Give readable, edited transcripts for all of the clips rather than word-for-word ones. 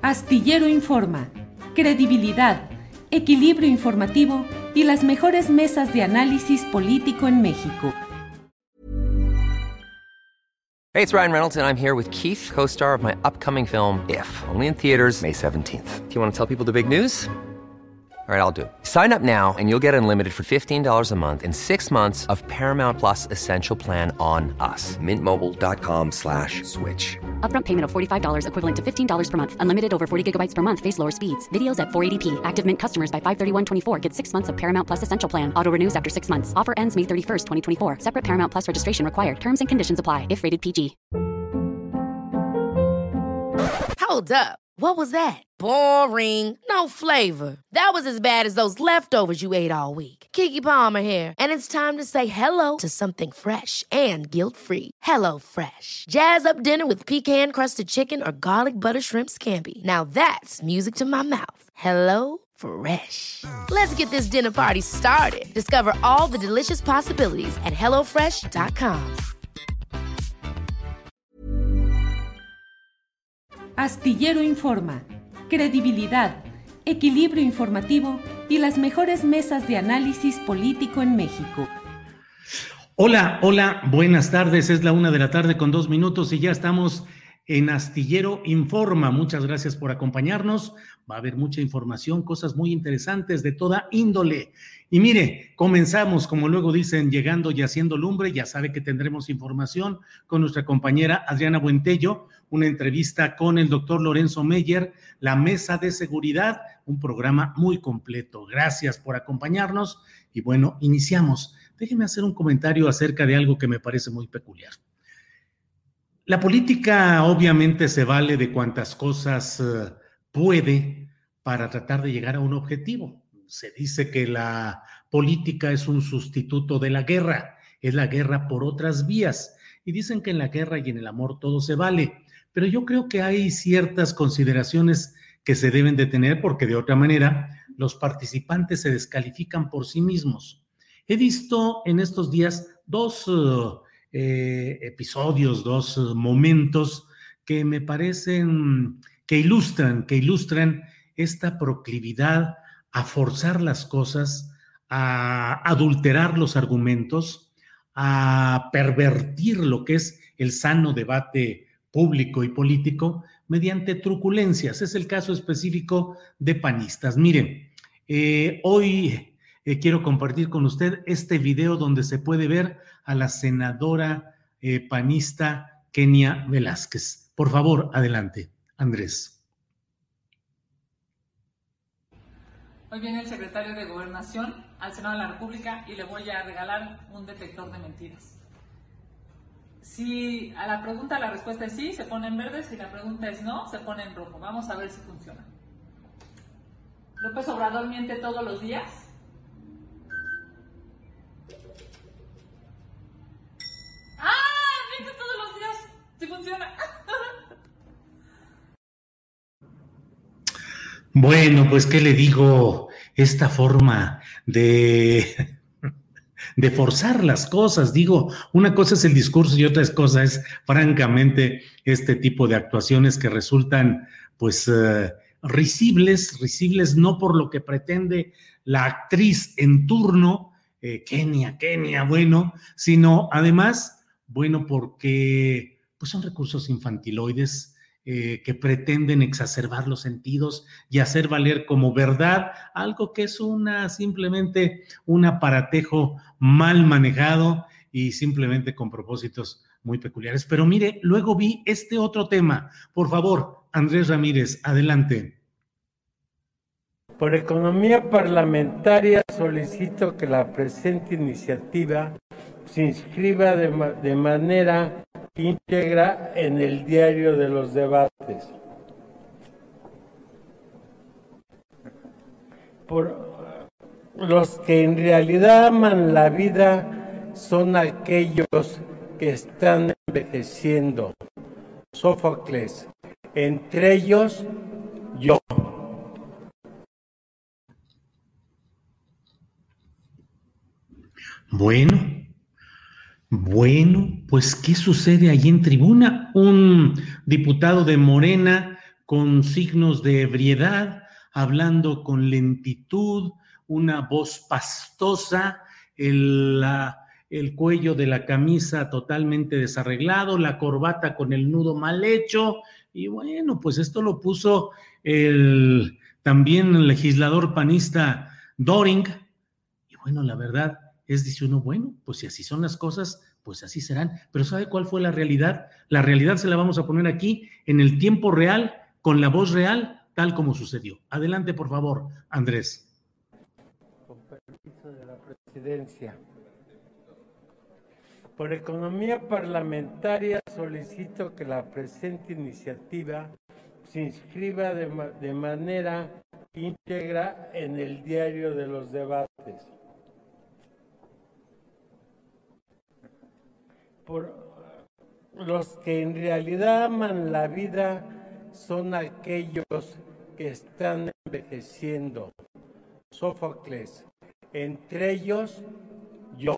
Astillero Informa, credibilidad, equilibrio informativo y las mejores mesas de análisis político en México. Hey, it's Ryan Reynolds, and I'm here with Keith, co-star of my upcoming film, If, only in theaters May 17th. Do you want to tell people the big news? All right, I'll do it. Sign up now and you'll get unlimited for $15 a month and 6 months of Paramount Plus Essential Plan on us. MintMobile.com/switch. Upfront payment of $45 equivalent to $15 per month. Unlimited over 40 gigabytes per month. Face lower speeds. Videos at 480p. Active Mint customers by 531.24 get 6 months of Paramount Plus Essential Plan. Auto renews after 6 months. Offer ends May 31st, 2024. Separate Paramount Plus registration required. Terms and conditions apply if rated PG. Hold up. What was that? Boring. No flavor. That was as bad as those leftovers you ate all week. Keke Palmer here, and it's time to say hello to something fresh and guilt-free. Hello Fresh. Jazz up dinner with pecan-crusted chicken or garlic butter shrimp scampi. Now that's music to my mouth. Hello Fresh. Let's get this dinner party started. Discover all the delicious possibilities at hellofresh.com. Astillero Informa, credibilidad, equilibrio informativo y las mejores mesas de análisis político en México. Hola, buenas tardes, es la 1:02 y ya estamos en Astillero Informa. Muchas gracias por acompañarnos, va a haber mucha información, cosas muy interesantes de toda índole. Y mire, comenzamos, como luego dicen, llegando y haciendo lumbre. Ya sabe que tendremos información con nuestra compañera Adriana Buentello, una entrevista con el doctor Lorenzo Meyer, la Mesa de Seguridad, un programa muy completo. Gracias por acompañarnos y bueno, iniciamos. Déjeme hacer un comentario acerca de algo que me parece muy peculiar. La política obviamente se vale de cuantas cosas puede para tratar de llegar a un objetivo. Se dice que la política es un sustituto de la guerra, es la guerra por otras vías. Y dicen que en la guerra y en el amor todo se vale. Pero yo creo que hay ciertas consideraciones que se deben de tener porque de otra manera los participantes se descalifican por sí mismos. He visto en estos días dos episodios, dos momentos que me parecen que ilustran esta proclividad a forzar las cosas, a adulterar los argumentos, a pervertir lo que es el sano debate público y político mediante truculencias. Es el caso específico de panistas. Miren, hoy quiero compartir con usted este video donde se puede ver a la senadora panista Kenia Velázquez. Por favor, adelante, Andrés. Hoy viene el secretario de Gobernación al Senado de la República y le voy a regalar un detector de mentiras. Si a la pregunta la respuesta es sí, se pone en verde. Si la pregunta es no, se pone en rojo. Vamos a ver si funciona. ¿López Obrador miente todos los días? ¡Ah! ¡Miente todos los días! ¡Sí funciona! Bueno, pues, ¿qué le digo? Esta forma de forzar las cosas, digo, una cosa es el discurso y otra cosa es, francamente, este tipo de actuaciones que resultan, pues, risibles no por lo que pretende la actriz en turno, Kenia, bueno, sino además, bueno, porque pues son recursos infantiloides que pretenden exacerbar los sentidos y hacer valer como verdad algo que es simplemente un aparatejo mal manejado y simplemente con propósitos muy peculiares. Pero mire, luego vi este otro tema. Por favor, Andrés Ramírez, adelante. Por economía parlamentaria solicito que la presente iniciativa se inscriba de manera íntegra en el diario de los debates. Por los que en realidad aman la vida son aquellos que están envejeciendo. Sófocles, entre ellos yo. Bueno, pues ¿qué sucede allí en tribuna? Un diputado de Morena con signos de ebriedad, hablando con lentitud, una voz pastosa, el cuello de la camisa totalmente desarreglado, la corbata con el nudo mal hecho, y bueno, pues esto lo puso también el legislador panista Doring, y bueno, la verdad dice uno, bueno, pues si así son las cosas, pues así serán, pero ¿sabe cuál fue la realidad? La realidad se la vamos a poner aquí, en el tiempo real, con la voz real, tal como sucedió. Adelante, por favor, Andrés. Con permiso de la presidencia. Por economía parlamentaria solicito que la presente iniciativa se inscriba de manera íntegra en el diario de los debates. Por los que en realidad aman la vida son aquellos que están envejeciendo. Sófocles, entre ellos yo.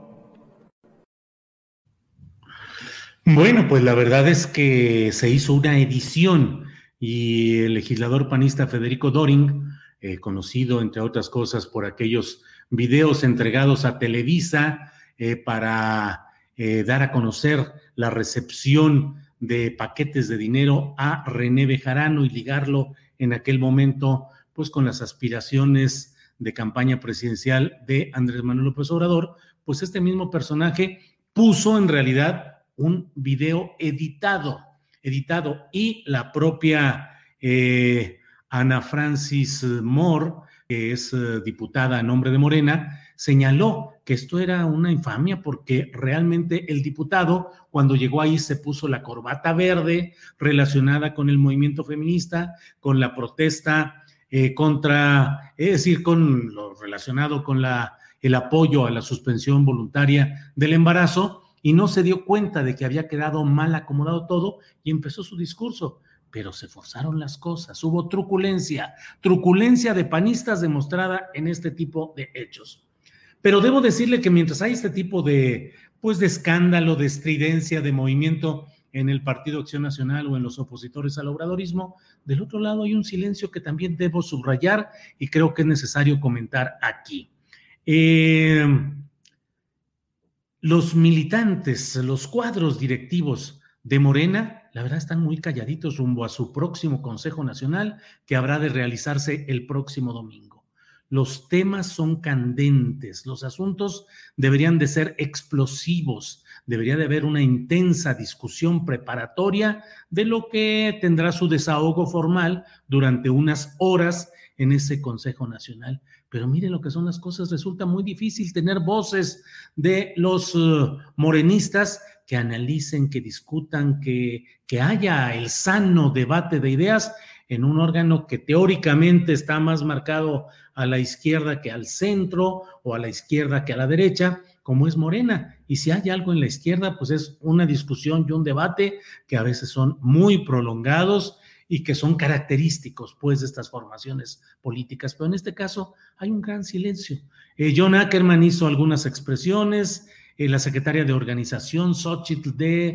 Bueno, pues la verdad es que se hizo una edición y el legislador panista Federico Doring, conocido entre otras cosas por aquellos videos entregados a Televisa para dar a conocer la recepción de paquetes de dinero a René Bejarano y ligarlo en aquel momento pues con las aspiraciones de campaña presidencial de Andrés Manuel López Obrador, pues este mismo personaje puso en realidad un video editado y la propia Ana Francis Moore, que es diputada a nombre de Morena, señaló que esto era una infamia porque realmente el diputado cuando llegó ahí se puso la corbata verde relacionada con el movimiento feminista, con la protesta con lo relacionado con el apoyo a la suspensión voluntaria del embarazo, y no se dio cuenta de que había quedado mal acomodado todo y empezó su discurso. Pero se forzaron las cosas, hubo truculencia de panistas demostrada en este tipo de hechos. Pero debo decirle que mientras hay este tipo de escándalo, de estridencia, de movimiento en el Partido Acción Nacional o en los opositores al obradorismo, del otro lado hay un silencio que también debo subrayar y creo que es necesario comentar aquí. Los militantes, los cuadros directivos de Morena, la verdad están muy calladitos rumbo a su próximo Consejo Nacional que habrá de realizarse el próximo domingo. Los temas son candentes, los asuntos deberían de ser explosivos, debería de haber una intensa discusión preparatoria de lo que tendrá su desahogo formal durante unas horas en ese Consejo Nacional. Pero miren lo que son las cosas, resulta muy difícil tener voces de los morenistas que analicen, que discutan, que haya el sano debate de ideas en un órgano que teóricamente está más marcado a la izquierda que al centro o a la izquierda que a la derecha, como es Morena. Y si hay algo en la izquierda, pues es una discusión y un debate que a veces son muy prolongados y que son característicos pues de estas formaciones políticas, pero en este caso hay un gran silencio. John Ackerman hizo algunas expresiones, la secretaria de organización, Xochitl,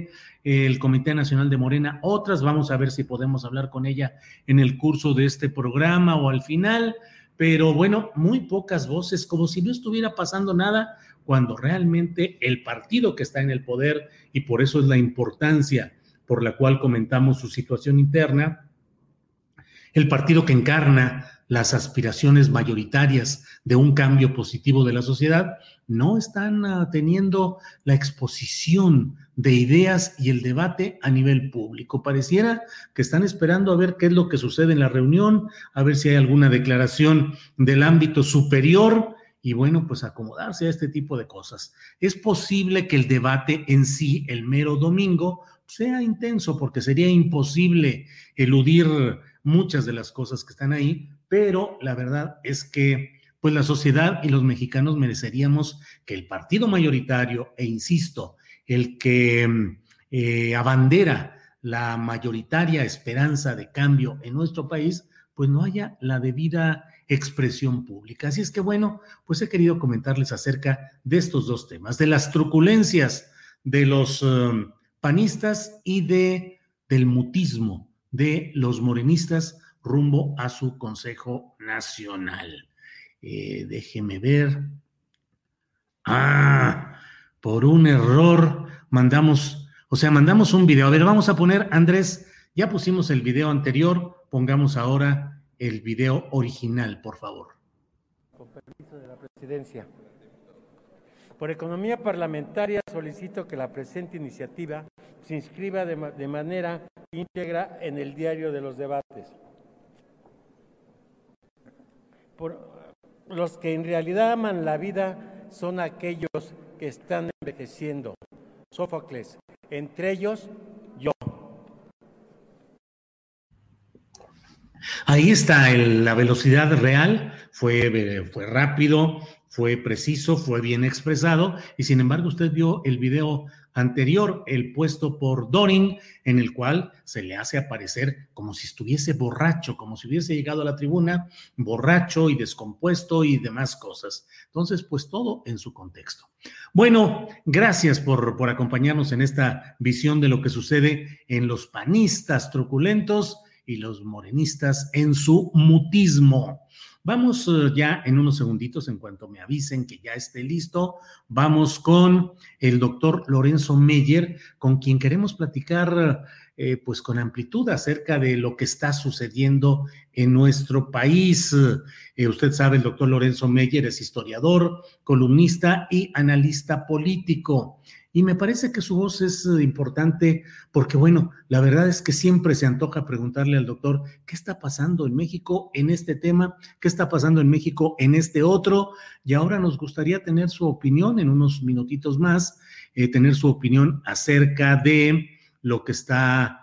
el Comité Nacional de Morena, otras, vamos a ver si podemos hablar con ella en el curso de este programa o al final, pero bueno, muy pocas voces, como si no estuviera pasando nada, cuando realmente el partido que está en el poder, y por eso es la importancia por la cual comentamos su situación interna, el partido que encarna las aspiraciones mayoritarias de un cambio positivo de la sociedad, no están teniendo la exposición de ideas y el debate a nivel público. Pareciera que están esperando a ver qué es lo que sucede en la reunión, a ver si hay alguna declaración del ámbito superior y bueno, pues acomodarse a este tipo de cosas. Es posible que el debate en sí, el mero domingo, sea intenso porque sería imposible eludir muchas de las cosas que están ahí, pero la verdad es que pues la sociedad y los mexicanos mereceríamos que el partido mayoritario, e insisto, el que abandera la mayoritaria esperanza de cambio en nuestro país, pues no haya la debida expresión pública. Así es que bueno, pues he querido comentarles acerca de estos dos temas, de las truculencias de los panistas y del mutismo de los morenistas rumbo a su Consejo Nacional. Déjeme ver. Por un error mandamos un video. A ver, vamos a poner, Andrés, ya pusimos el video anterior, pongamos ahora el video original, por favor. Con permiso de la presidencia. Por economía parlamentaria solicito que la presente iniciativa se inscriba de manera íntegra en el diario de los debates. Los que en realidad aman la vida son aquellos que están envejeciendo. Sófocles, entre ellos yo. Ahí está la velocidad real, fue rápido, fue preciso, fue bien expresado, y sin embargo usted vio el video anterior, el puesto por Dorin, en el cual se le hace aparecer como si estuviese borracho, como si hubiese llegado a la tribuna borracho y descompuesto y demás cosas. Entonces, pues todo en su contexto. Bueno, gracias por acompañarnos en esta visión de lo que sucede en los panistas truculentos y los morenistas en su mutismo. Vamos ya en unos segunditos, en cuanto me avisen que ya esté listo, vamos con el doctor Lorenzo Meyer, con quien queremos platicar pues con amplitud acerca de lo que está sucediendo en nuestro país. Usted sabe, el doctor Lorenzo Meyer es historiador, columnista y analista político. Y me parece que su voz es importante porque, bueno, la verdad es que siempre se antoja preguntarle al doctor qué está pasando en México en este tema, qué está pasando en México en este otro, y ahora nos gustaría tener su opinión en unos minutitos más, tener su opinión acerca de lo que está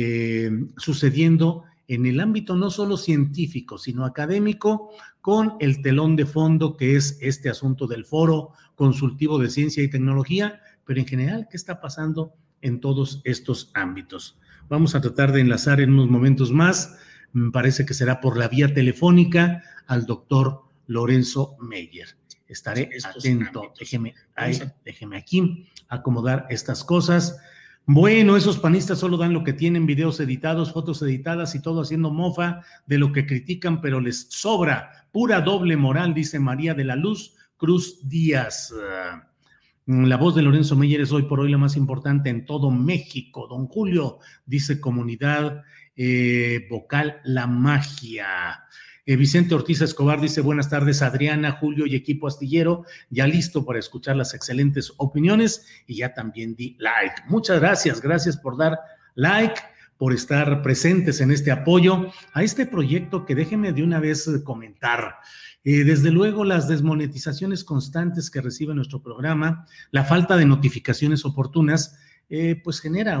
sucediendo en el ámbito no solo científico, sino académico, con el telón de fondo que es este asunto del Foro Consultivo de Ciencia y Tecnología, pero en general, ¿qué está pasando en todos estos ámbitos? Vamos a tratar de enlazar en unos momentos más, me parece que será por la vía telefónica, al doctor Lorenzo Meyer. Estaré atento, déjeme aquí acomodar estas cosas. Bueno, esos panistas solo dan lo que tienen, videos editados, fotos editadas y todo haciendo mofa de lo que critican, pero les sobra. Pura doble moral, dice María de la Luz Cruz Díaz. La voz de Lorenzo Meyer es hoy por hoy la más importante en todo México. Don Julio, dice Comunidad Vocal La Magia. Vicente Ortiz Escobar dice, buenas tardes Adriana, Julio y equipo astillero, ya listo para escuchar las excelentes opiniones y ya también di like. Muchas gracias por dar like, por estar presentes en este apoyo a este proyecto que déjenme de una vez comentar. Desde luego las desmonetizaciones constantes que recibe nuestro programa, la falta de notificaciones oportunas, pues genera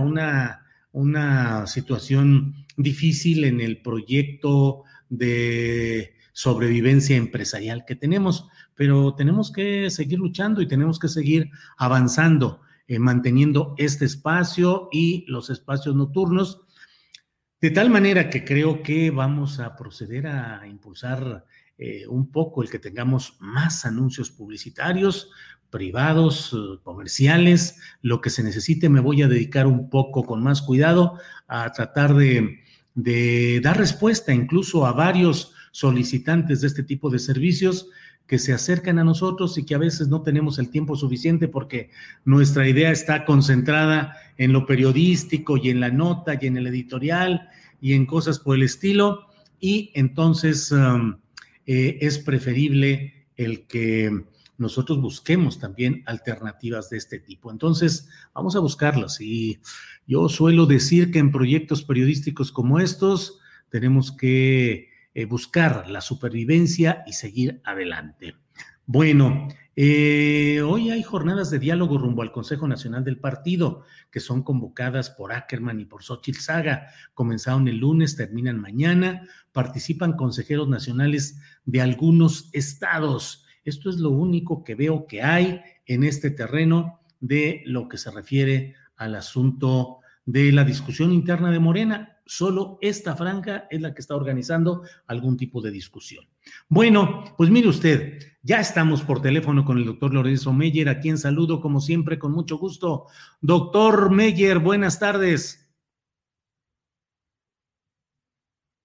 una situación difícil en el proyecto de sobrevivencia empresarial que tenemos, pero tenemos que seguir luchando y tenemos que seguir avanzando, manteniendo este espacio y los espacios nocturnos, de tal manera que creo que vamos a proceder a impulsar un poco el que tengamos más anuncios publicitarios, privados, comerciales, lo que se necesite. Me voy a dedicar un poco con más cuidado a tratar de dar respuesta incluso a varios solicitantes de este tipo de servicios que se acercan a nosotros y que a veces no tenemos el tiempo suficiente porque nuestra idea está concentrada en lo periodístico y en la nota y en el editorial y en cosas por el estilo, y entonces es preferible el que nosotros busquemos también alternativas de este tipo. Entonces, vamos a buscarlas. Y yo suelo decir que en proyectos periodísticos como estos tenemos que buscar la supervivencia y seguir adelante. Bueno, hoy hay jornadas de diálogo rumbo al Consejo Nacional del Partido, que son convocadas por Ackerman y por Xóchitl Zaga. Comenzaron el lunes, terminan mañana. Participan consejeros nacionales de algunos estados. Esto es lo único que veo que hay en este terreno de lo que se refiere al asunto de la discusión interna de Morena. Solo esta franja es la que está organizando algún tipo de discusión. Bueno, pues mire usted, ya estamos por teléfono con el doctor Lorenzo Meyer, a quien saludo como siempre con mucho gusto. Doctor Meyer, buenas tardes.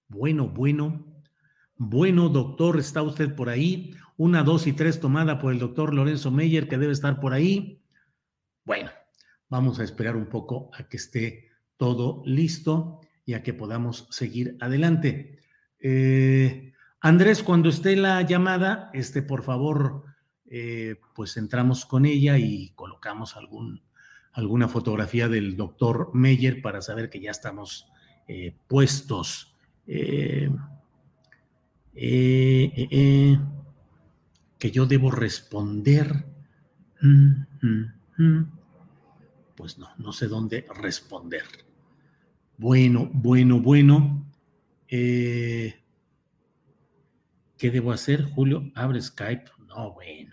Bueno, doctor, ¿está usted por ahí? 1, 2 y 3 tomada por el doctor Lorenzo Meyer, que debe estar por ahí. Bueno, vamos a esperar un poco a que esté todo listo y a que podamos seguir adelante. Andrés, cuando esté la llamada, por favor, pues entramos con ella y colocamos alguna fotografía del doctor Meyer para saber que ya estamos puestos. Que yo debo responder. Pues no sé dónde responder. Bueno. ¿Qué debo hacer, Julio? ¿Abre Skype? No, bueno.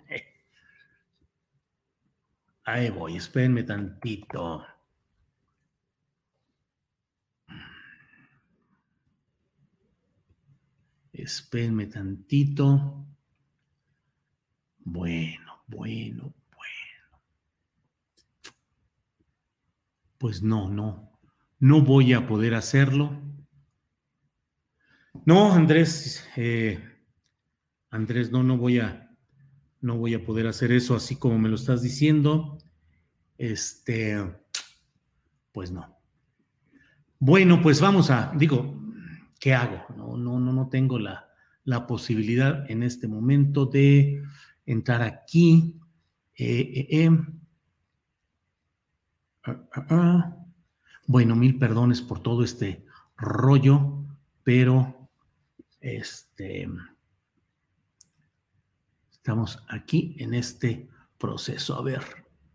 Ahí voy, espérenme tantito. Espérenme tantito. Bueno. Pues no voy a poder hacerlo. No, Andrés, no voy a poder hacer eso así como me lo estás diciendo. Pues no. Bueno, pues vamos ¿qué hago? No tengo la posibilidad en este momento de entrar aquí. Bueno, 1000 perdones por todo este rollo, pero estamos aquí en este proceso. A ver.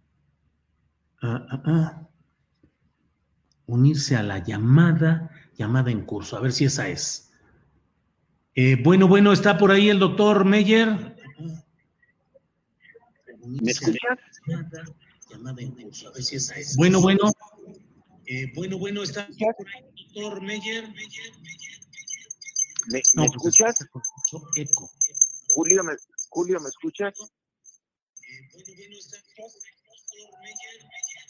Unirse a la llamada en curso. A ver si esa es. Bueno, ¿está por ahí el doctor Meyer? ¿Me escuchas? Llamada en curso. A ver si esa es. Bueno, está por ahí el doctor Meyer. ¿Me escuchas? Eco. Julio, ¿me escuchas? Bueno, está el doctor Meyer.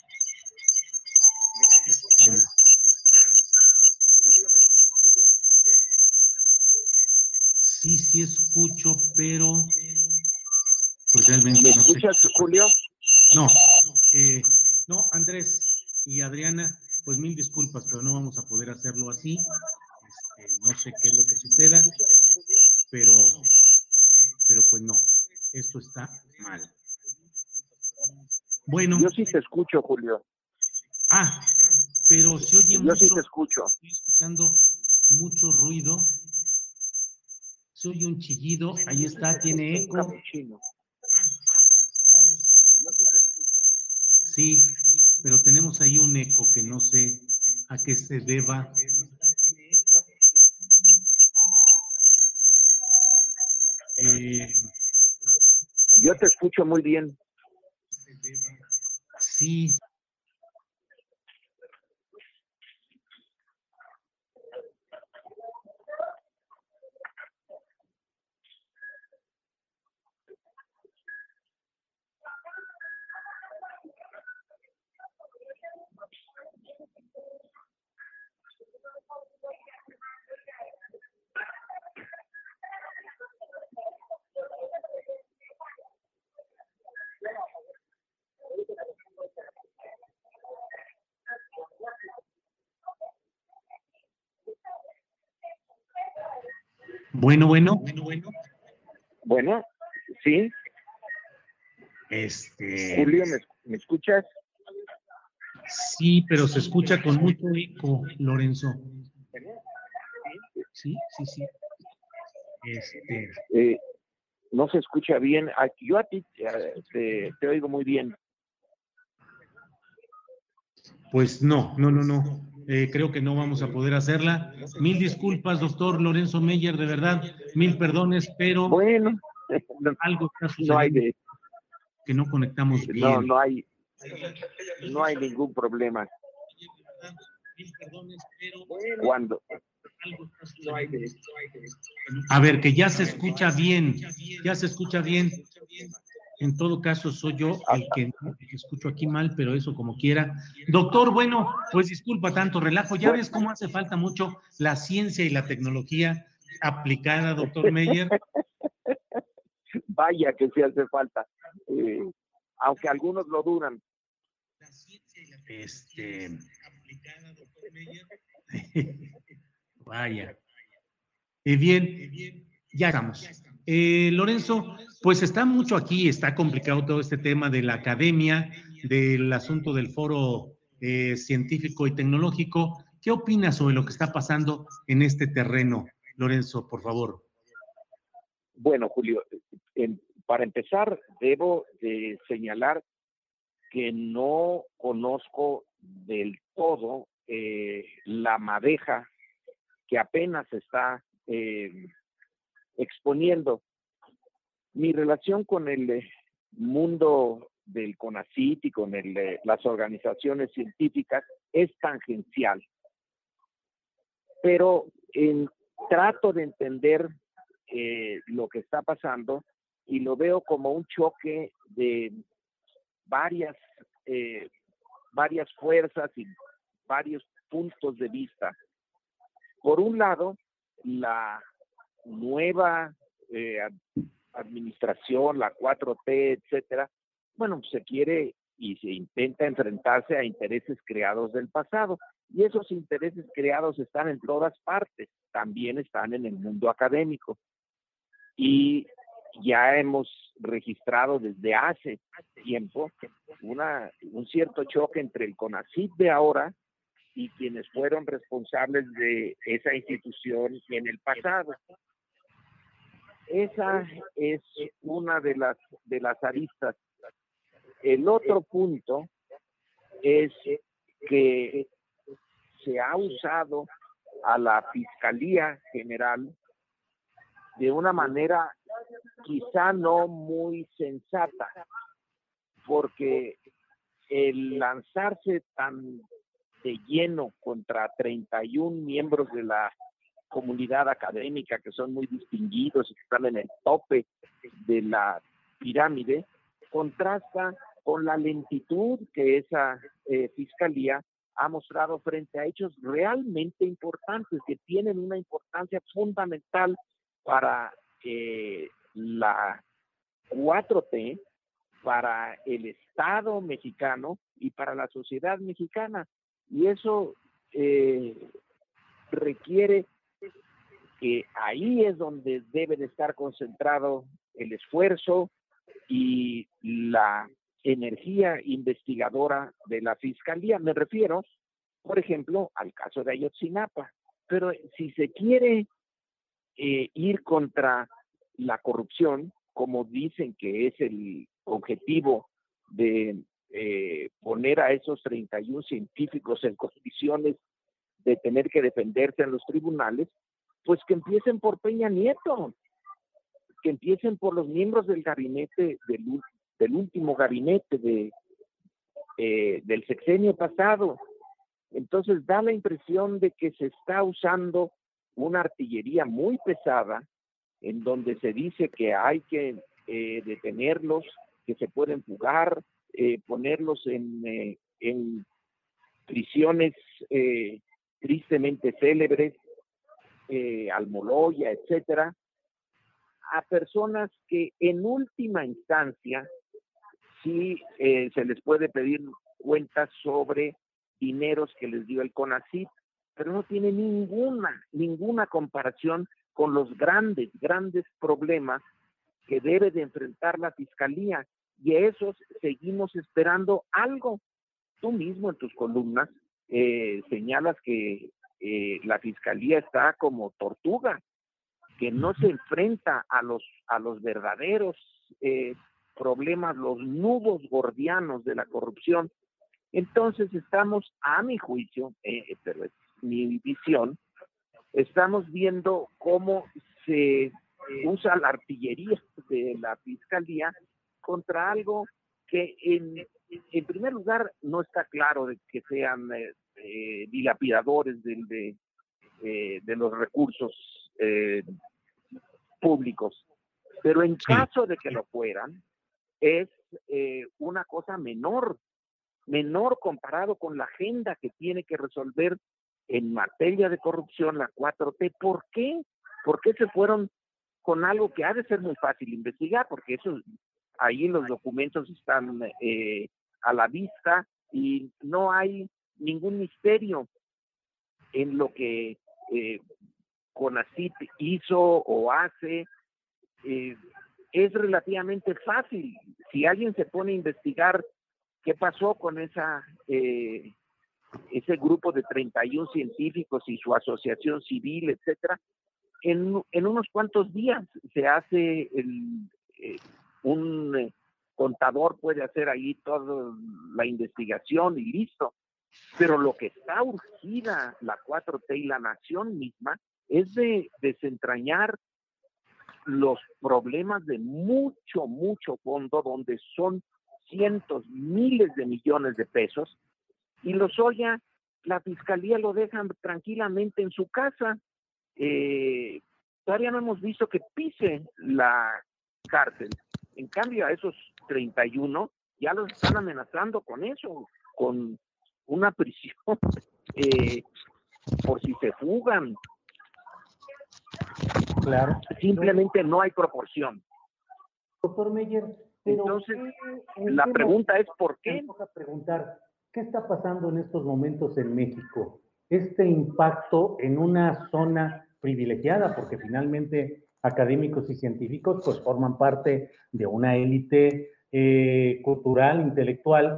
Sí escucho, pero pues realmente ¿Me escuchas, Julio? No, Andrés y Adriana, pues 1000 disculpas, pero no vamos a poder hacerlo así. No sé qué es lo que suceda, pero pues no, esto está mal. Bueno. Yo sí te escucho, Julio. Pero se oye yo mucho. Sí te escucho. Estoy escuchando mucho ruido. Se oye un chillido. Ahí está, tiene eco. Sí, pero tenemos ahí un eco que no sé a qué se deba. Yo te escucho muy bien. Sí. Bueno. Bueno, sí. Julio, ¿me escuchas? Sí, pero se escucha con mucho eco, Lorenzo. Sí. No se escucha bien. Yo a ti te oigo muy bien. Pues no. Creo que no vamos a poder hacerla. 1000 disculpas, doctor Lorenzo Meyer, de verdad, 1000 perdones, pero bueno, algo está sucediendo que no conectamos bien. No hay ningún problema. 1000 perdones, pero ¿Cuándo? A ver, que ya se escucha bien. En todo caso, soy yo el que escucho aquí mal, pero eso como quiera. Doctor, bueno, pues disculpa tanto relajo. Ya ves cómo hace falta mucho la ciencia y la tecnología aplicada, doctor Meyer. Vaya que sí hace falta, aunque algunos lo dudan. Aplicada, doctor Meyer. Vaya. Bien, ya estamos. Lorenzo, pues está mucho aquí, está complicado todo este tema de la academia, del asunto del foro científico y tecnológico. ¿Qué opinas sobre lo que está pasando en este terreno, Lorenzo, por favor? Bueno, Julio, para empezar, debo de señalar que no conozco del todo la madeja que apenas está exponiendo. Mi relación con el mundo del CONACYT y con las organizaciones científicas es tangencial, pero trato de entender lo que está pasando y lo veo como un choque de varias fuerzas y varios puntos de vista. Por un lado, la nueva administración, la 4T, etcétera, bueno, se quiere y se intenta enfrentarse a intereses creados del pasado. Y esos intereses creados están en todas partes, también están en el mundo académico. Y ya hemos registrado desde hace tiempo un cierto choque entre el CONACYT de ahora y quienes fueron responsables de esa institución en el pasado. Esa es una de las aristas. El otro punto es que se ha usado a la Fiscalía General de una manera quizá no muy sensata, porque el lanzarse tan de lleno contra 31 miembros de la comunidad académica que son muy distinguidos y que están en el tope de la pirámide, contrasta con la lentitud que esa fiscalía ha mostrado frente a hechos realmente importantes, que tienen una importancia fundamental para la 4T, para el Estado mexicano y para la sociedad mexicana. Y eso requiere que ahí es donde debe de estar concentrado el esfuerzo y la energía investigadora de la Fiscalía. Me refiero, por ejemplo, al caso de Ayotzinapa. Pero si se quiere ir contra la corrupción, como dicen que es el objetivo de poner a esos 31 científicos en condiciones de tener que defenderse en los tribunales, pues que empiecen por Peña Nieto, que empiecen por los miembros del gabinete, del último gabinete del sexenio pasado. Entonces da la impresión de que se está usando una artillería muy pesada, en donde se dice que hay que detenerlos, que se pueden fugar, ponerlos en prisiones tristemente célebres, Almoloya, etcétera, a personas que en última instancia sí se les puede pedir cuentas sobre dineros que les dio el CONACYT, pero no tiene ninguna comparación con los grandes problemas que debe de enfrentar la Fiscalía, y a esos seguimos esperando algo. Tú mismo en tus columnas señalas que la Fiscalía está como tortuga, que no se enfrenta a los verdaderos problemas, los nudos gordianos de la corrupción. Entonces estamos, a mi juicio, pero es mi visión, estamos viendo cómo se usa la artillería de la Fiscalía contra algo que en primer lugar no está claro de que sean dilapidadores de los recursos públicos, pero en caso de que lo fueran, es una cosa menor comparado con la agenda que tiene que resolver en materia de corrupción la 4T. ¿Por qué? ¿Por qué se fueron con algo que ha de ser muy fácil investigar? Porque eso ahí los documentos están a la vista y no hay ningún misterio en lo que CONACYT hizo o hace. Es relativamente fácil. Si alguien se pone a investigar qué pasó con ese grupo de 31 científicos y su asociación civil, etcétera, en unos cuantos días se hace un contador puede hacer ahí toda la investigación y listo. Pero lo que está urgida la 4T y la nación misma es de desentrañar los problemas de mucho fondo, donde son cientos, miles de millones de pesos, y Lozoya, la fiscalía lo dejan tranquilamente en su casa. Todavía no hemos visto que pise la cárcel. En cambio, a esos 31 ya los están amenazando con eso, con una prisión por si se fugan. Claro. Simplemente no hay proporción. Doctor Meyer, pero entonces la pregunta es ¿por qué? Vamos a preguntar, ¿qué está pasando en estos momentos en México? Este impacto en una zona privilegiada, porque finalmente académicos y científicos pues forman parte de una élite cultural, intelectual.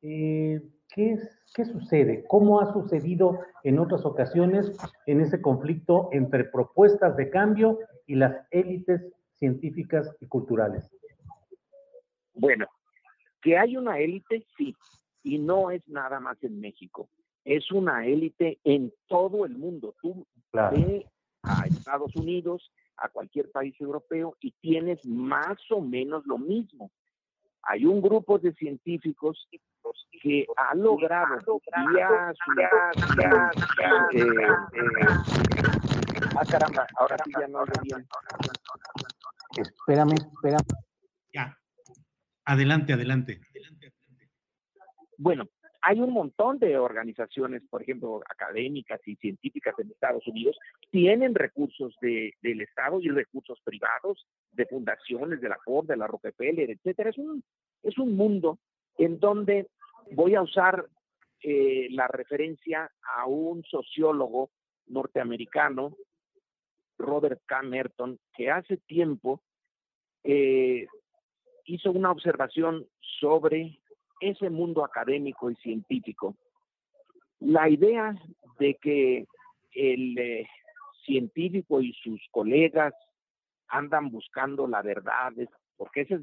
¿Qué sucede? ¿Cómo ha sucedido en otras ocasiones en ese conflicto entre propuestas de cambio y las élites científicas y culturales? Bueno, que hay una élite, sí, y no es nada más en México. Es una élite en todo el mundo. Tú ve a Estados Unidos, a cualquier país europeo, y tienes más o menos lo mismo. Hay un grupo de científicos que ha logrado caramba, ahora sí ya no lo bien. Espérame. Ya. Adelante. Bueno, hay un montón de organizaciones, por ejemplo, académicas y científicas en Estados Unidos, tienen recursos del Estado y recursos privados, de fundaciones, de la Ford, de la Rockefeller, etcétera. Es un mundo en donde voy a usar la referencia a un sociólogo norteamericano, Robert K. Merton, que hace tiempo hizo una observación sobre ese mundo académico y científico. La idea de que el científico y sus colegas andan buscando la verdad, porque esa es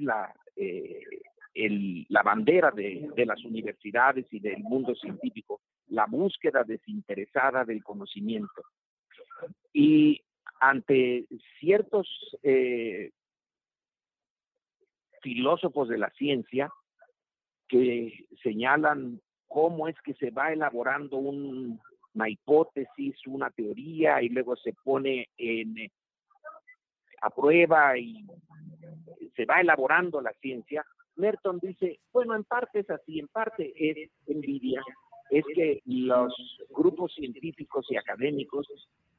la bandera de las universidades y del mundo científico, la búsqueda desinteresada del conocimiento. Y ante ciertos filósofos de la ciencia que señalan cómo es que se va elaborando una hipótesis, una teoría, y luego se pone a prueba y se va elaborando la ciencia, Merton dice, bueno, en parte es así, en parte es envidia, es que los grupos científicos y académicos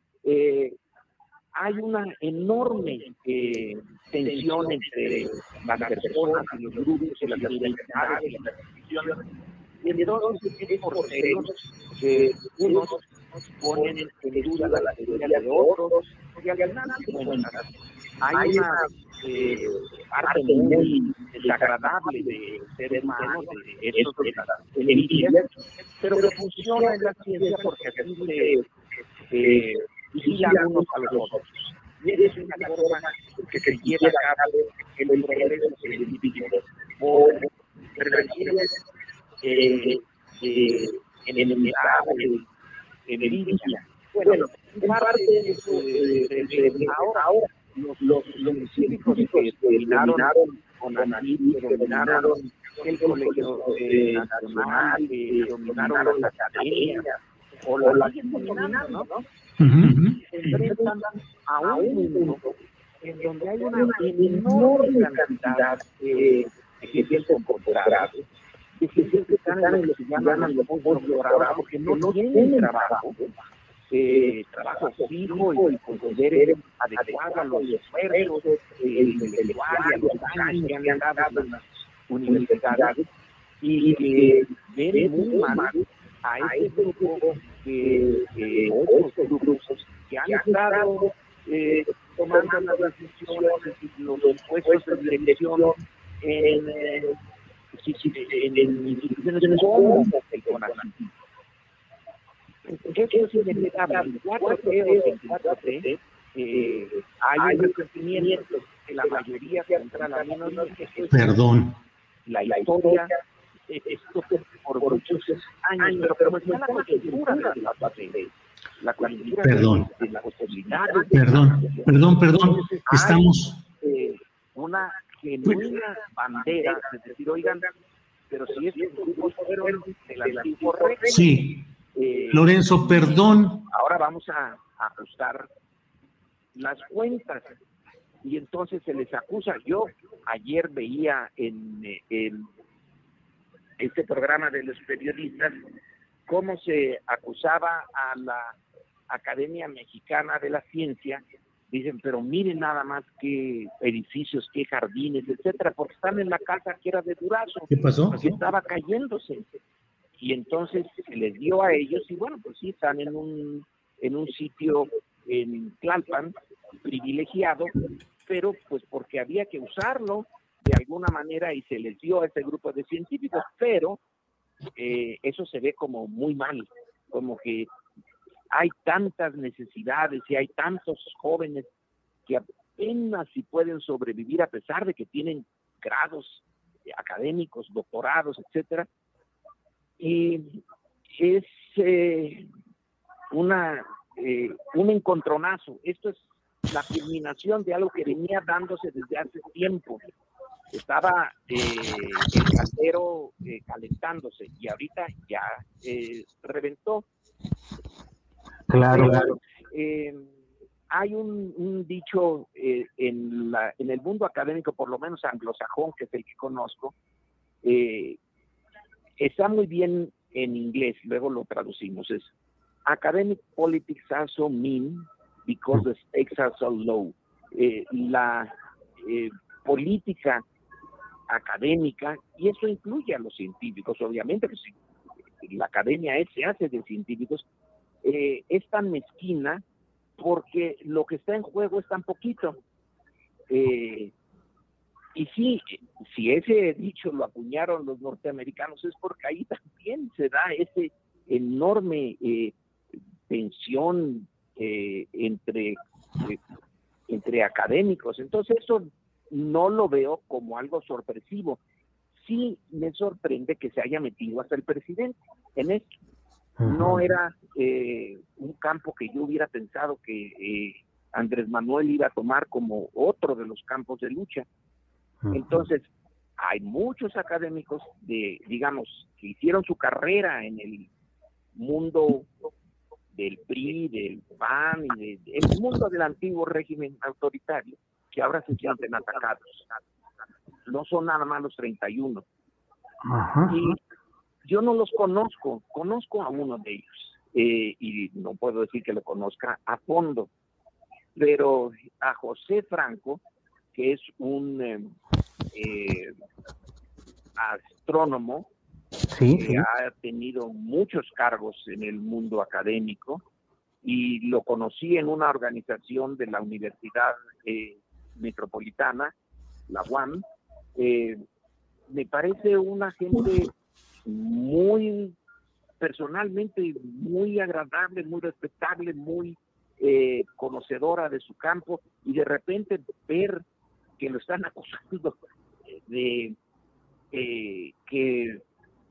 hay una enorme tensión entre las personas y los grupos y las universidades y las instituciones. Y entonces es por celos que unos ponen en duda la teoría de otros, y al final, bueno, hay una parte muy desagradable de ser humanos, de estos envidias, pero que funciona en la ciencia porque así se vigilan unos a los otros. Y es una forma que se lleva a cabo el progreso científico por religiones, enemistad, envidia. Bueno, en parte ahora los científicos que terminaron con CONACYT, que dominaron el Colegio Nacional, que dominaron las academias, o la siguen dominando, ¿no? Se enfrentan a un mundo en donde hay una enorme cantidad se sienten contratados, que se sienten que están en lo que llaman los postdoctorados porque no tienen trabajo fijo y consideren adecuado a los esfuerzos intelectuales, a los años que han dado en las universidades, y que ven muy mal a ese grupo que otros grupos que han estado tomando las decisiones y los puestos de dirección en instituciones como el CONACYT. Eso es inevitable. En 4T hay un reconocimiento de la mayoría contra la minoría. Perdón. La historia, esto por muchos años, pero como decía la coyuntura de la 4T, la coyuntura de la posibilidad. Perdón. Estamos. Una genuina bandera, es decir, oigan, pero si estos grupos fueron del antiguo régimen. Sí. Lorenzo, perdón. Ahora vamos a ajustar las cuentas y entonces se les acusa. Yo ayer veía en este programa de los periodistas cómo se acusaba a la Academia Mexicana de la Ciencia. Dicen, pero miren nada más qué edificios, qué jardines, etcétera, porque están en la casa que era de Durazo. ¿Qué pasó? Que estaba cayéndose. Y entonces se les dio a ellos, y bueno, pues sí, están en un sitio en Tlalpan, privilegiado, pero pues porque había que usarlo de alguna manera y se les dio a ese grupo de científicos, pero eso se ve como muy mal, como que hay tantas necesidades y hay tantos jóvenes que apenas si pueden sobrevivir a pesar de que tienen grados académicos, doctorados, etcétera. Y es un encontronazo. Esto es la culminación de algo que venía dándose desde hace tiempo. Estaba el caldero calentándose y ahorita ya reventó. Claro. Hay un dicho en el mundo académico, por lo menos anglosajón, que es el que conozco, está muy bien en inglés, luego lo traducimos, es academic politics are so mean because the stakes are so low. La política académica, y eso incluye a los científicos, obviamente, pues la academia se hace de científicos, es tan mezquina porque lo que está en juego es tan poquito. Y sí, si ese dicho lo acuñaron los norteamericanos es porque ahí también se da ese enorme tensión entre académicos. Entonces eso no lo veo como algo sorpresivo. Sí me sorprende que se haya metido hasta el presidente en esto. No era un campo que yo hubiera pensado que Andrés Manuel iba a tomar como otro de los campos de lucha. Entonces, hay muchos académicos digamos, que hicieron su carrera en el mundo del PRI, del PAN, y el mundo del antiguo régimen autoritario, que ahora se sienten atacados. No son nada más los 31. Y yo no los conozco a uno de ellos, y no puedo decir que lo conozca a fondo, pero a José Franco, que es un astrónomo, que ha tenido muchos cargos en el mundo académico, y lo conocí en una organización de la Universidad Metropolitana, la UAM. Me parece una gente muy, personalmente, muy agradable, muy respetable, muy conocedora de su campo, y de repente ver que lo están acusando de que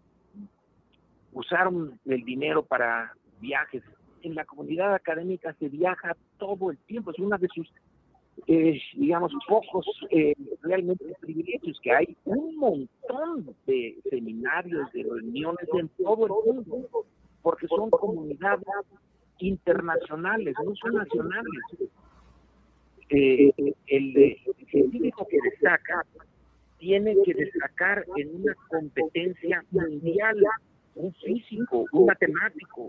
usaron el dinero para viajes. En la comunidad académica se viaja todo el tiempo, es una de sus digamos, pocos realmente privilegios, que hay un montón de seminarios, de reuniones en todo el mundo, porque son comunidades internacionales, no son nacionales. El científico que destaca tiene que destacar en una competencia mundial, un físico, un matemático,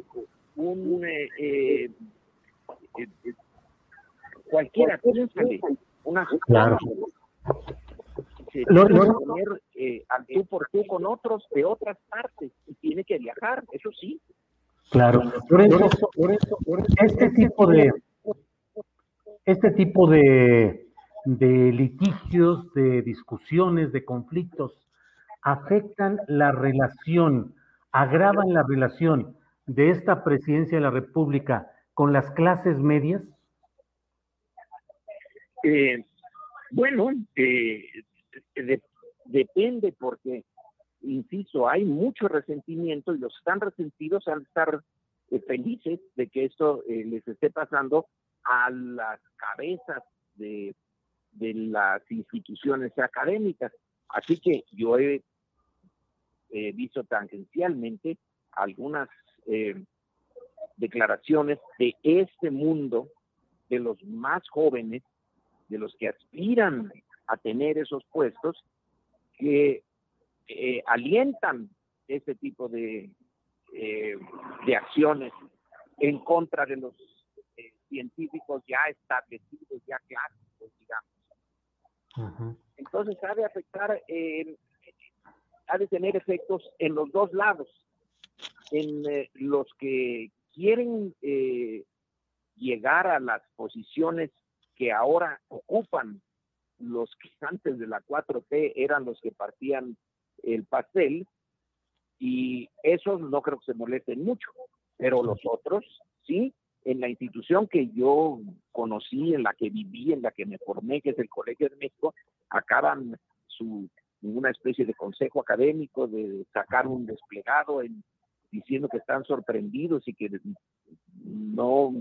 cualquiera, piénsale, una claro. Se tiene que poner al tú por tú con otros de otras partes y tiene que viajar, eso sí. Claro, por eso este tipo de litigios, de discusiones, de conflictos, afectan la relación, agravan la relación de esta presidencia de la República con las clases medias. Bueno, depende porque, insisto, hay mucho resentimiento y los que están resentidos han de estar felices de que esto les esté pasando a las cabezas de las instituciones académicas. Así que yo he visto tangencialmente algunas declaraciones de este mundo, de los más jóvenes, de los que aspiran a tener esos puestos, que alientan este tipo de acciones en contra de los científicos ya establecidos, ya clásicos, digamos. Entonces ha de afectar, ha de tener efectos en los dos lados, en los que quieren llegar a las posiciones que ahora ocupan los que antes de la 4T eran los que partían el pastel, y esos no creo que se molesten mucho, pero los otros sí. En la institución que yo conocí, en la que viví, en la que me formé, que es el Colegio de México, acaban una especie de consejo académico de sacar un desplegado diciendo que están sorprendidos y que no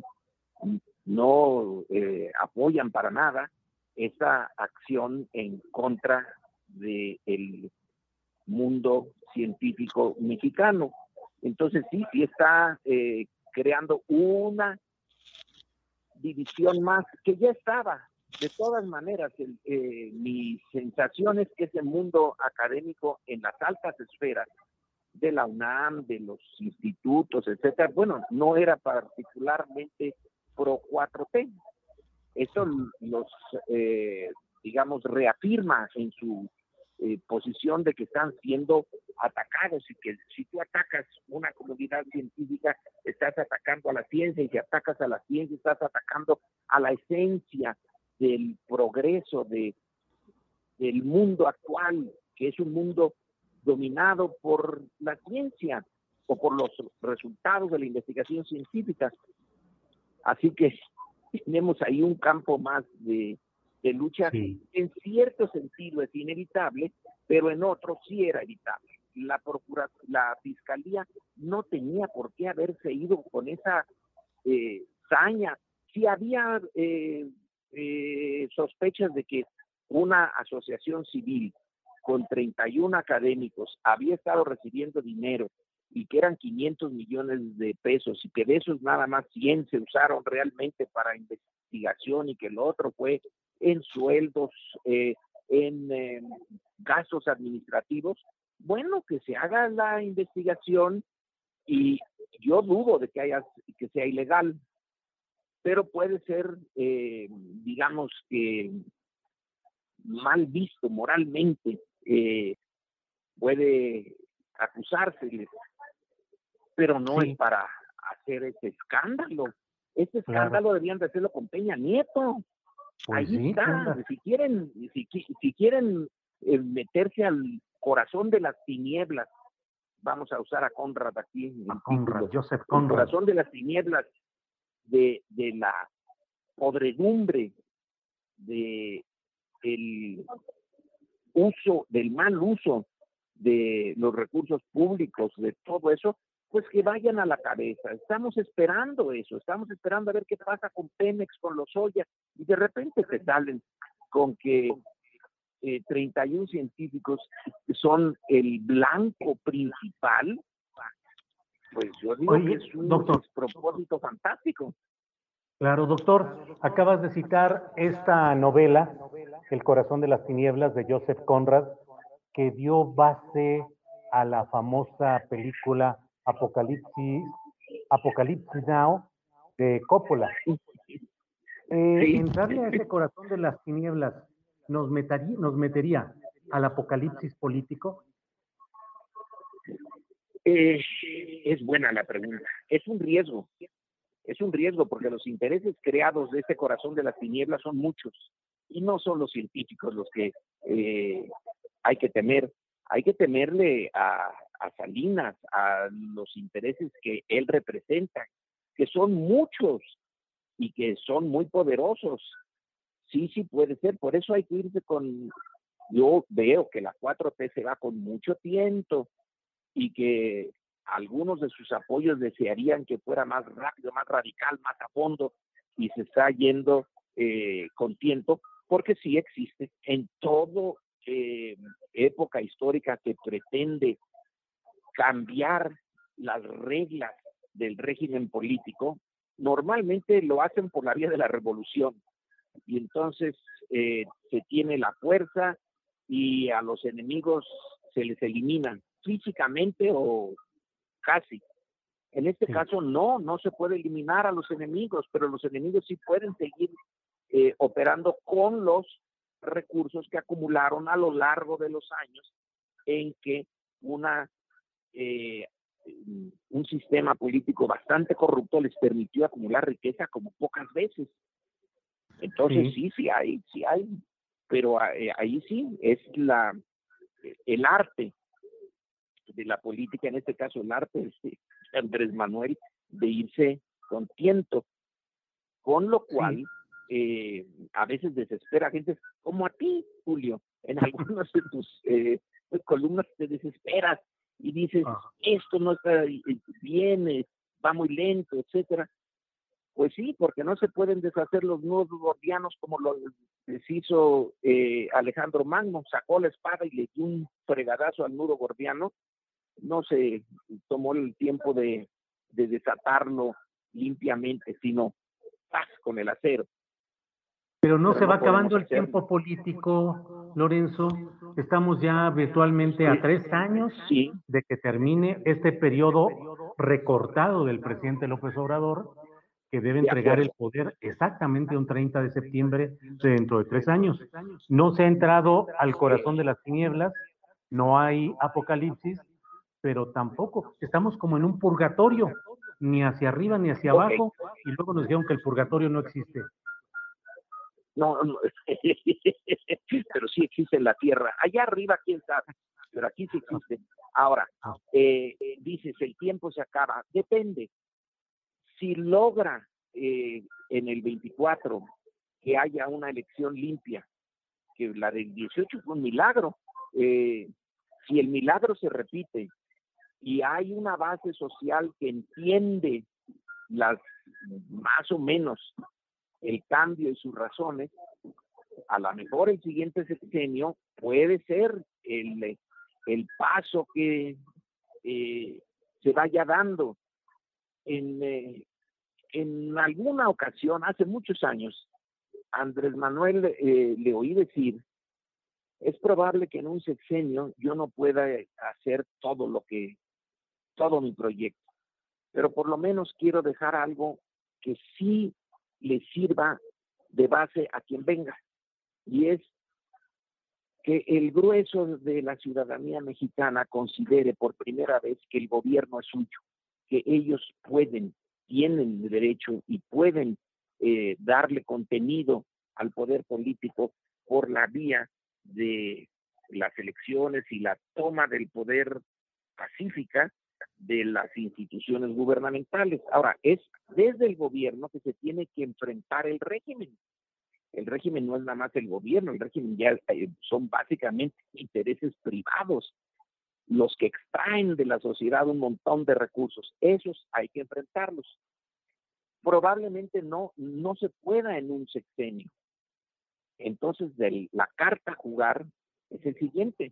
apoyan para nada esta acción en contra del mundo científico mexicano. Entonces sí está creando una división más que ya estaba. De todas maneras, mi sensación es que ese mundo académico en las altas esferas de la UNAM, de los institutos, etcétera, bueno, no era particularmente pro 4T. Eso los, digamos, reafirma en su posición de que están siendo atacados, y que si tú atacas una comunidad científica, estás atacando a la ciencia, y si atacas a la ciencia, estás atacando a la esencia del progreso del mundo actual, que es un mundo dominado por la ciencia o por los resultados de la investigación científica. Así que tenemos ahí un campo más de lucha. Sí. En cierto sentido es inevitable, pero en otro sí era evitable. La Fiscalía no tenía por qué haberse ido con esa saña. Sí había sospechas de que una asociación civil con 31 académicos había estado recibiendo dinero y que eran 500 millones de pesos, y que de esos nada más 100 se usaron realmente para investigación, y que lo otro fue en sueldos, en gastos administrativos. Bueno, que se haga la investigación, y yo dudo de que sea ilegal, pero puede ser, digamos que mal visto moralmente, puede acusárseles, pero no es para hacer ese escándalo. Este escándalo debían de hacerlo con Peña Nieto. Pues ahí está. Si quieren meterse al corazón de las tinieblas, vamos a usar a Conrad aquí. Joseph Conrad. El corazón de las tinieblas de la podredumbre, del mal uso de los recursos públicos, de todo eso, pues que vayan a la cabeza. Estamos esperando eso, estamos esperando a ver qué pasa con Pemex, con Lozoya, y de repente se salen con que 31 científicos son el blanco principal. Pues yo digo que es un despropósito fantástico. Claro, doctor, acabas de citar esta novela El corazón de las tinieblas de Joseph Conrad, que dio base a la famosa película Apocalipsis Now de Coppola. Entrarle a ese corazón de las tinieblas nos metería al apocalipsis político. Es buena la pregunta. Es un riesgo porque los intereses creados de este corazón de las tinieblas son muchos y no son los científicos los que hay que temer. Hay que temerle a Salinas, a los intereses que él representa, que son muchos y que son muy poderosos. Sí puede ser. Por eso hay que irse con... Yo veo que la 4T se va con mucho tiento y que algunos de sus apoyos desearían que fuera más rápido, más radical, más a fondo, y se está yendo con tiento, porque sí existe en todo época histórica que pretende cambiar las reglas del régimen político. Normalmente lo hacen por la vía de la revolución, y entonces se tiene la fuerza y a los enemigos se les eliminan físicamente o casi. En este caso no se puede eliminar a los enemigos, pero los enemigos sí pueden seguir operando con los recursos que acumularon a lo largo de los años en que un sistema político bastante corrupto les permitió acumular riqueza como pocas veces. Entonces sí hay, pero ahí sí es el arte de la política, en este caso el arte de Andrés Manuel, de irse con tiento, con lo cual a veces desespera a gente como a ti, Julio. En algunas de tus columnas te desesperas y dices, esto no está bien, va muy lento, etcétera. Pues sí, porque no se pueden deshacer los nudos gordianos como lo hizo Alejandro Magno. Sacó la espada y le dio un fregadazo al nudo gordiano. No se tomó el tiempo de desatarlo limpiamente, sino con el acero. Pero no se va acabando el tiempo político, Lorenzo. Estamos ya virtualmente a 3 años de que termine este periodo recortado del presidente López Obrador, que debe entregar el poder exactamente un 30 de septiembre de dentro de 3 años. No se ha entrado al corazón de las tinieblas, no hay apocalipsis, pero tampoco, estamos como en un purgatorio, ni hacia arriba ni hacia abajo, y luego nos dijeron que el purgatorio no existe. No, pero sí existe en la tierra. Allá arriba, quién sabe, pero aquí sí existe. Ahora, dices, el tiempo se acaba. Depende. Si logra en el 24 que haya una elección limpia, que la del 18 fue un milagro, si el milagro se repite y hay una base social que entiende más o menos el cambio y sus razones, a lo mejor el siguiente sexenio puede ser el paso que se vaya dando. En alguna ocasión, hace muchos años, Andrés Manuel le oí decir, es probable que en un sexenio yo no pueda hacer todo mi proyecto, pero por lo menos quiero dejar algo que sí le sirva de base a quien venga, y es que el grueso de la ciudadanía mexicana considere por primera vez que el gobierno es suyo, que ellos tienen derecho y pueden darle contenido al poder político por la vía de las elecciones y la toma del poder pacífica de las instituciones gubernamentales. Ahora, es desde el gobierno que se tiene que enfrentar el régimen. El régimen no es nada más el gobierno, el régimen ya son básicamente intereses privados los que extraen de la sociedad un montón de recursos. Esos hay que enfrentarlos. Probablemente no se pueda en un sexenio. Entonces, la carta a jugar es el siguiente.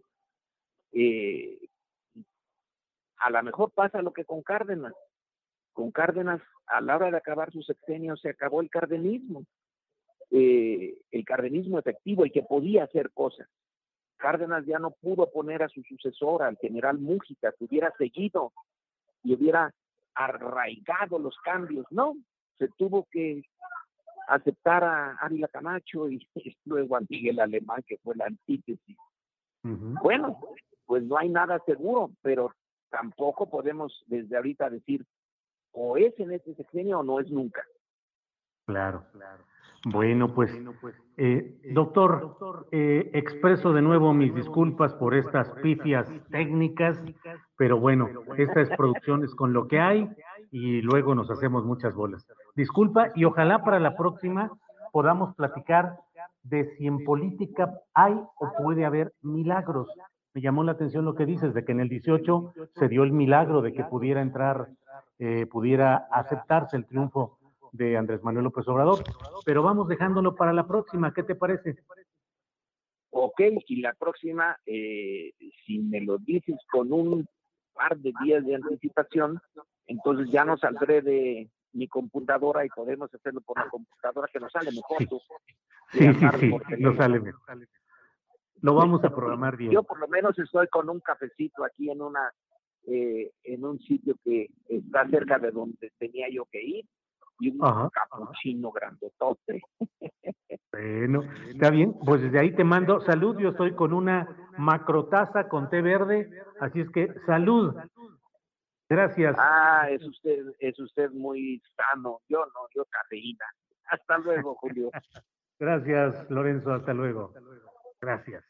A lo mejor pasa lo que con Cárdenas. Con Cárdenas, a la hora de acabar su sexenio, se acabó el cardenismo. el cardenismo efectivo y que podía hacer cosas. Cárdenas ya no pudo poner a su sucesor, al general Múgica, que hubiera seguido y hubiera arraigado los cambios. No, se tuvo que aceptar a Ávila Camacho y luego a Miguel Alemán, que fue la antítesis. Uh-huh. Bueno, pues no hay nada seguro, pero tampoco podemos desde ahorita decir o es en este sexenio o no es nunca. Claro. Bueno, pues, doctor, expreso de nuevo mis disculpas por estas pifias técnicas, pero bueno, esta es producciones con lo que hay y luego nos hacemos muchas bolas. Disculpa, y ojalá para la próxima podamos platicar de si en política hay o puede haber milagros. Me llamó la atención lo que dices, de que en el 18 se dio el milagro de que pudiera entrar, pudiera aceptarse el triunfo de Andrés Manuel López Obrador, pero vamos dejándolo para la próxima, ¿qué te parece? Ok, y la próxima, si me lo dices con un par de días de anticipación, entonces ya no saldré de mi computadora y podemos hacerlo por la computadora, que nos sale mejor. Sí, nos sale mejor. Lo vamos a programar bien. Yo por lo menos estoy con un cafecito aquí en un sitio que está cerca de donde tenía yo que ir, y un capuchino grandotote. Bueno, está bien, pues desde ahí te mando salud. Yo estoy con una macrotaza con té verde, así es que salud. Gracias. Es usted muy sano. Yo no, yo cafeína. Hasta luego, Julio. Gracias, Lorenzo, hasta luego. Gracias.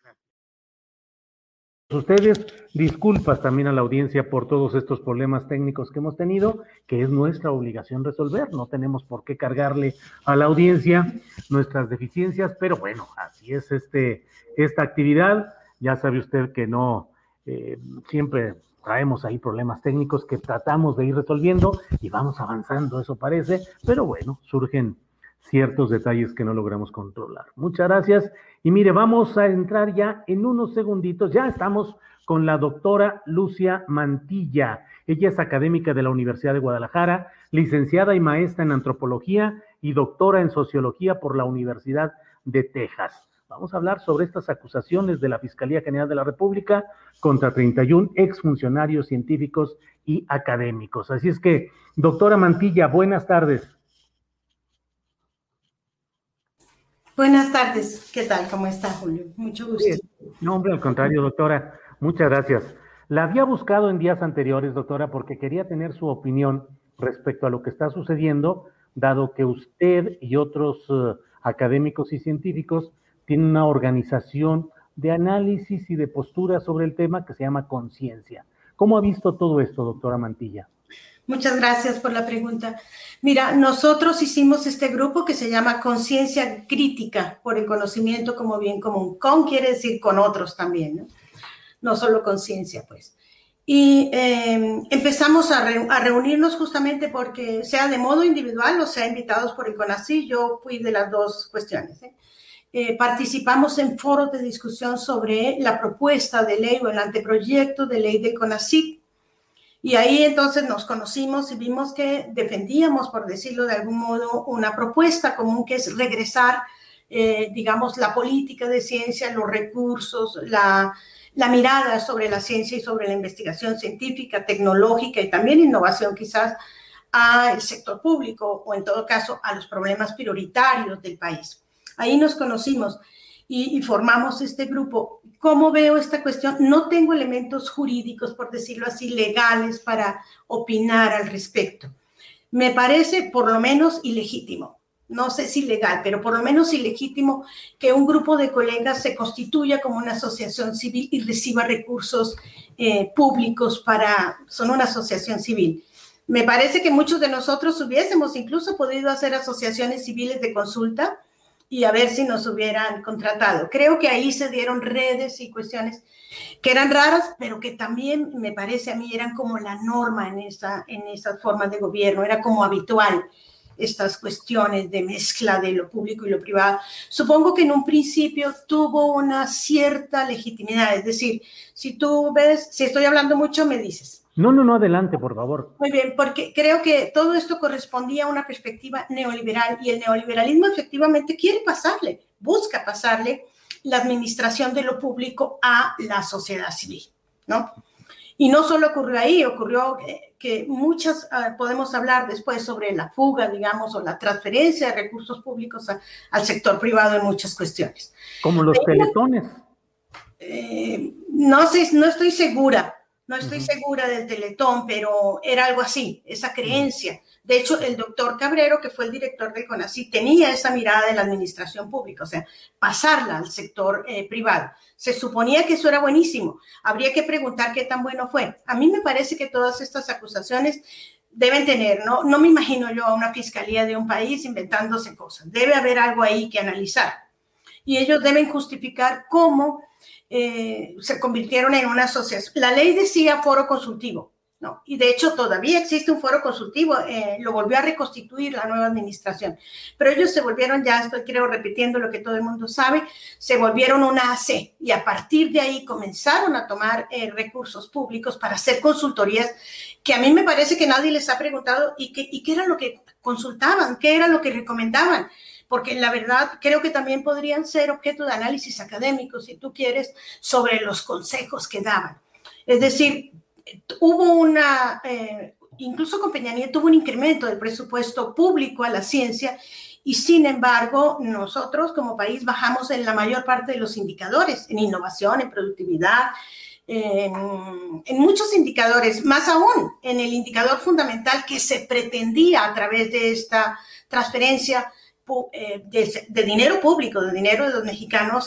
Ustedes, disculpas también a la audiencia por todos estos problemas técnicos que hemos tenido, que es nuestra obligación resolver. No tenemos por qué cargarle a la audiencia nuestras deficiencias, pero bueno, así es esta actividad. Ya sabe usted que no siempre traemos ahí problemas técnicos que tratamos de ir resolviendo y vamos avanzando, eso parece, pero bueno, surgen ciertos detalles que no logramos controlar. Muchas gracias. Y mire, vamos a entrar ya en unos segunditos. Ya estamos con la doctora Lucia Mantilla. Ella es académica de la Universidad de Guadalajara, licenciada y maestra en antropología y doctora en sociología por la Universidad de Texas. Vamos a hablar sobre estas acusaciones de la Fiscalía General de la República contra 31 exfuncionarios científicos y académicos. Así es que, doctora Mantilla, buenas tardes. Buenas tardes, ¿qué tal? ¿Cómo está, Julio? Mucho gusto. No, hombre, al contrario, doctora, muchas gracias. La había buscado en días anteriores, doctora, porque quería tener su opinión respecto a lo que está sucediendo, dado que usted y otros académicos y científicos tienen una organización de análisis y de postura sobre el tema que se llama Conciencia. ¿Cómo ha visto todo esto, doctora Mantilla? Muchas gracias por la pregunta. Mira, nosotros hicimos este grupo que se llama Conciencia Crítica por el Conocimiento como Bien Común. Con quiere decir con otros también, ¿no? No solo conciencia, pues. Y empezamos a reunirnos justamente porque sea de modo individual o sea invitados por el CONACYT. Yo fui de las dos cuestiones, participamos en foros de discusión sobre la propuesta de ley o el anteproyecto de ley del CONACYT. Y ahí entonces nos conocimos y vimos que defendíamos, por decirlo de algún modo, una propuesta común que es regresar, digamos, la política de ciencia, los recursos, la mirada sobre la ciencia y sobre la investigación científica, tecnológica y también innovación quizás al sector público o en todo caso a los problemas prioritarios del país. Ahí nos conocimos y formamos este grupo. ¿Cómo veo esta cuestión? No tengo elementos jurídicos, por decirlo así, legales para opinar al respecto. Me parece por lo menos ilegítimo, no sé si legal, pero por lo menos ilegítimo que un grupo de colegas se constituya como una asociación civil y reciba recursos públicos son una asociación civil. Me parece que muchos de nosotros hubiésemos incluso podido hacer asociaciones civiles de consulta y a ver si nos hubieran contratado. Creo que ahí se dieron redes y cuestiones que eran raras, pero que también me parece a mí eran como la norma en esa forma de gobierno, era como habitual estas cuestiones de mezcla de lo público y lo privado. Supongo que en un principio tuvo una cierta legitimidad, es decir, si tú ves, si estoy hablando mucho me dices. No, adelante, por favor. Muy bien, porque creo que todo esto correspondía a una perspectiva neoliberal y el neoliberalismo efectivamente busca pasarle la administración de lo público a la sociedad civil, ¿no? Y no solo ocurrió ahí, ocurrió que muchas, podemos hablar después sobre la fuga, digamos, o la transferencia de recursos públicos al sector privado en muchas cuestiones. Como los teletones. No sé, no estoy segura del Teletón, pero era algo así, esa creencia. De hecho, el doctor Cabrero, que fue el director del CONACYT, tenía esa mirada de la administración pública, o sea, pasarla al sector privado. Se suponía que eso era buenísimo. Habría que preguntar qué tan bueno fue. A mí me parece que todas estas acusaciones deben tener, no me imagino yo a una fiscalía de un país inventándose cosas. Debe haber algo ahí que analizar. Y ellos deben justificar cómo se convirtieron en una asociación. La ley decía foro consultivo, ¿no? Y de hecho todavía existe un foro consultivo, lo volvió a reconstituir la nueva administración, pero ellos se volvieron, ya estoy creo repitiendo lo que todo el mundo sabe, se volvieron una AC y a partir de ahí comenzaron a tomar recursos públicos para hacer consultorías que a mí me parece que nadie les ha preguntado y qué era lo que consultaban, qué era lo que recomendaban. Porque la verdad creo que también podrían ser objeto de análisis académico, si tú quieres, sobre los consejos que daban. Es decir, hubo incluso con Peña Nieto tuvo un incremento del presupuesto público a la ciencia y sin embargo nosotros como país bajamos en la mayor parte de los indicadores, en innovación, en productividad, en muchos indicadores, más aún en el indicador fundamental que se pretendía a través de esta transferencia de dinero público, de dinero de los mexicanos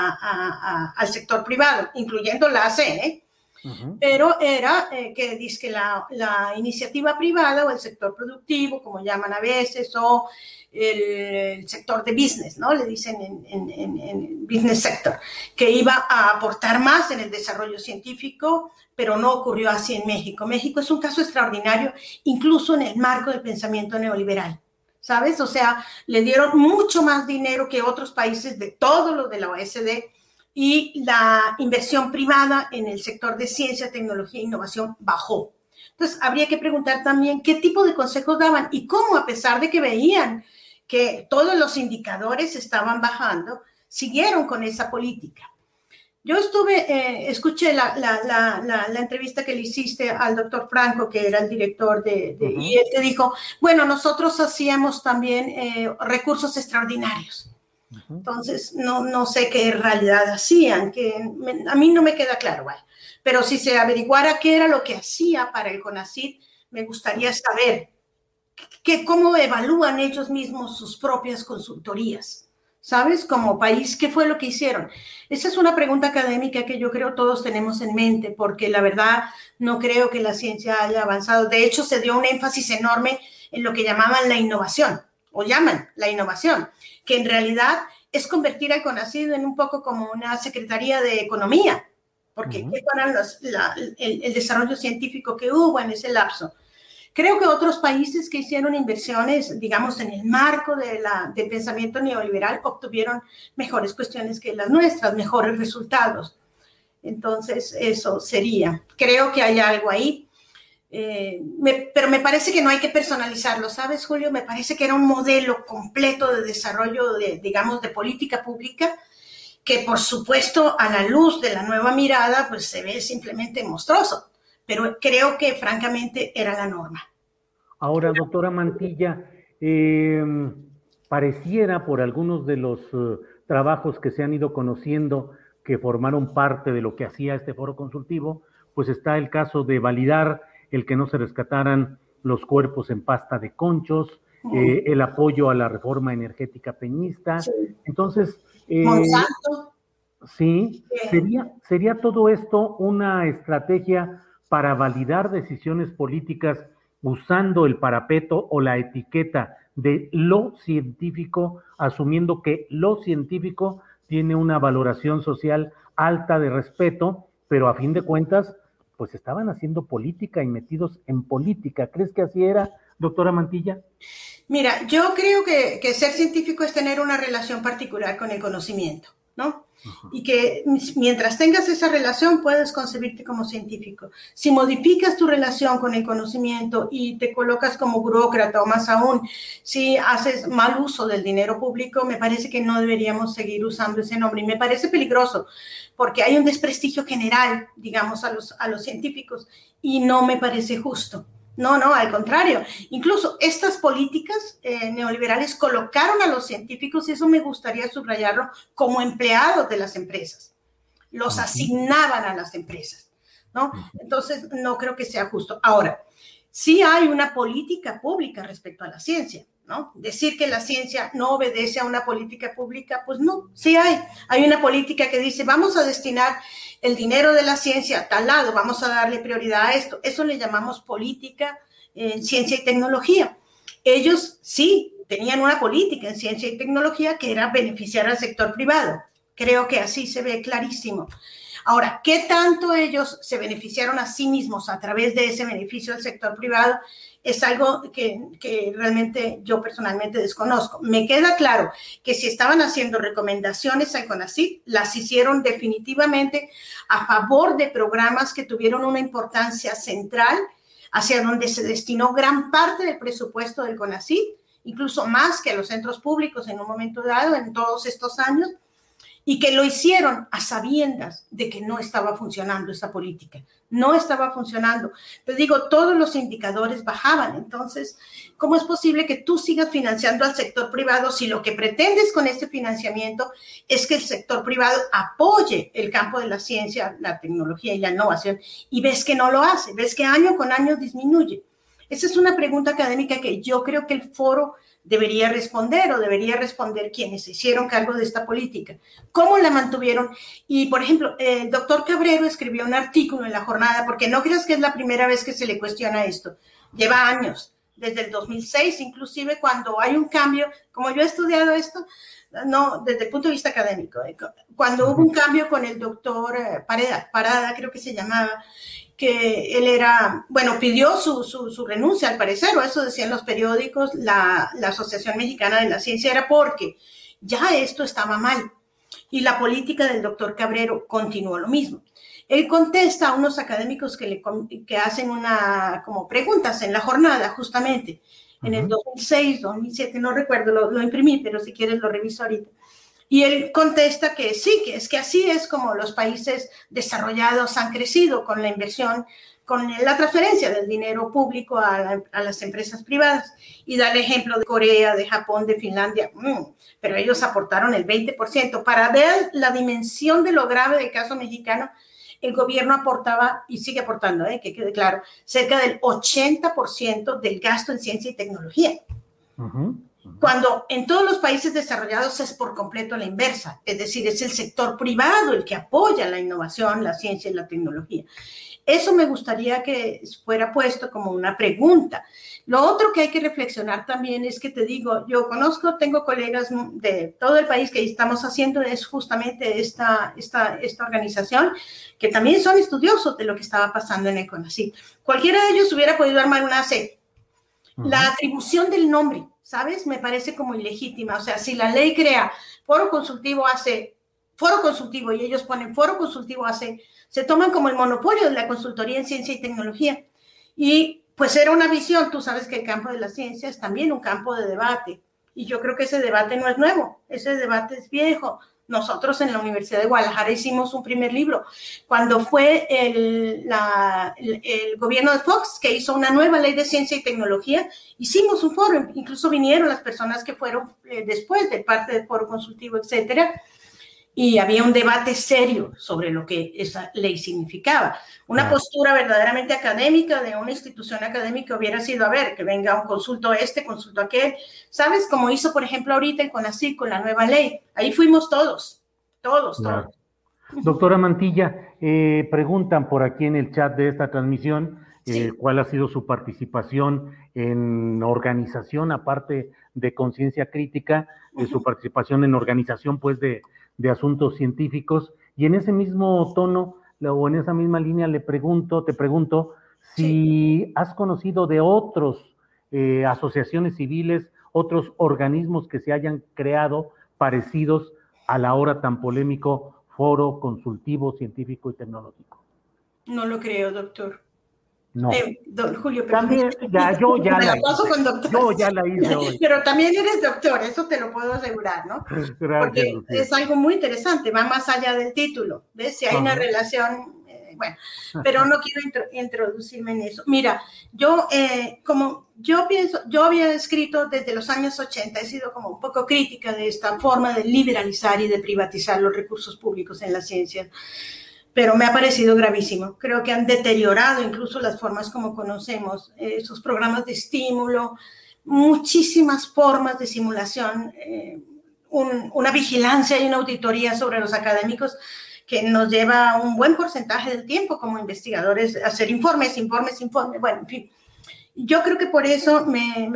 al sector privado, incluyendo la AC, pero era que dice la iniciativa privada o el sector productivo, como llaman a veces, o el sector de business, ¿no? Le dicen en business sector, que iba a aportar más en el desarrollo científico, pero no ocurrió así en México. México es un caso extraordinario, incluso en el marco del pensamiento neoliberal. ¿Sabes? O sea, le dieron mucho más dinero que otros países de todos los de la OECD y la inversión privada en el sector de ciencia, tecnología e innovación bajó. Entonces, habría que preguntar también qué tipo de consejos daban y cómo, a pesar de que veían que todos los indicadores estaban bajando, siguieron con esa política. Yo escuché la entrevista que le hiciste al doctor Franco, que era el director y él te dijo, bueno, nosotros hacíamos también recursos extraordinarios. Entonces, no sé qué en realidad hacían, a mí no me queda claro, ¿vale? Pero si se averiguara qué era lo que hacía para el CONACYT, me gustaría saber cómo evalúan ellos mismos sus propias consultorías. ¿Sabes? Como país, ¿qué fue lo que hicieron? Esa es una pregunta académica que yo creo todos tenemos en mente, porque la verdad no creo que la ciencia haya avanzado. De hecho, se dio un énfasis enorme en lo que llamaban la innovación, o llaman la innovación, que en realidad es convertir al CONACYT en un poco como una secretaría de economía, porque ¿qué fueron el desarrollo científico que hubo en ese lapso? Creo que otros países que hicieron inversiones, digamos, en el marco del pensamiento neoliberal, obtuvieron mejores cuestiones que las nuestras, mejores resultados. Entonces, eso sería. Creo que hay algo ahí, pero me parece que no hay que personalizarlo, ¿sabes, Julio? Me parece que era un modelo completo de desarrollo, digamos, de política pública, que por supuesto, a la luz de la nueva mirada, pues se ve simplemente monstruoso. Pero creo que francamente era la norma. Ahora, doctora Mantilla, pareciera por algunos de los trabajos que se han ido conociendo que formaron parte de lo que hacía este foro consultivo, pues está el caso de validar el que no se rescataran los cuerpos en pasta de conchos, el apoyo a la reforma energética peñista. Sí. Entonces, Monsanto. Sí, sería todo esto una estrategia para validar decisiones políticas usando el parapeto o la etiqueta de lo científico, asumiendo que lo científico tiene una valoración social alta de respeto, pero a fin de cuentas, pues estaban haciendo política y metidos en política. ¿Crees que así era, doctora Mantilla? Mira, yo creo que ser científico es tener una relación particular con el conocimiento. ¿no? Y que mientras tengas esa relación puedes concebirte como científico. Si modificas tu relación con el conocimiento y te colocas como burócrata, o más aún, si haces mal uso del dinero público, me parece que no deberíamos seguir usando ese nombre. Y me parece peligroso porque hay un desprestigio general, digamos, a los científicos, y no me parece justo. No, al contrario. Incluso estas políticas neoliberales colocaron a los científicos, y eso me gustaría subrayarlo, como empleados de las empresas. Los asignaban a las empresas, ¿no? Entonces, no creo que sea justo. Ahora, sí hay una política pública respecto a la ciencia, ¿no? Decir que la ciencia no obedece a una política pública, pues no, sí hay. Hay una política que dice, vamos a destinar el dinero de la ciencia a tal lado, vamos a darle prioridad a esto. Eso le llamamos política en ciencia y tecnología. Ellos sí tenían una política en ciencia y tecnología que era beneficiar al sector privado. Creo que así se ve clarísimo. Ahora, ¿qué tanto ellos se beneficiaron a sí mismos a través de ese beneficio del sector privado? Es algo que realmente yo personalmente desconozco. Me queda claro que si estaban haciendo recomendaciones al CONACYT, las hicieron definitivamente a favor de programas que tuvieron una importancia central, hacia donde se destinó gran parte del presupuesto del CONACYT, incluso más que a los centros públicos en un momento dado, en todos estos años, y que lo hicieron a sabiendas de que no estaba funcionando esa política. No estaba funcionando. Te digo, todos los indicadores bajaban. Entonces, ¿cómo es posible que tú sigas financiando al sector privado si lo que pretendes con este financiamiento es que el sector privado apoye el campo de la ciencia, la tecnología y la innovación? Y ves que no lo hace, ves que año con año disminuye. Esa es una pregunta académica que yo creo que el foro debería responder, o debería responder quienes se hicieron cargo de esta política. ¿Cómo la mantuvieron? Y, por ejemplo, el doctor Cabrero escribió un artículo en La Jornada, porque no creas que es la primera vez que se le cuestiona esto. Lleva años, desde el 2006, inclusive cuando hay un cambio, como yo he estudiado esto, no desde el punto de vista académico, cuando hubo un cambio con el doctor Parada, creo que se llamaba, que él era, bueno, pidió su renuncia al parecer, o eso decían los periódicos, la Asociación Mexicana de la Ciencia, era porque ya esto estaba mal, y la política del doctor Cabrero continuó lo mismo. Él contesta a unos académicos que hacen como preguntas en La Jornada, justamente, en el 2006, 2007, no recuerdo, lo imprimí, pero si quieres lo reviso ahorita. Y él contesta que sí, que es que así es como los países desarrollados han crecido con la inversión, con la transferencia del dinero público a las empresas privadas. Y da el ejemplo de Corea, de Japón, de Finlandia, pero ellos aportaron el 20%. Para ver la dimensión de lo grave del caso mexicano, el gobierno aportaba, y sigue aportando, que quede claro, cerca del 80% del gasto en ciencia y tecnología. Cuando en todos los países desarrollados es por completo la inversa, es decir, es el sector privado el que apoya la innovación, la ciencia y la tecnología. Eso me gustaría que fuera puesto como una pregunta. Lo otro que hay que reflexionar también es que te digo, yo tengo colegas de todo el país que estamos haciendo es justamente esta organización, que también son estudiosos de lo que estaba pasando en el CONACYT. Cualquiera de ellos hubiera podido armar una AC. La atribución del nombre, ¿sabes? Me parece como ilegítima. O sea, si la ley crea foro consultivo AC, foro consultivo, y ellos ponen foro consultivo AC, se toman como el monopolio de la consultoría en ciencia y tecnología. Y pues era una visión, tú sabes que el campo de la ciencia es también un campo de debate. Y yo creo que ese debate no es nuevo, ese debate es viejo. Nosotros en la Universidad de Guadalajara hicimos un primer libro. Cuando fue el gobierno de Fox que hizo una nueva ley de ciencia y tecnología, hicimos un foro, incluso vinieron las personas que fueron después de parte del foro consultivo, etcétera, y había un debate serio sobre lo que esa ley significaba. Una postura verdaderamente académica de una institución académica hubiera sido, a ver, que venga un consulto consulto aquel, ¿sabes? Como hizo, por ejemplo, ahorita el CONACYT con la nueva ley. Ahí fuimos todos. Doctora Mantilla, preguntan por aquí en el chat de esta transmisión, ¿cuál ha sido su participación en organización, aparte de Conciencia Crítica, su participación en organización, pues, de asuntos científicos? Y en ese mismo tono, o en esa misma línea, te pregunto si has conocido de otros asociaciones civiles, otros organismos que se hayan creado parecidos al ahora tan polémico Foro Consultivo Científico y Tecnológico? No lo creo, doctor. No. Don Julio, también, yo ya la hice. Yo ya la hice hoy. Pero también eres doctor, eso te lo puedo asegurar, ¿no? Gracias, porque Lucía. es algo muy interesante, va más allá del título, ¿ves? Si hay una relación, bueno, pero no quiero introducirme en eso. Mira, yo había escrito desde los años 80, he sido como un poco crítica de esta forma de liberalizar y de privatizar los recursos públicos en la ciencia, pero me ha parecido gravísimo. Creo que han deteriorado incluso las formas como conocemos, esos programas de estímulo, muchísimas formas de simulación, una vigilancia y una auditoría sobre los académicos que nos lleva un buen porcentaje del tiempo como investigadores a hacer informes, bueno, en fin. Yo creo que por eso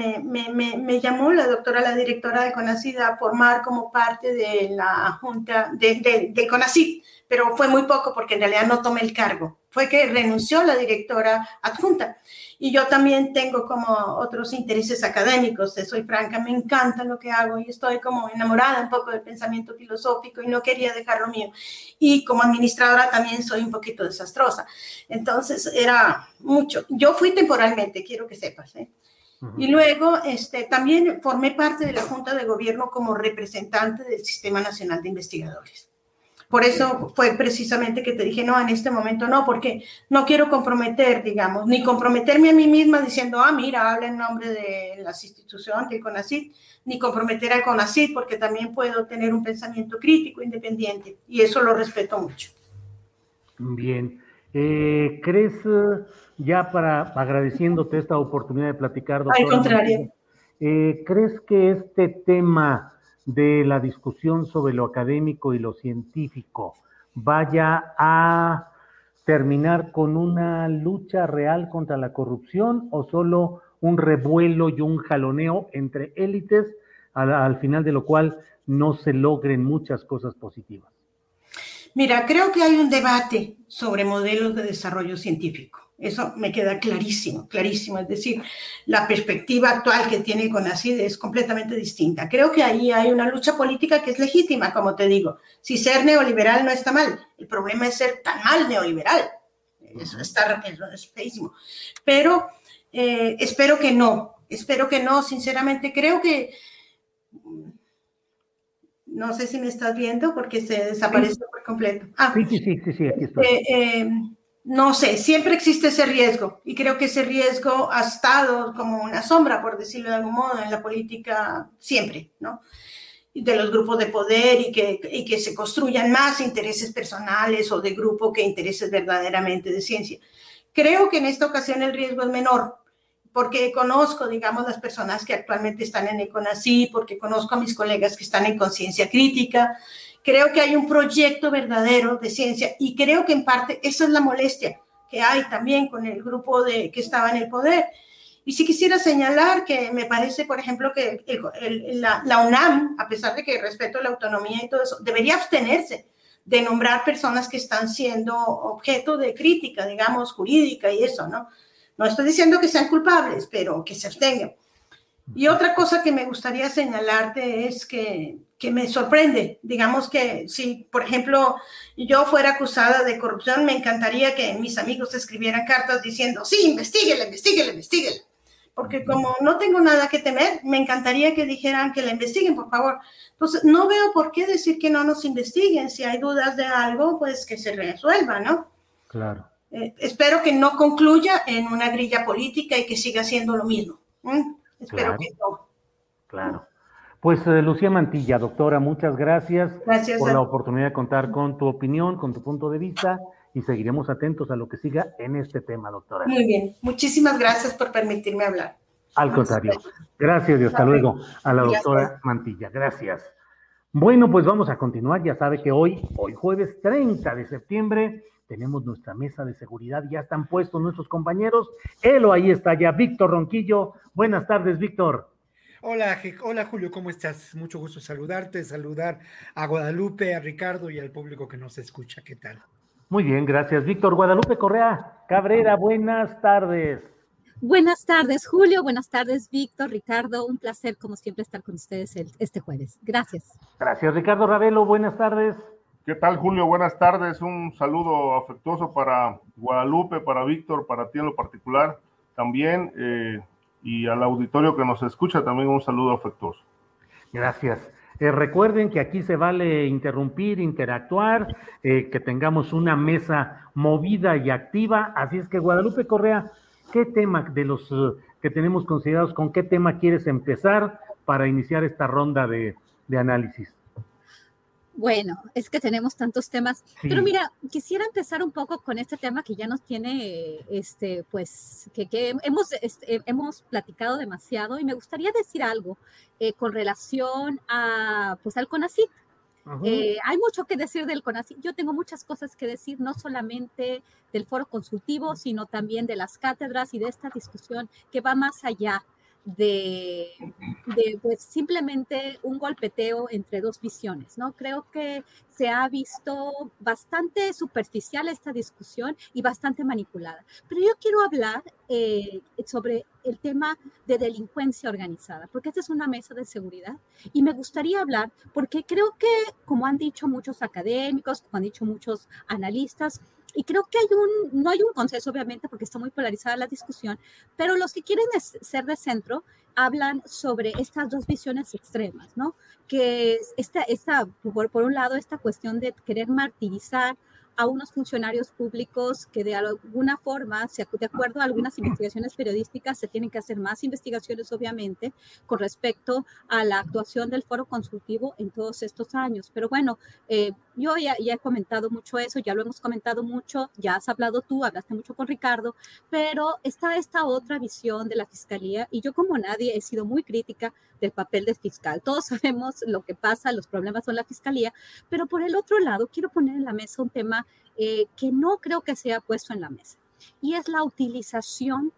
me llamó la directora de CONACYT a formar como parte de la junta de CONACYT, pero fue muy poco porque en realidad no tomé el cargo. Fue que renunció la directora adjunta. Y yo también tengo como otros intereses académicos, soy franca, me encanta lo que hago y estoy como enamorada un poco del pensamiento filosófico y no quería dejar lo mío. Y como administradora también soy un poquito desastrosa. Entonces era mucho. Yo fui temporalmente, quiero que sepas, ¿eh? Y luego también formé parte de la Junta de Gobierno como representante del Sistema Nacional de Investigadores. Por eso fue precisamente que te dije, no, en este momento no, porque no quiero comprometer, digamos, ni comprometerme a mí misma diciendo, mira, habla en nombre de las instituciones del CONACYT, ni comprometer al CONACYT, porque también puedo tener un pensamiento crítico, independiente, y eso lo respeto mucho. Bien. ¿Crees, ya para agradeciéndote esta oportunidad de platicar, doctora? Al contrario. ¿Crees que este tema de la discusión sobre lo académico y lo científico vaya a terminar con una lucha real contra la corrupción o solo un revuelo y un jaloneo entre élites al final de lo cual no se logren muchas cosas positivas? Mira, creo que hay un debate sobre modelos de desarrollo científico. Eso me queda clarísimo, clarísimo. Es decir, la perspectiva actual que tiene CONACYT es completamente distinta. Creo que ahí hay una lucha política que es legítima, como te digo. Si ser neoliberal no está mal, el problema es ser tan mal neoliberal. Eso es feísimo. Pero espero que no, sinceramente. Creo que... No sé si me estás viendo porque se desapareció por completo. Sí, aquí estoy. No sé, siempre existe ese riesgo y creo que ese riesgo ha estado como una sombra, por decirlo de algún modo, en la política siempre, ¿no? De los grupos de poder y que se construyan más intereses personales o de grupo que intereses verdaderamente de ciencia. Creo que en esta ocasión el riesgo es menor, porque conozco, digamos, las personas que actualmente están en el CONACYT, porque conozco a mis colegas que están en Conciencia Crítica. Creo que hay un proyecto verdadero de ciencia y creo que en parte esa es la molestia que hay también con el grupo que estaba en el poder. Y sí quisiera señalar que me parece, por ejemplo, que la UNAM, a pesar de que respeto la autonomía y todo eso, debería abstenerse de nombrar personas que están siendo objeto de crítica, digamos, jurídica y eso, ¿no? No estoy diciendo que sean culpables, pero que se abstengan. Y otra cosa que me gustaría señalarte es que me sorprende, digamos que si, por ejemplo, yo fuera acusada de corrupción, me encantaría que mis amigos escribieran cartas diciendo, sí, investíguele, porque como no tengo nada que temer, me encantaría que dijeran que la investiguen, por favor. Entonces, no veo por qué decir que no nos investiguen. Si hay dudas de algo, pues que se resuelva, ¿no? Claro. Espero que no concluya en una grilla política y que siga siendo lo mismo. Espero que no. Claro. Pues Lucía Mantilla, doctora, muchas gracias por la oportunidad de contar con tu opinión, con tu punto de vista y seguiremos atentos a lo que siga en este tema, doctora. Muy bien, muchísimas gracias por permitirme hablar. Al contrario, gracias y hasta luego a la doctora Mantilla, gracias. Bueno, pues vamos a continuar, ya sabe que hoy jueves 30 de septiembre, tenemos nuestra mesa de seguridad, ya están puestos nuestros compañeros, ahí está ya Víctor Ronquillo. Buenas tardes, Víctor. Hola Julio, ¿cómo estás? Mucho gusto saludar a Guadalupe, a Ricardo y al público que nos escucha. ¿Qué tal? Muy bien, gracias, Víctor. Guadalupe Correa Cabrera, buenas tardes. Buenas tardes, Julio. Buenas tardes, Víctor, Ricardo. Un placer, como siempre, estar con ustedes este jueves. Gracias. Gracias, Ricardo Ravelo. Buenas tardes. ¿Qué tal, Julio? Buenas tardes. Un saludo afectuoso para Guadalupe, para Víctor, para ti en lo particular también, y al auditorio que nos escucha también un saludo afectuoso. Gracias. Recuerden que aquí se vale interrumpir, interactuar, que tengamos una mesa movida y activa. Así es que, Guadalupe Correa, ¿qué tema de los que tenemos considerados, con qué tema quieres empezar para iniciar esta ronda de análisis? Bueno, es que tenemos tantos temas, sí. Pero mira, quisiera empezar un poco con este tema que ya nos tiene, pues, que hemos platicado demasiado, y me gustaría decir algo con relación a, pues, al CONACYT. Hay mucho que decir del CONACYT. Yo tengo muchas cosas que decir, no solamente del foro consultivo, sino también de las cátedras y de esta discusión que va más allá de pues simplemente un golpeteo entre dos visiones, ¿no? Creo que se ha visto bastante superficial esta discusión y bastante manipulada. Pero yo quiero hablar sobre el tema de delincuencia organizada, porque esta es una mesa de seguridad y me gustaría hablar porque creo que, como han dicho muchos académicos, como han dicho muchos analistas, y creo que no hay un consenso, obviamente, porque está muy polarizada la discusión, pero los que quieren ser de centro hablan sobre estas dos visiones extremas, ¿no? Que por un lado, esta cuestión de querer martirizar a unos funcionarios públicos que de alguna forma, de acuerdo a algunas investigaciones periodísticas, se tienen que hacer más investigaciones, obviamente, con respecto a la actuación del foro consultivo en todos estos años. Pero bueno, yo ya he comentado mucho eso, ya lo hemos comentado mucho, ya has hablado tú, hablaste mucho con Ricardo, pero está esta otra visión de la fiscalía, y yo como nadie he sido muy crítica del papel del fiscal. Todos sabemos lo que pasa, los problemas con la fiscalía, pero por el otro lado quiero poner en la mesa un tema que no creo que sea puesto en la mesa, y es la utilización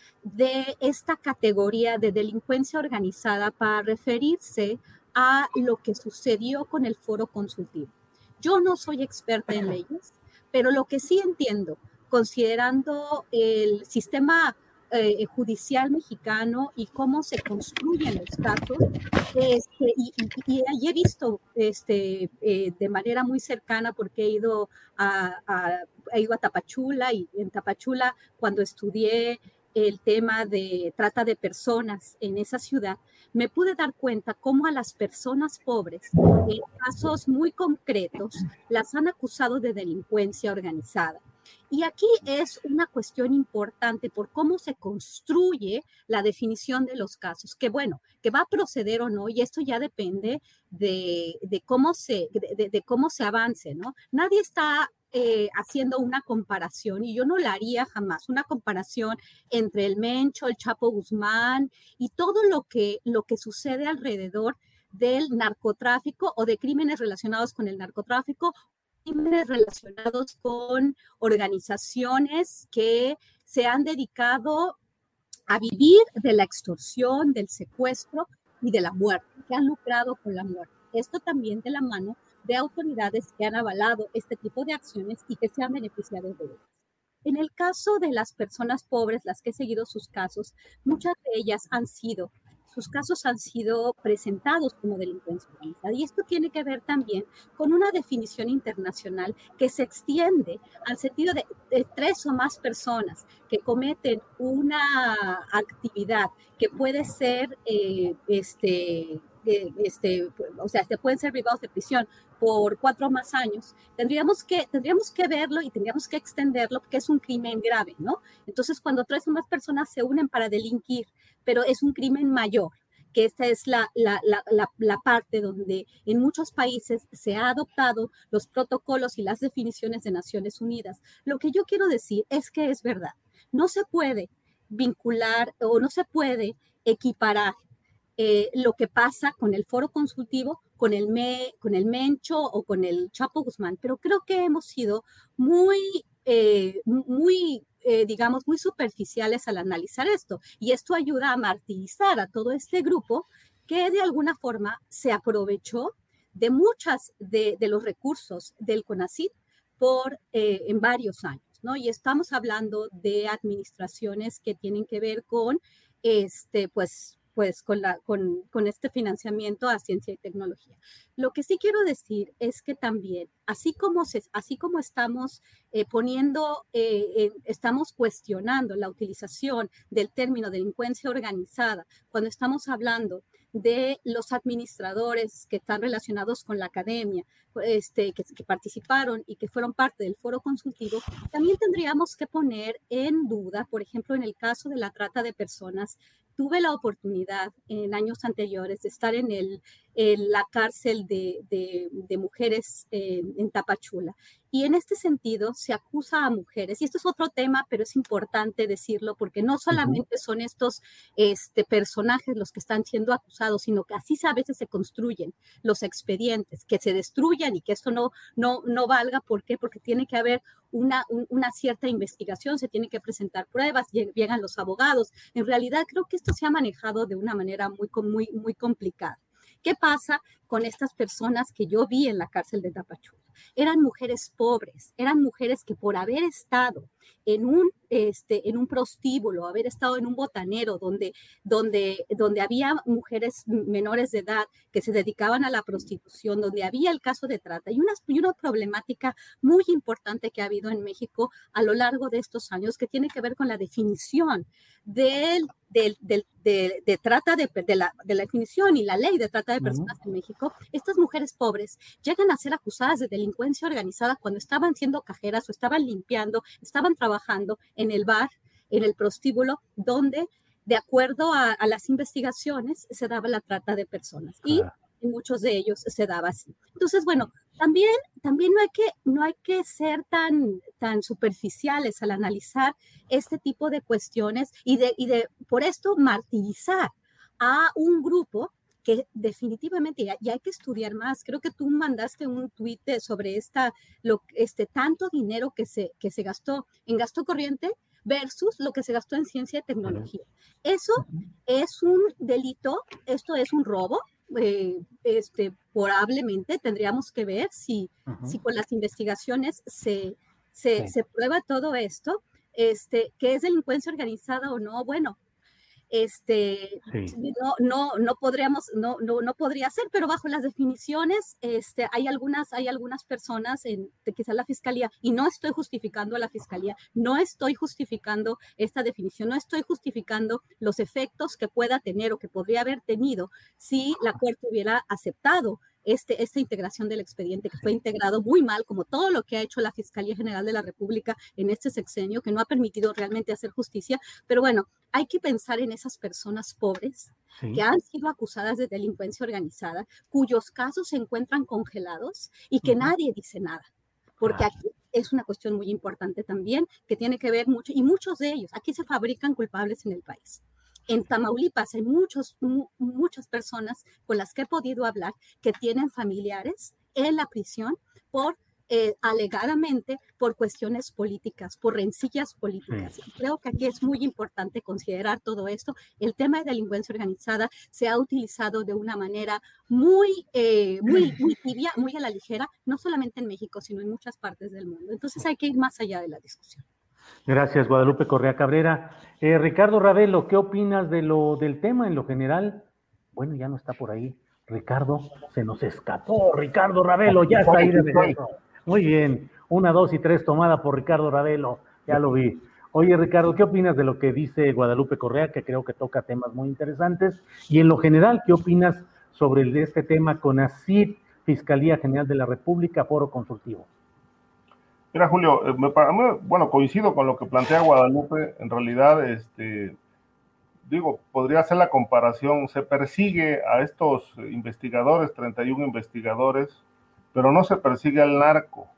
de esta categoría de delincuencia organizada para referirse a lo que sucedió con el foro consultivo. Yo no soy experta en leyes, pero lo que sí entiendo, considerando el sistema judicial mexicano y cómo se construyen los casos, y he visto de manera muy cercana, porque he ido a Tapachula, y en Tapachula, cuando estudié el tema de trata de personas en esa ciudad, me pude dar cuenta cómo a las personas pobres, en casos muy concretos, las han acusado de delincuencia organizada. Y aquí es una cuestión importante por cómo se construye la definición de los casos, que bueno, que va a proceder o no, y esto ya depende de cómo se avance, ¿no? Nadie está haciendo una comparación, y yo no la haría jamás, una comparación entre el Mencho, el Chapo Guzmán y todo lo que sucede alrededor del narcotráfico o de crímenes relacionados con el narcotráfico, crímenes relacionados con organizaciones que se han dedicado a vivir de la extorsión, del secuestro y de la muerte, que han lucrado con la muerte. Esto también de la mano de autoridades que han avalado este tipo de acciones y que se han beneficiado de ellas. En el caso de las personas pobres, las que he seguido sus casos, muchas de ellas sus casos han sido presentados como delincuencia organizada. Y esto tiene que ver también con una definición internacional que se extiende al sentido de 3 o más personas que cometen una actividad que puede ser, o sea, pueden ser privados de prisión por 4 o más años, tendríamos que verlo y tendríamos que extenderlo, porque es un crimen grave, ¿no? Entonces, cuando 3 o más personas se unen para delinquir, pero es un crimen mayor, que esta es la parte donde en muchos países se ha adoptado los protocolos y las definiciones de Naciones Unidas. Lo que yo quiero decir es que es verdad, no se puede vincular o no se puede equiparar lo que pasa con el foro consultivo, con el Mencho o con el Chapo Guzmán, pero creo que hemos sido muy superficiales al analizar esto, y esto ayuda a martirizar a todo este grupo que de alguna forma se aprovechó de muchas de los recursos del CONACYT en varios años. ¿no? Y estamos hablando de administraciones que tienen que ver con, con este financiamiento a ciencia y tecnología. Lo que sí quiero decir es que también, así como estamos estamos cuestionando la utilización del término delincuencia organizada, cuando estamos hablando de los administradores que están relacionados con la academia, que participaron y que fueron parte del foro consultivo, también tendríamos que poner en duda, por ejemplo, en el caso de la trata de personas. Tuve la oportunidad en años anteriores de estar en la cárcel de mujeres en Tapachula. Y en este sentido se acusa a mujeres, y esto es otro tema, pero es importante decirlo, porque no solamente son estos personajes los que están siendo acusados, sino que así a veces se construyen los expedientes, que se destruyan y que esto no valga. ¿Por qué? Porque tiene que haber una cierta investigación, se tienen que presentar pruebas, llegan los abogados. En realidad creo que esto se ha manejado de una manera muy complicada. ¿Qué pasa con estas personas que yo vi en la cárcel de Tapachula? Eran mujeres pobres, eran mujeres que por haber estado en un prostíbulo, haber estado en un botanero donde había mujeres menores de edad que se dedicaban a la prostitución, donde había el caso de trata y una problemática muy importante que ha habido en México a lo largo de estos años, que tiene que ver con la definición de la definición y la ley de trata de personas en México. Estas mujeres pobres llegan a ser acusadas de delincuencia organizada cuando estaban siendo cajeras o estaban limpiando, estaban trabajando en el bar, en el prostíbulo, donde, de acuerdo a las investigaciones, se daba la trata de personas. Y en muchos de ellos se daba así. Entonces, bueno, también no hay que ser tan superficiales al analizar este tipo de cuestiones y por esto martirizar a un grupo que definitivamente ya hay que estudiar más. Creo que tú mandaste un tuit sobre tanto dinero que se gastó en gasto corriente versus lo que se gastó en ciencia y tecnología. Eso es un delito, esto es un robo. Probablemente tendríamos que ver si con las investigaciones se prueba todo esto, que es delincuencia organizada o no. Bueno, no podría ser, pero bajo las definiciones hay algunas personas quizás la fiscalía, y no estoy justificando a la fiscalía, no estoy justificando esta definición, no estoy justificando los efectos que pueda tener o que podría haber tenido si la Corte hubiera aceptado esta integración del expediente, que fue integrado muy mal, como todo lo que ha hecho la Fiscalía General de la República en este sexenio, que no ha permitido realmente hacer justicia. Pero bueno, hay que pensar en esas personas pobres que han sido acusadas de delincuencia organizada, cuyos casos se encuentran congelados y que nadie dice nada. Porque aquí es una cuestión muy importante también, que tiene que ver mucho, y muchos de ellos, aquí se fabrican culpables en el país. En Tamaulipas hay muchas personas con las que he podido hablar que tienen familiares en la prisión alegadamente por cuestiones políticas, por rencillas políticas. Y creo que aquí es muy importante considerar todo esto. El tema de delincuencia organizada se ha utilizado de una manera muy tibia, muy a la ligera, no solamente en México, sino en muchas partes del mundo. Entonces hay que ir más allá de la discusión. Gracias, Guadalupe Correa Cabrera. Ricardo Ravelo, ¿qué opinas del tema en lo general? Bueno, ya no está por ahí. Ricardo, se nos escapó. Ricardo Ravelo, ya está ahí de regreso. Muy bien, 1, 2 y 3 tomada por Ricardo Ravelo, ya lo vi. Oye, Ricardo, ¿qué opinas de lo que dice Guadalupe Correa, que creo que toca temas muy interesantes? Y en lo general, ¿qué opinas sobre este tema con CONACYT, Fiscalía General de la República, Foro Consultivo? Mira, Julio, coincido con lo que plantea Guadalupe. En realidad, podría hacer la comparación. Se persigue a estos investigadores, 31 investigadores, pero no se persigue al narco.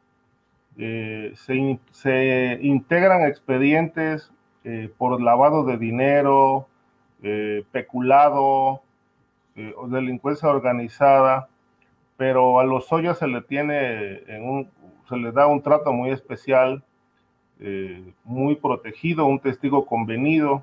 Se integran expedientes por lavado de dinero, peculado, o delincuencia organizada, pero a Lozoya se le da un trato muy especial, muy protegido, un testigo convenido.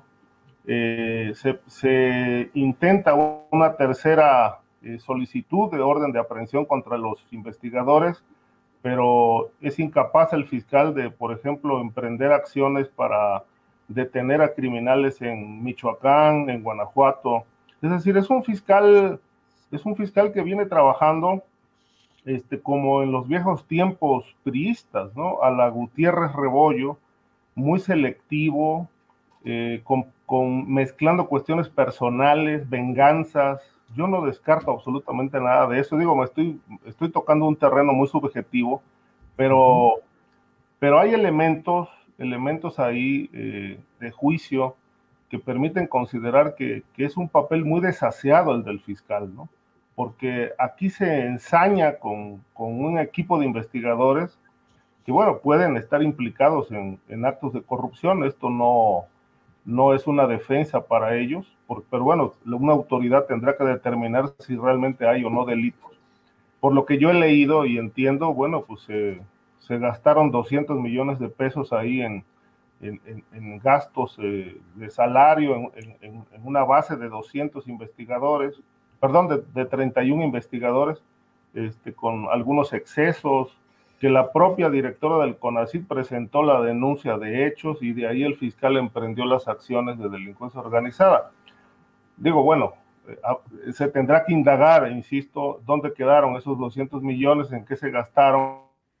Se intenta una tercera solicitud de orden de aprehensión contra los investigadores, pero es incapaz el fiscal de, por ejemplo, emprender acciones para detener a criminales en Michoacán, en Guanajuato. Es decir, es un fiscal que viene trabajando como en los viejos tiempos priistas, ¿no? A la Gutiérrez Rebollo, muy selectivo, mezclando cuestiones personales, venganzas. Yo no descarto absolutamente nada de eso. Digo, estoy tocando un terreno muy subjetivo, pero hay elementos ahí de juicio que permiten considerar que es un papel muy desaseado el del fiscal, ¿no? Porque aquí se ensaña con un equipo de investigadores que, bueno, pueden estar implicados en actos de corrupción. Esto no es una defensa para ellos, pero bueno, una autoridad tendrá que determinar si realmente hay o no delitos. Por lo que yo he leído y entiendo, bueno, pues se gastaron 200 millones de pesos ahí en gastos de salario, en una base de 200 investigadores, de 31 investigadores, con algunos excesos, que la propia directora del CONACYT presentó la denuncia de hechos y de ahí el fiscal emprendió las acciones de delincuencia organizada. Digo, bueno, se tendrá que indagar, insisto, dónde quedaron esos 200 millones, en qué se gastaron,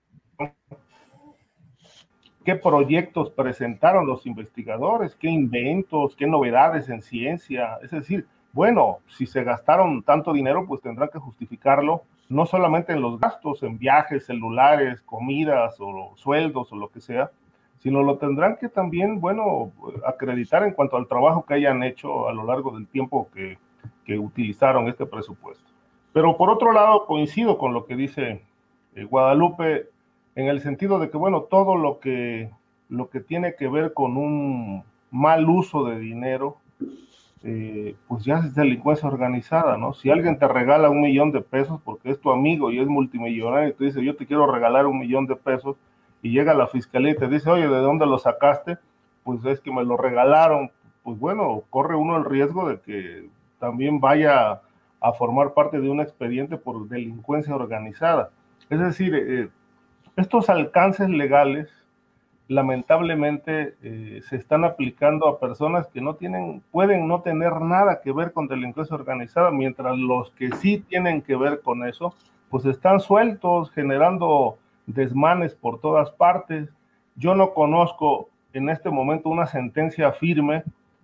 qué proyectos presentaron los investigadores, qué inventos, qué novedades en ciencia. Es decir, bueno, si se gastaron tanto dinero, pues tendrán que justificarlo, no solamente en los gastos, en viajes, celulares, comidas o sueldos o lo que sea, sino lo tendrán que también, bueno, acreditar en cuanto al trabajo que hayan hecho a lo largo del tiempo que utilizaron este presupuesto. Pero por otro lado, coincido con lo que dice Guadalupe, en el sentido de que, bueno, todo lo que tiene que ver con un mal uso de dinero, pues ya es delincuencia organizada, ¿no? Si alguien te regala $1 millón de pesos porque es tu amigo y es multimillonario y te dice, yo te quiero regalar $1 millón de pesos, y llega la fiscalía y te dice, oye, ¿de dónde lo sacaste? Pues es que me lo regalaron. Pues bueno, corre uno el riesgo de que también vaya a formar parte de un expediente por delincuencia organizada. Es decir, estos alcances legales lamentablemente se están aplicando a personas que pueden no tener nada que ver con delincuencia organizada, mientras los que sí tienen que ver con eso, pues están sueltos, generando desmanes por todas partes. Yo no conozco en este momento una sentencia firme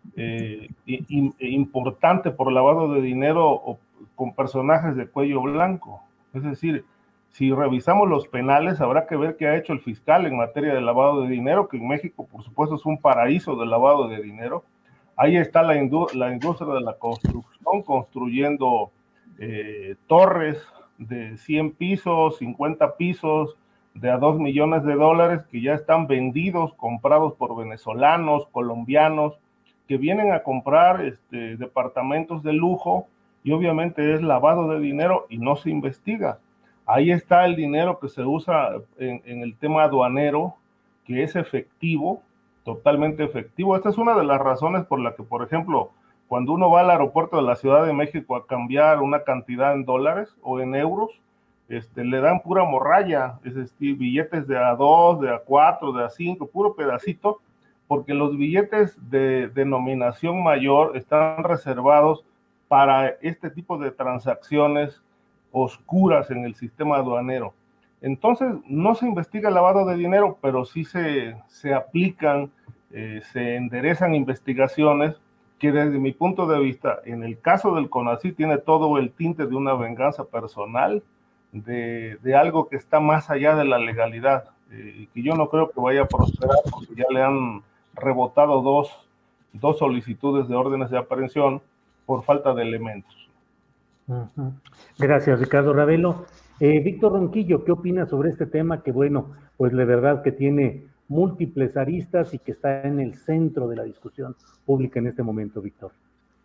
importante por lavado de dinero o con personajes de cuello blanco. Es decir, si revisamos los penales, habrá que ver qué ha hecho el fiscal en materia de lavado de dinero, que en México, por supuesto, es un paraíso del lavado de dinero. Ahí está la industria de la construcción, construyendo torres de 100 pisos, 50 pisos, de a $2 millones que ya están vendidos, comprados por venezolanos, colombianos, que vienen a comprar departamentos de lujo, y obviamente es lavado de dinero y no se investiga. Ahí está el dinero que se usa en el tema aduanero, que es efectivo, totalmente efectivo. Esta es una de las razones por la que, por ejemplo, cuando uno va al aeropuerto de la Ciudad de México a cambiar una cantidad en dólares o en euros, le dan pura morralla, es decir, billetes de A2, de A4, de A5, puro pedacito, porque los billetes de denominación mayor están reservados para este tipo de transacciones oscuras en el sistema aduanero. Entonces, no se investiga el lavado de dinero, pero sí se aplican, se enderezan investigaciones que desde mi punto de vista, en el caso del CONACYT, tiene todo el tinte de una venganza personal, de algo que está más allá de la legalidad, que yo no creo que vaya a prosperar, porque ya le han rebotado dos solicitudes de órdenes de aprehensión por falta de elementos. Gracias, Ricardo Ravelo. Víctor Ronquillo, ¿qué opinas sobre este tema que, bueno, pues la verdad que tiene múltiples aristas y que está en el centro de la discusión pública en este momento, Víctor?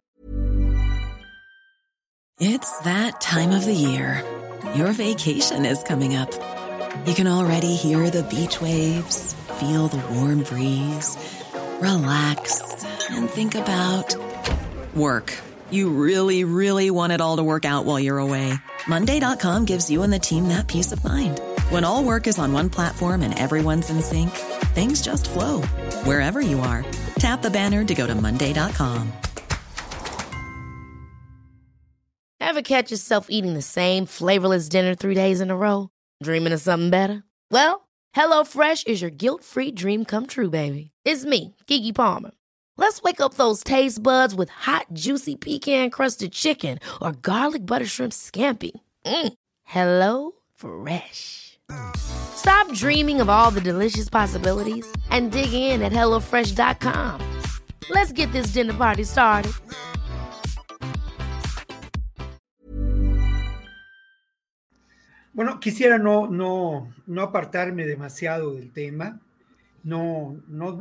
It's that time of the year. Your vacation is coming up. You can already hear the beach waves, feel the warm breeze, relax, and think about work. You really, really want it all to work out while you're away. Monday.com gives you and the team that peace of mind. When all work is on one platform and everyone's in sync, things just flow. Wherever you are, tap the banner to go to Monday.com. Ever catch yourself eating the same flavorless dinner 3 days in a row? Dreaming of something better? Well, HelloFresh is your guilt-free dream come true, baby. It's me, Keke Palmer. Let's wake up those taste buds with hot, juicy pecan-crusted chicken or garlic butter shrimp scampi. Hello Fresh. Stop dreaming of all the delicious possibilities and dig in at HelloFresh.com. Let's get this dinner party started. Bueno, quisiera no apartarme demasiado del tema, no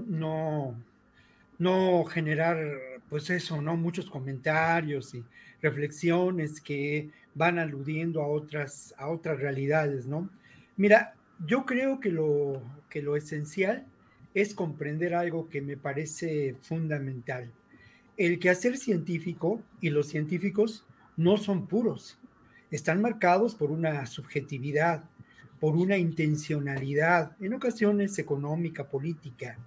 generar, pues eso, ¿no? Muchos comentarios y reflexiones que van aludiendo a otras realidades, ¿no? Mira, yo creo que lo esencial es comprender algo que me parece fundamental. El quehacer científico y los científicos no son puros. Están marcados por una subjetividad, por una intencionalidad, en ocasiones económica, política.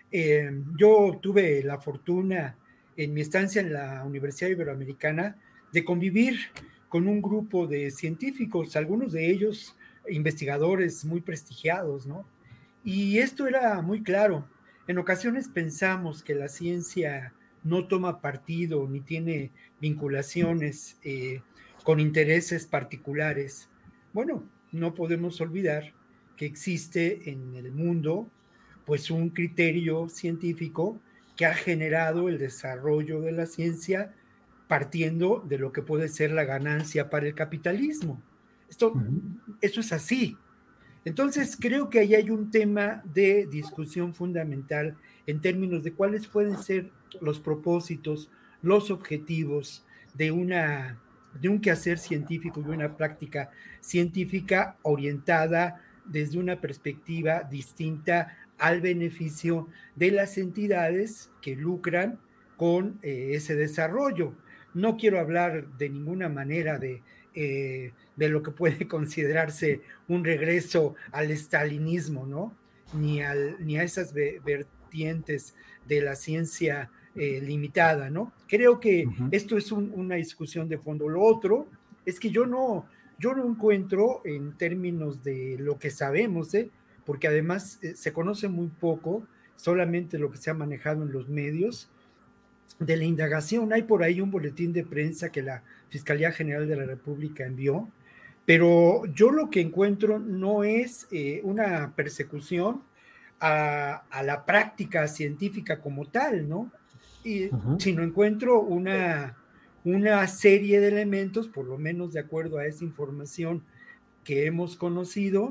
Yo tuve la fortuna en mi estancia en la Universidad Iberoamericana de convivir con un grupo de científicos, algunos de ellos investigadores muy prestigiados, ¿no? Y esto era muy claro. En ocasiones pensamos que la ciencia no toma partido ni tiene vinculaciones con intereses particulares. Bueno, no podemos olvidar que existe en el mundo pues un criterio científico que ha generado el desarrollo de la ciencia partiendo de lo que puede ser la ganancia para el capitalismo. Eso es así. Entonces creo que ahí hay un tema de discusión fundamental en términos de cuáles pueden ser los propósitos, los objetivos de un quehacer científico y una práctica científica orientada desde una perspectiva distinta al beneficio de las entidades que lucran con ese desarrollo. No quiero hablar de ninguna manera de lo que puede considerarse un regreso al estalinismo, ¿no? Ni a esas vertientes de la ciencia limitada, ¿no? Creo que esto es una discusión de fondo. Lo otro es que yo no encuentro en términos de lo que sabemos, porque además se conoce muy poco, solamente lo que se ha manejado en los medios, de la indagación. Hay por ahí un boletín de prensa que la Fiscalía General de la República envió, pero yo lo que encuentro no es una persecución a la práctica científica como tal, ¿no? Sino encuentro una serie de elementos, por lo menos de acuerdo a esa información que hemos conocido,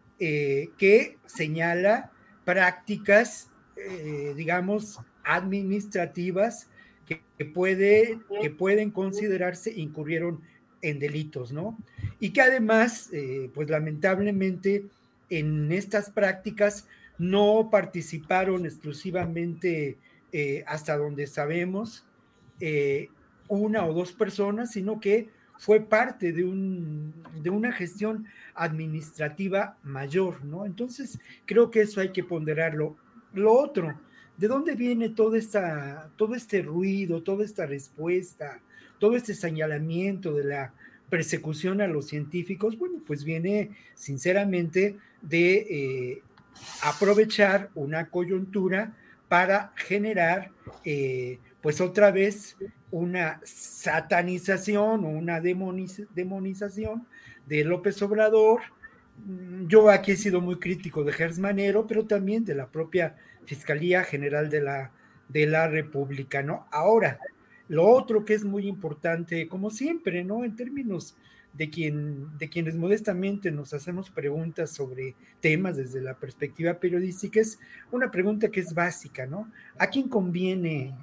que señala prácticas, digamos, administrativas que pueden considerarse incurrieron en delitos, ¿no? Y que además, pues lamentablemente, en estas prácticas no participaron exclusivamente, hasta donde sabemos, una o dos personas, sino que fue parte de una gestión administrativa mayor, ¿no? Entonces, creo que eso hay que ponderarlo. Lo otro, ¿de dónde viene todo este ruido, toda esta respuesta, todo este señalamiento de la persecución a los científicos? Bueno, pues viene sinceramente de aprovechar una coyuntura para generar, pues otra vez, una satanización o una demonización de López Obrador. Yo aquí he sido muy crítico de Gers Manero, pero también de la propia Fiscalía General de la República, ¿no? Ahora, lo otro que es muy importante, como siempre, ¿no? En términos de quienes modestamente nos hacemos preguntas sobre temas desde la perspectiva periodística, es una pregunta que es básica, ¿no? ¿A quién convino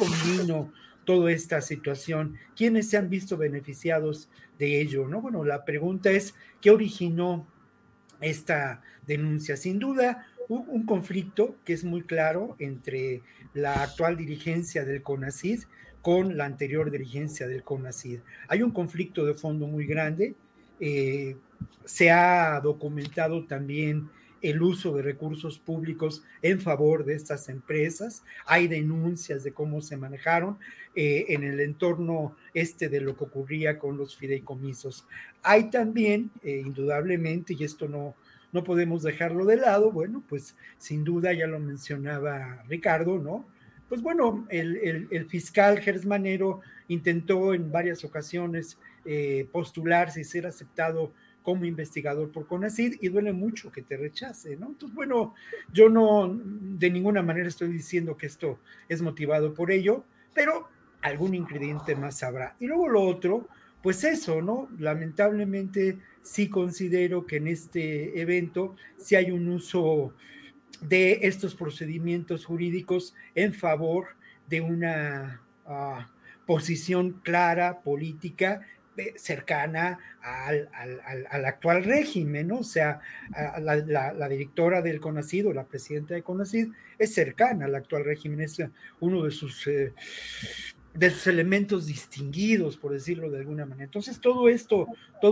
toda esta situación? ¿Quiénes se han visto beneficiados de ello, no? Bueno, la pregunta es, ¿qué originó esta denuncia? Sin duda, un conflicto que es muy claro entre la actual dirigencia del CONACYT con la anterior dirigencia del CONACYT. Hay un conflicto de fondo muy grande. Se ha documentado también el uso de recursos públicos en favor de estas empresas. Hay denuncias de cómo se manejaron en el entorno de lo que ocurría con los fideicomisos. Hay también, indudablemente, y esto no podemos dejarlo de lado, bueno, pues sin duda ya lo mencionaba Ricardo, ¿no? Pues bueno, el fiscal Gers Manero intentó en varias ocasiones postularse y ser aceptado como investigador por CONACYT, y duele mucho que te rechace, ¿no? Entonces, bueno, yo no de ninguna manera estoy diciendo que esto es motivado por ello, pero algún ingrediente más habrá. Y luego lo otro, pues eso, ¿no? Lamentablemente sí considero que en este evento sí hay un uso de estos procedimientos jurídicos en favor de una posición clara, política, cercana al actual régimen, ¿no? O sea, la directora del CONACYT o la presidenta de CONACYT es cercana al actual régimen, es uno de sus elementos distinguidos, por decirlo de alguna manera. Entonces, todo esto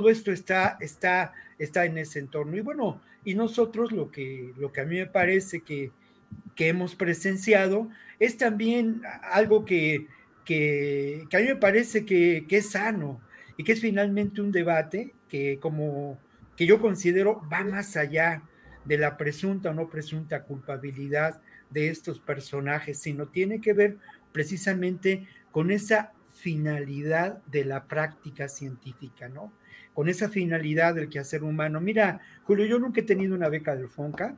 está en ese entorno. Y bueno, y nosotros lo que a mí me parece que hemos presenciado es también algo que a mí me parece que es sano, y que es finalmente un debate que yo considero va más allá de la presunta o no presunta culpabilidad de estos personajes, sino tiene que ver precisamente con esa finalidad de la práctica científica, ¿no? Con esa finalidad del quehacer humano. Mira, Julio, yo nunca he tenido una beca del FONCA,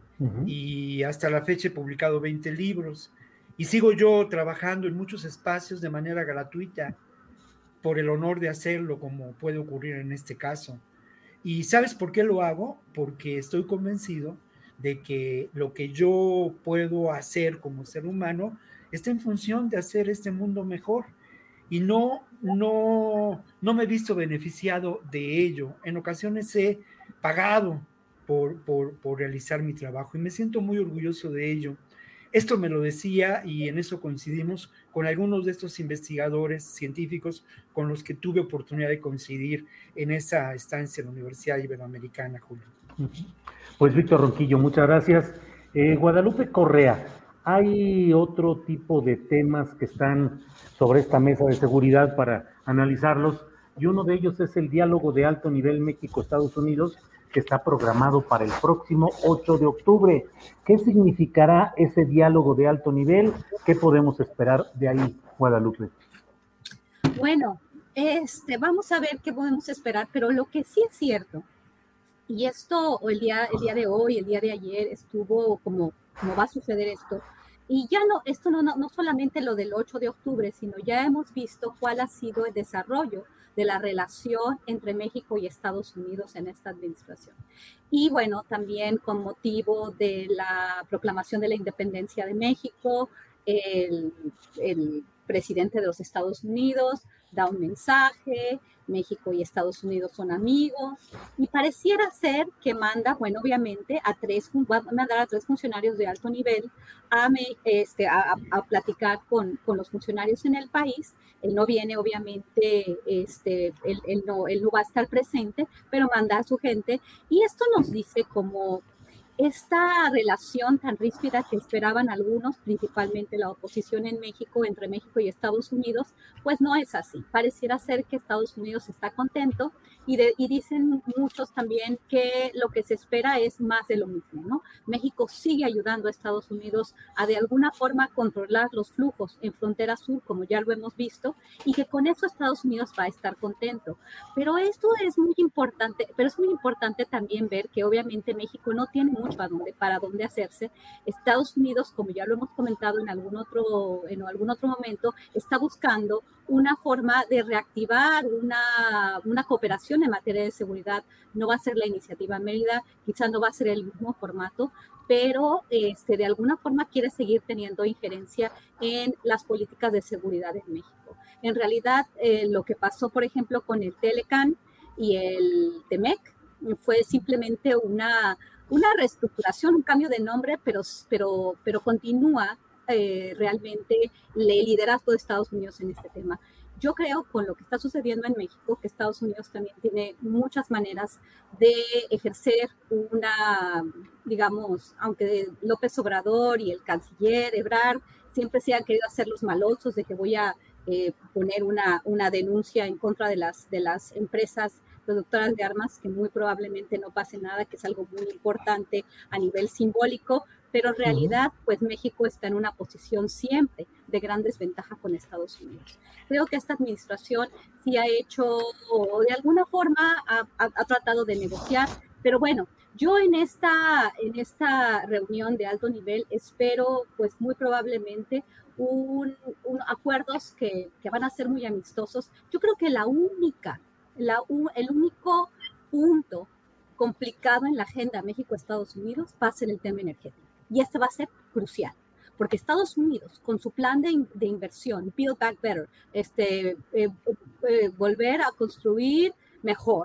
y hasta la fecha he publicado 20 libros, y sigo yo trabajando en muchos espacios de manera gratuita, por el honor de hacerlo, como puede ocurrir en este caso. ¿Y sabes por qué lo hago? Porque estoy convencido de que lo que yo puedo hacer como ser humano está en función de hacer este mundo mejor, y no me he visto beneficiado de ello. En ocasiones he pagado por realizar mi trabajo, y me siento muy orgulloso de ello. Esto me lo decía, y en eso coincidimos con algunos de estos investigadores científicos con los que tuve oportunidad de coincidir en esa estancia en la Universidad Iberoamericana, Julio. Pues Víctor Ronquillo, muchas gracias. Guadalupe Correa, hay otro tipo de temas que están sobre esta mesa de seguridad para analizarlos, y uno de ellos es el diálogo de alto nivel México-Estados Unidos, que está programado para el próximo 8 de octubre. ¿Qué significará ese diálogo de alto nivel? ¿Qué podemos esperar de ahí, Guadalupe? Bueno, vamos a ver qué podemos esperar, pero lo que sí es cierto, y esto el día de hoy, el día de ayer, estuvo como va a suceder esto, y ya esto no solamente lo del 8 de octubre, sino ya hemos visto cuál ha sido el desarrollo de la relación entre México y Estados Unidos en esta administración. Y bueno, también con motivo de la proclamación de la independencia de México, el presidente de los Estados Unidos da un mensaje, México y Estados Unidos son amigos, y pareciera ser que manda, bueno, obviamente, va a mandar a 3 funcionarios de alto nivel a platicar con los funcionarios en el país. Él no viene, obviamente, él no va a estar presente, pero manda a su gente, y esto nos dice como esta relación tan ríspida que esperaban algunos, principalmente la oposición en México, entre México y Estados Unidos, pues no es así. Pareciera ser que Estados Unidos está contento, y dicen muchos también que lo que se espera es más de lo mismo, ¿no? México sigue ayudando a Estados Unidos a de alguna forma controlar los flujos en frontera sur, como ya lo hemos visto, y que con eso Estados Unidos va a estar contento. Pero esto es muy importante, también ver que obviamente México no tiene mucho para dónde hacerse. Estados Unidos, como ya lo hemos comentado en algún otro momento, está buscando una forma de reactivar una cooperación en materia de seguridad. No va a ser la iniciativa Mérida, quizás no va a ser el mismo formato, pero de alguna forma quiere seguir teniendo injerencia en las políticas de seguridad en México. En realidad, lo que pasó, por ejemplo, con el Telecan y el TEMEC fue simplemente una reestructuración, un cambio de nombre, pero continúa realmente el liderazgo de Estados Unidos en este tema. Yo creo con lo que está sucediendo en México que Estados Unidos también tiene muchas maneras de ejercer una, digamos, aunque López Obrador y el canciller Ebrard siempre se han querido hacer los malosos de que voy a poner una denuncia en contra de las empresas productoras de armas, que muy probablemente no pase nada, que es algo muy importante a nivel simbólico, pero en realidad, pues México está en una posición siempre de gran desventaja con Estados Unidos. Creo que esta administración sí ha hecho, o de alguna forma ha tratado de negociar, pero bueno, yo en esta reunión de alto nivel espero, pues muy probablemente, acuerdos que van a ser muy amistosos. Yo creo que el único punto complicado en la agenda México-Estados Unidos va a ser el tema energético. Y este va a ser crucial, porque Estados Unidos, con su plan de inversión, Build Back Better, volver a construir mejor,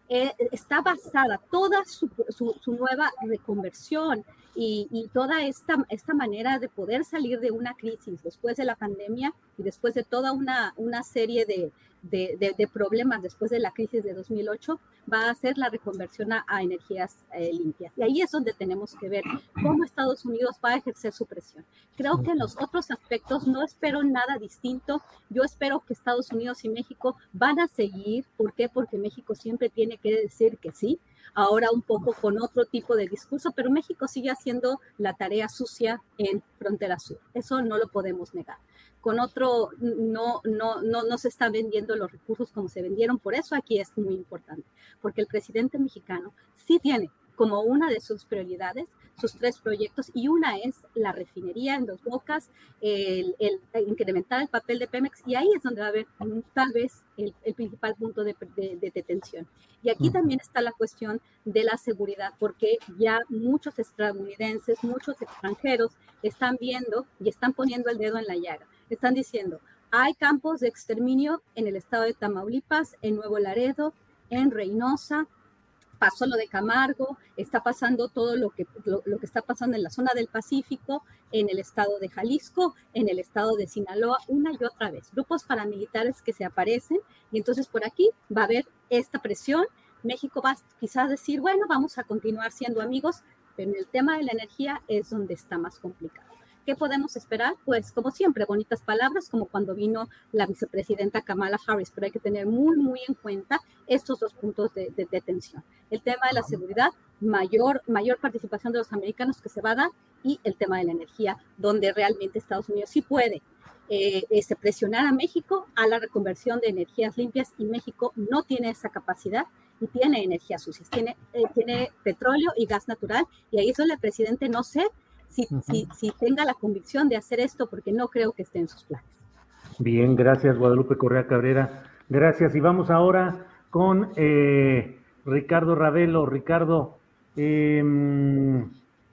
está basada toda su nueva reconversión y toda esta manera de poder salir de una crisis después de la pandemia y después de toda una serie de problemas después de la crisis de 2008, va a ser la reconversión a energías limpias. Y ahí es donde tenemos que ver cómo Estados Unidos va a ejercer su presión. Creo que en los otros aspectos no espero nada distinto. Yo espero que Estados Unidos y México van a seguir. ¿Por qué? Porque México siempre tiene que decir que sí. Ahora un poco con otro tipo de discurso, pero México sigue haciendo la tarea sucia en Frontera Sur. Eso no lo podemos negar. Con otro no se están vendiendo los recursos como se vendieron. Por eso aquí es muy importante, porque el presidente mexicano sí tiene como una de sus prioridades sus 3 proyectos, y una es la refinería en Dos Bocas, el incrementar el papel de Pemex, y ahí es donde va a haber tal vez el principal punto de detención. Y aquí también está la cuestión de la seguridad, porque ya muchos estadounidenses, muchos extranjeros están viendo y están poniendo el dedo en la llaga. Están diciendo, hay campos de exterminio en el estado de Tamaulipas, en Nuevo Laredo, en Reynosa, pasó lo de Camargo, está pasando todo lo que está pasando en la zona del Pacífico, en el estado de Jalisco, en el estado de Sinaloa, una y otra vez. Grupos paramilitares que se aparecen, y entonces por aquí va a haber esta presión. México va quizás decir, bueno, vamos a continuar siendo amigos, pero en el tema de la energía es donde está más complicado. ¿Qué podemos esperar? Pues, como siempre, bonitas palabras, como cuando vino la vicepresidenta Kamala Harris, pero hay que tener muy, muy en cuenta estos 2 puntos de tensión. El tema de la seguridad, mayor participación de los americanos que se va a dar, y el tema de la energía, donde realmente Estados Unidos sí puede presionar a México a la reconversión de energías limpias, y México no tiene esa capacidad y tiene energías sucias, tiene petróleo y gas natural, y ahí es donde el presidente no sé si tenga la convicción de hacer esto, porque no creo que esté en sus planes. Bien, gracias Guadalupe Correa Cabrera. Gracias. Y vamos ahora con Ricardo Ravelo. Ricardo, déjame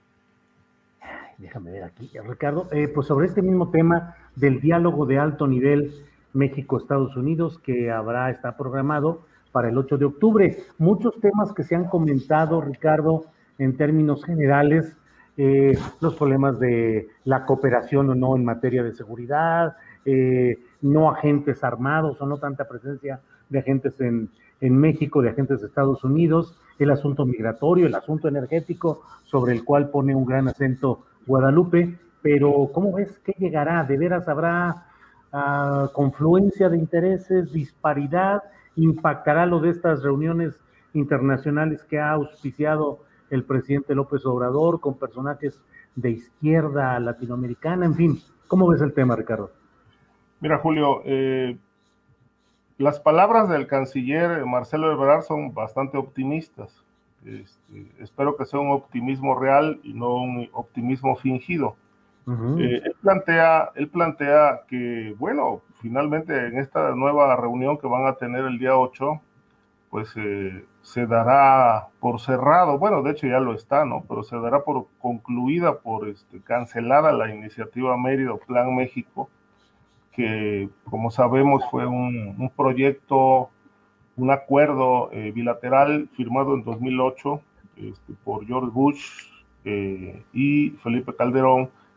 ver aquí. Ricardo, pues sobre este mismo tema del diálogo de alto nivel México-Estados Unidos, que está programado para el 8 de octubre. Muchos temas que se han comentado, Ricardo, en términos generales, los problemas de la cooperación o no en materia de seguridad, no agentes armados o no tanta presencia de agentes en México, de agentes de Estados Unidos, el asunto migratorio, el asunto energético, sobre el cual pone un gran acento Guadalupe. Pero ¿cómo ves que llegará? ¿De veras habrá confluencia de intereses, disparidad? ¿Impactará lo de estas reuniones internacionales que ha auspiciado el presidente López Obrador con personajes de izquierda latinoamericana? En fin, ¿cómo ves el tema, Ricardo? Mira, Julio, las palabras del canciller Marcelo Ebrard son bastante optimistas. Espero que sea un optimismo real y no un optimismo fingido. Él plantea que, bueno, finalmente en esta nueva reunión que van a tener el día 8, pues se dará por cerrado, bueno, de hecho ya lo está, ¿no? Pero se dará por concluida, por cancelada la iniciativa Mérida o Plan México, que como sabemos fue un proyecto, un acuerdo bilateral firmado en 2008 por George Bush y Felipe Calderón,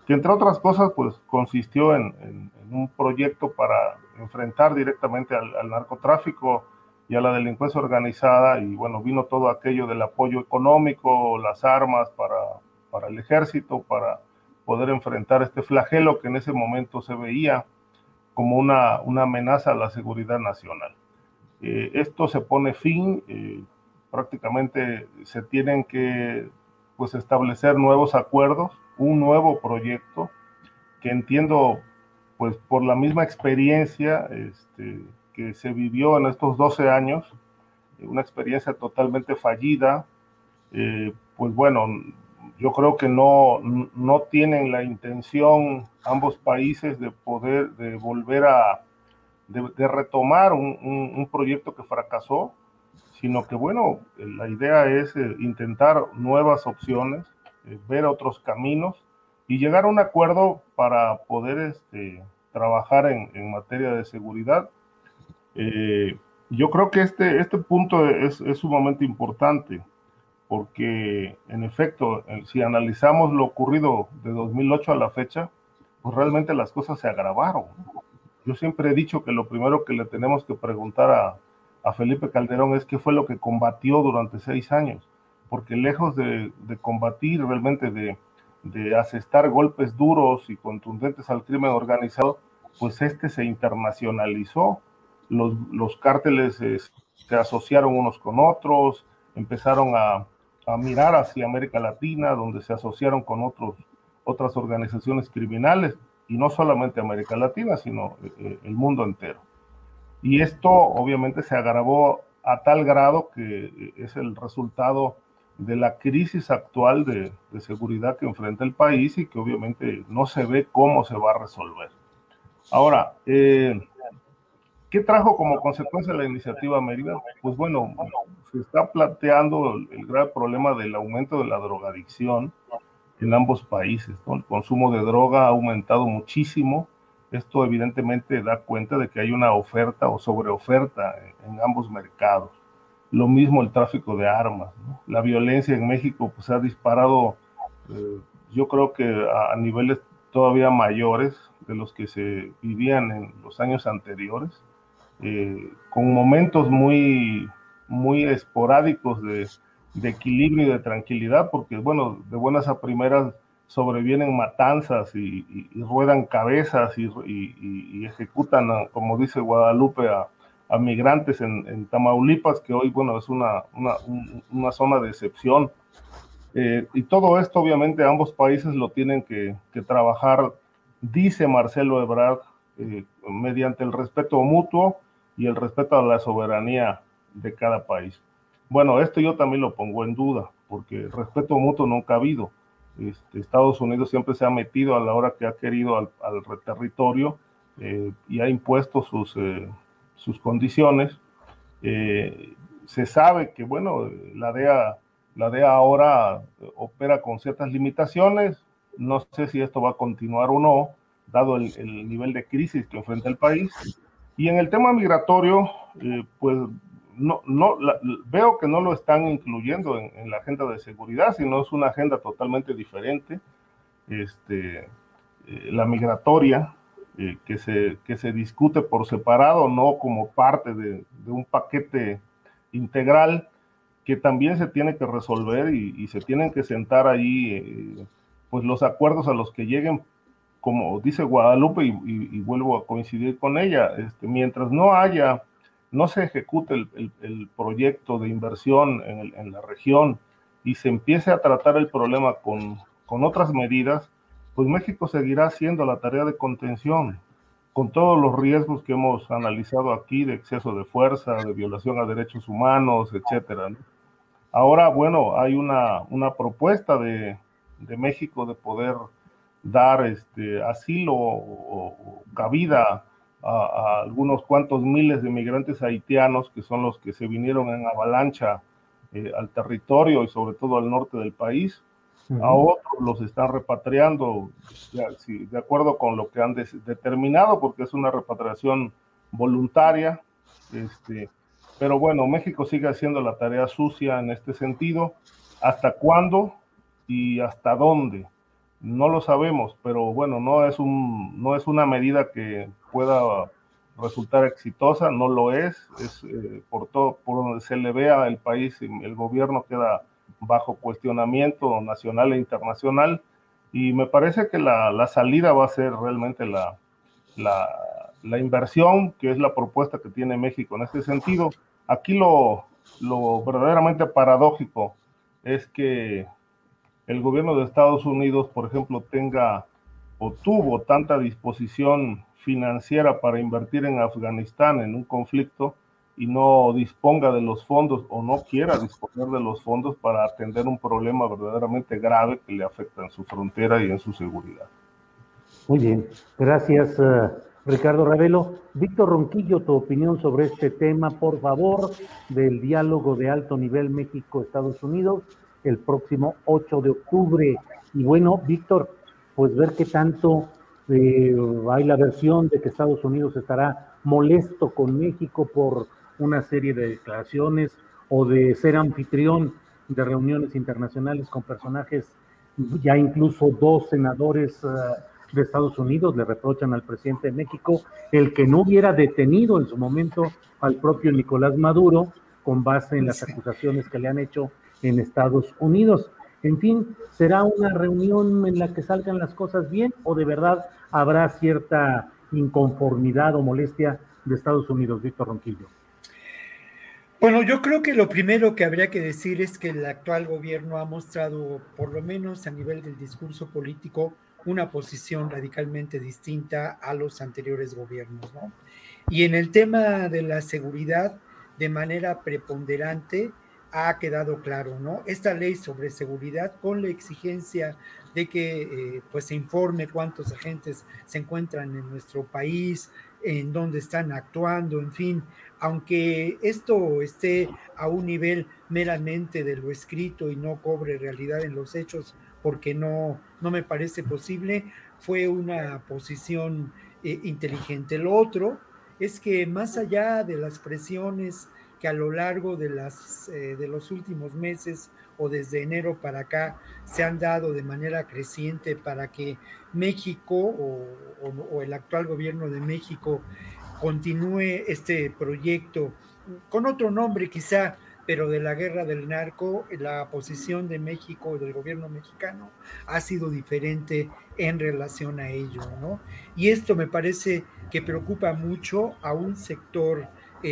que entre otras cosas pues consistió en un proyecto para enfrentar directamente al narcotráfico y a la delincuencia organizada, y bueno, vino todo aquello del apoyo económico, las armas para el ejército, para poder enfrentar este flagelo que en ese momento se veía como una amenaza a la seguridad nacional. Esto se pone fin, prácticamente se tienen que pues establecer nuevos acuerdos, un nuevo proyecto que entiendo pues por la misma experiencia que se vivió en estos 12 años, una experiencia totalmente fallida, pues bueno, yo creo que no tienen la intención ambos países de poder, de volver de retomar un proyecto que fracasó, sino que bueno, la idea es intentar nuevas opciones, ver otros caminos y llegar a un acuerdo para poder trabajar en materia de seguridad. Yo creo que este punto es sumamente importante, porque en efecto, si analizamos lo ocurrido de 2008 a la fecha, pues realmente las cosas se agravaron. Yo siempre he dicho que lo primero que le tenemos que preguntar a Felipe Calderón es qué fue lo que combatió durante 6 años, porque lejos de combatir realmente, de asestar golpes duros y contundentes al crimen organizado, pues se internacionalizó. Los cárteles se asociaron unos con otros, empezaron a mirar hacia América Latina, donde se asociaron con otras organizaciones criminales, y no solamente América Latina, sino el mundo entero. Y esto obviamente se agravó a tal grado que es el resultado de la crisis actual de seguridad que enfrenta el país y que obviamente no se ve cómo se va a resolver. Ahora, ¿qué trajo como consecuencia la iniciativa Mérida? Pues bueno, se está planteando el grave problema del aumento de la drogadicción en ambos países, ¿no? El consumo de droga ha aumentado muchísimo. Esto evidentemente da cuenta de que hay una oferta o sobreoferta en ambos mercados. Lo mismo el tráfico de armas, ¿no? La violencia en México pues ha disparado, yo creo que a niveles todavía mayores de los que se vivían en los años anteriores, con momentos muy esporádicos de equilibrio y de tranquilidad, porque bueno, de buenas a primeras sobrevienen matanzas y ruedan cabezas y ejecutan, como dice Guadalupe, a migrantes en Tamaulipas, que hoy, bueno, es una zona de excepción. Y todo esto, obviamente, ambos países lo tienen que trabajar, dice Marcelo Ebrard, mediante el respeto mutuo y el respeto a la soberanía de cada país. Bueno, esto yo también lo pongo en duda, porque el respeto mutuo nunca ha habido. Estados Unidos siempre se ha metido a la hora que ha querido al territorio y ha impuesto sus condiciones. Se sabe que, bueno, la DEA ahora opera con ciertas limitaciones. No sé si esto va a continuar o no, dado el nivel de crisis que enfrenta el país. Y en el tema migratorio, pues veo que no lo están incluyendo en la agenda de seguridad, sino es una agenda totalmente diferente, la migratoria, que se discute por separado, no como parte de un paquete integral que también se tiene que resolver y se tienen que sentar ahí pues los acuerdos a los que lleguen, como dice Guadalupe, y vuelvo a coincidir con ella, mientras no se ejecute el proyecto de inversión en la región y se empiece a tratar el problema con otras medidas, pues México seguirá haciendo la tarea de contención, con todos los riesgos que hemos analizado aquí, de exceso de fuerza, de violación a derechos humanos, etcétera, ¿no? Ahora, bueno, hay una propuesta de México de poder dar asilo o cabida a algunos cuantos miles de migrantes haitianos, que son los que se vinieron en avalancha al territorio y sobre todo al norte del país. A otros los están repatriando de acuerdo con lo que han determinado, porque es una repatriación voluntaria. Pero bueno, México sigue haciendo la tarea sucia en este sentido. ¿Hasta cuándo y hasta dónde? No lo sabemos, pero bueno, no es una medida que pueda resultar exitosa, no lo es por donde se le vea el país, el gobierno queda bajo cuestionamiento nacional e internacional, y me parece que la salida va a ser realmente la inversión, que es la propuesta que tiene México en este sentido. Aquí lo verdaderamente paradójico es que el gobierno de Estados Unidos, por ejemplo, tenga o tuvo tanta disposición financiera para invertir en Afganistán en un conflicto y no disponga de los fondos o no quiera disponer de los fondos para atender un problema verdaderamente grave que le afecta en su frontera y en su seguridad. Muy bien, gracias Ricardo Ravelo. Víctor Ronquillo, tu opinión sobre este tema, por favor, del diálogo de alto nivel México-Estados Unidos el próximo 8 de octubre. Y bueno, Víctor, pues ver qué tanto hay la versión de que Estados Unidos estará molesto con México por una serie de declaraciones o de ser anfitrión de reuniones internacionales con personajes, ya incluso 2 senadores de Estados Unidos le reprochan al presidente de México el que no hubiera detenido en su momento al propio Nicolás Maduro con base en las acusaciones que le han hecho en Estados Unidos. En fin, ¿será una reunión en la que salgan las cosas bien o de verdad habrá cierta inconformidad o molestia de Estados Unidos, Víctor Ronquillo? Bueno, yo creo que lo primero que habría que decir es que el actual gobierno ha mostrado, por lo menos a nivel del discurso político, una posición radicalmente distinta a los anteriores gobiernos, ¿no? Y en el tema de la seguridad, de manera preponderante, ha quedado claro, ¿no? Esta ley sobre seguridad, con la exigencia de que pues se informe cuántos agentes se encuentran en nuestro país, en dónde están actuando, en fin, aunque esto esté a un nivel meramente de lo escrito y no cobre realidad en los hechos, porque no me parece posible, fue una posición inteligente. Lo otro es que más allá de las presiones que a lo largo de los últimos meses o desde enero para acá se han dado de manera creciente para que México o el actual gobierno de México continúe este proyecto con otro nombre quizá, pero de la guerra del narco, la posición de México, del gobierno mexicano, ha sido diferente en relación a ello, ¿no? Y esto me parece que preocupa mucho a un sector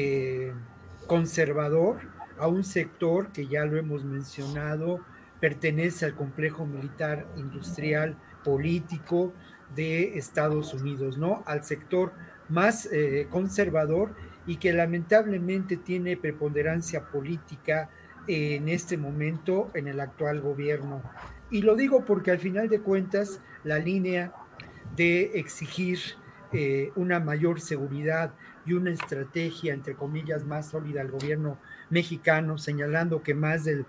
conservador, a un sector que ya lo hemos mencionado, pertenece al complejo militar industrial político de Estados Unidos, ¿no? Al sector más conservador y que lamentablemente tiene preponderancia política en este momento en el actual gobierno. Y lo digo porque al final de cuentas la línea de exigir una mayor seguridad y una estrategia, entre comillas, más sólida al gobierno mexicano, señalando que más del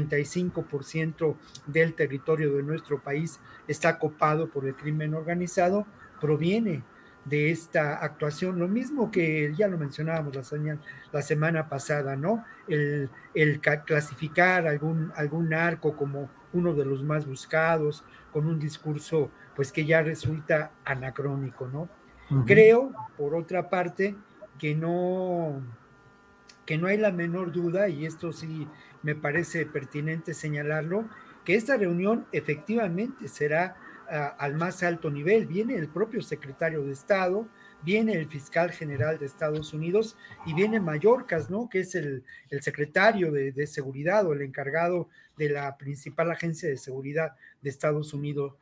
35% del territorio de nuestro país está copado por el crimen organizado, proviene de esta actuación, lo mismo que ya lo mencionábamos la semana pasada, ¿no? El clasificar algún narco como uno de los más buscados, con un discurso pues que ya resulta anacrónico, ¿no? Uh-huh. Creo, por otra parte, que no hay la menor duda, y esto sí me parece pertinente señalarlo, que esta reunión efectivamente será al más alto nivel. Viene el propio secretario de Estado, viene el fiscal general de Estados Unidos y viene Mayorkas, ¿no? Que es el secretario de seguridad o el encargado de la principal agencia de seguridad de Estados Unidos.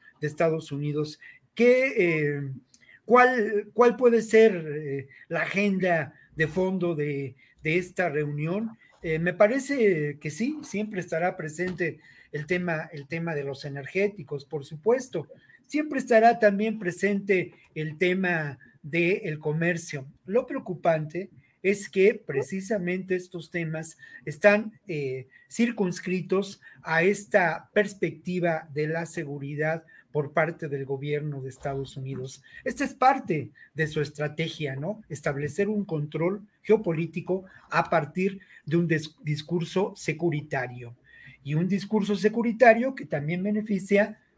¿Cuál puede ser la agenda de fondo de esta reunión? Me parece que sí, siempre estará presente el tema de los energéticos, por supuesto. Siempre estará también presente el tema del comercio. Lo preocupante es que precisamente estos temas están circunscritos a esta perspectiva de la seguridad por parte del gobierno de Estados Unidos. Esta es parte de su estrategia, ¿no? Establecer un control geopolítico a partir de un discurso securitario. Y un discurso securitario que también beneficia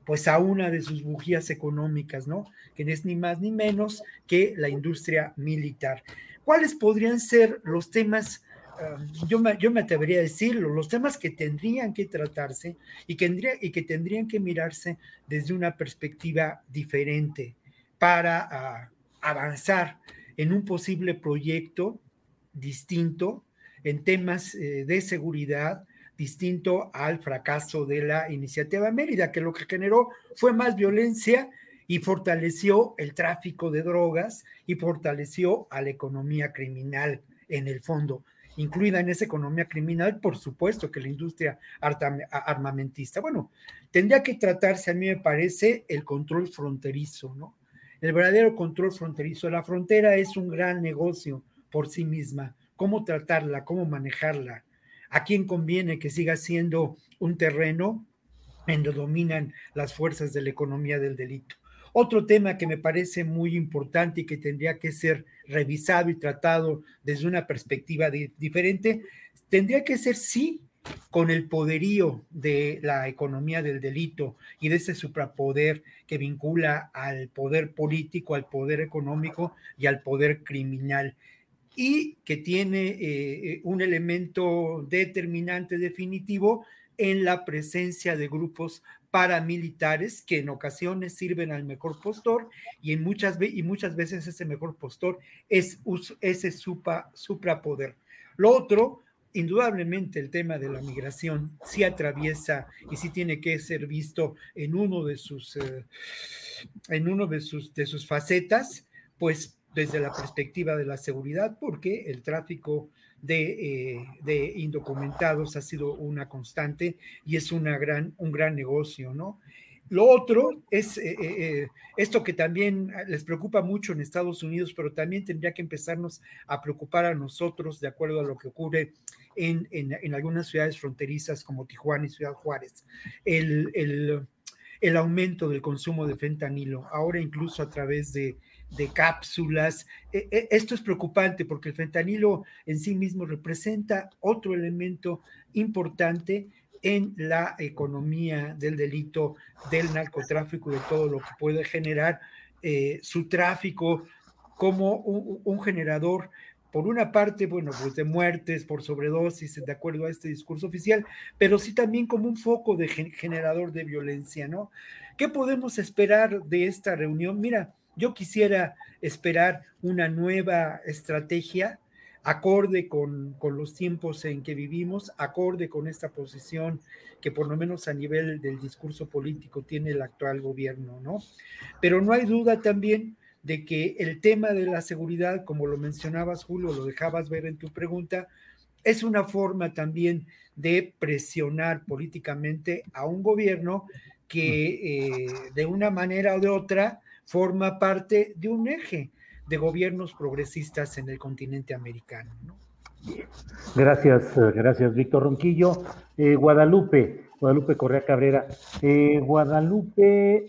pues a una de sus bujías económicas, ¿no? Que no es ni más ni menos que la industria militar. ¿Cuáles podrían ser los temas? Yo me atrevería a decirlo, los temas que tendrían que tratarse y que tendrían que mirarse desde una perspectiva diferente para avanzar en un posible proyecto distinto en temas de seguridad, distinto al fracaso de la iniciativa Mérida, que lo que generó fue más violencia y fortaleció el tráfico de drogas y fortaleció a la economía criminal en el fondo. Incluida en esa economía criminal, por supuesto que la industria armamentista. Bueno, tendría que tratarse, a mí me parece, el control fronterizo, ¿no? El verdadero control fronterizo. La frontera es un gran negocio por sí misma. ¿Cómo tratarla? ¿Cómo manejarla? ¿A quién conviene que siga siendo un terreno en donde dominan las fuerzas de la economía del delito? Otro tema que me parece muy importante y que tendría que ser revisado y tratado desde una perspectiva diferente, tendría que ser, sí, con el poderío de la economía del delito y de ese suprapoder que vincula al poder político, al poder económico y al poder criminal, y que tiene un elemento determinante definitivo en la presencia de grupos paramilitares que en ocasiones sirven al mejor postor y muchas veces ese mejor postor es ese suprapoder. Lo otro, indudablemente el tema de la migración sí atraviesa y sí tiene que ser visto en uno de sus facetas, pues desde la perspectiva de la seguridad, porque el tráfico de indocumentados ha sido una constante y es un gran negocio, ¿no? Lo otro es esto que también les preocupa mucho en Estados Unidos, pero también tendría que empezarnos a preocupar a nosotros de acuerdo a lo que ocurre en algunas ciudades fronterizas como Tijuana y Ciudad Juárez. El aumento del consumo de fentanilo, ahora incluso a través de cápsulas. Esto es preocupante porque el fentanilo en sí mismo representa otro elemento importante en la economía del delito, del narcotráfico y de todo lo que puede generar su tráfico como un generador, por una parte, bueno, pues de muertes por sobredosis, de acuerdo a este discurso oficial, pero sí también como un foco de generador de violencia, ¿no? ¿Qué podemos esperar de esta reunión? Mira, yo quisiera esperar una nueva estrategia acorde con los tiempos en que vivimos, acorde con esta posición que por lo menos a nivel del discurso político tiene el actual gobierno, ¿no? Pero no hay duda también de que el tema de la seguridad, como lo mencionabas, Julio, lo dejabas ver en tu pregunta, es una forma también de presionar políticamente a un gobierno que de una manera o de otra forma parte de un eje de gobiernos progresistas en el continente americano, ¿no? Gracias, Víctor Ronquillo. Guadalupe Correa Cabrera. Guadalupe,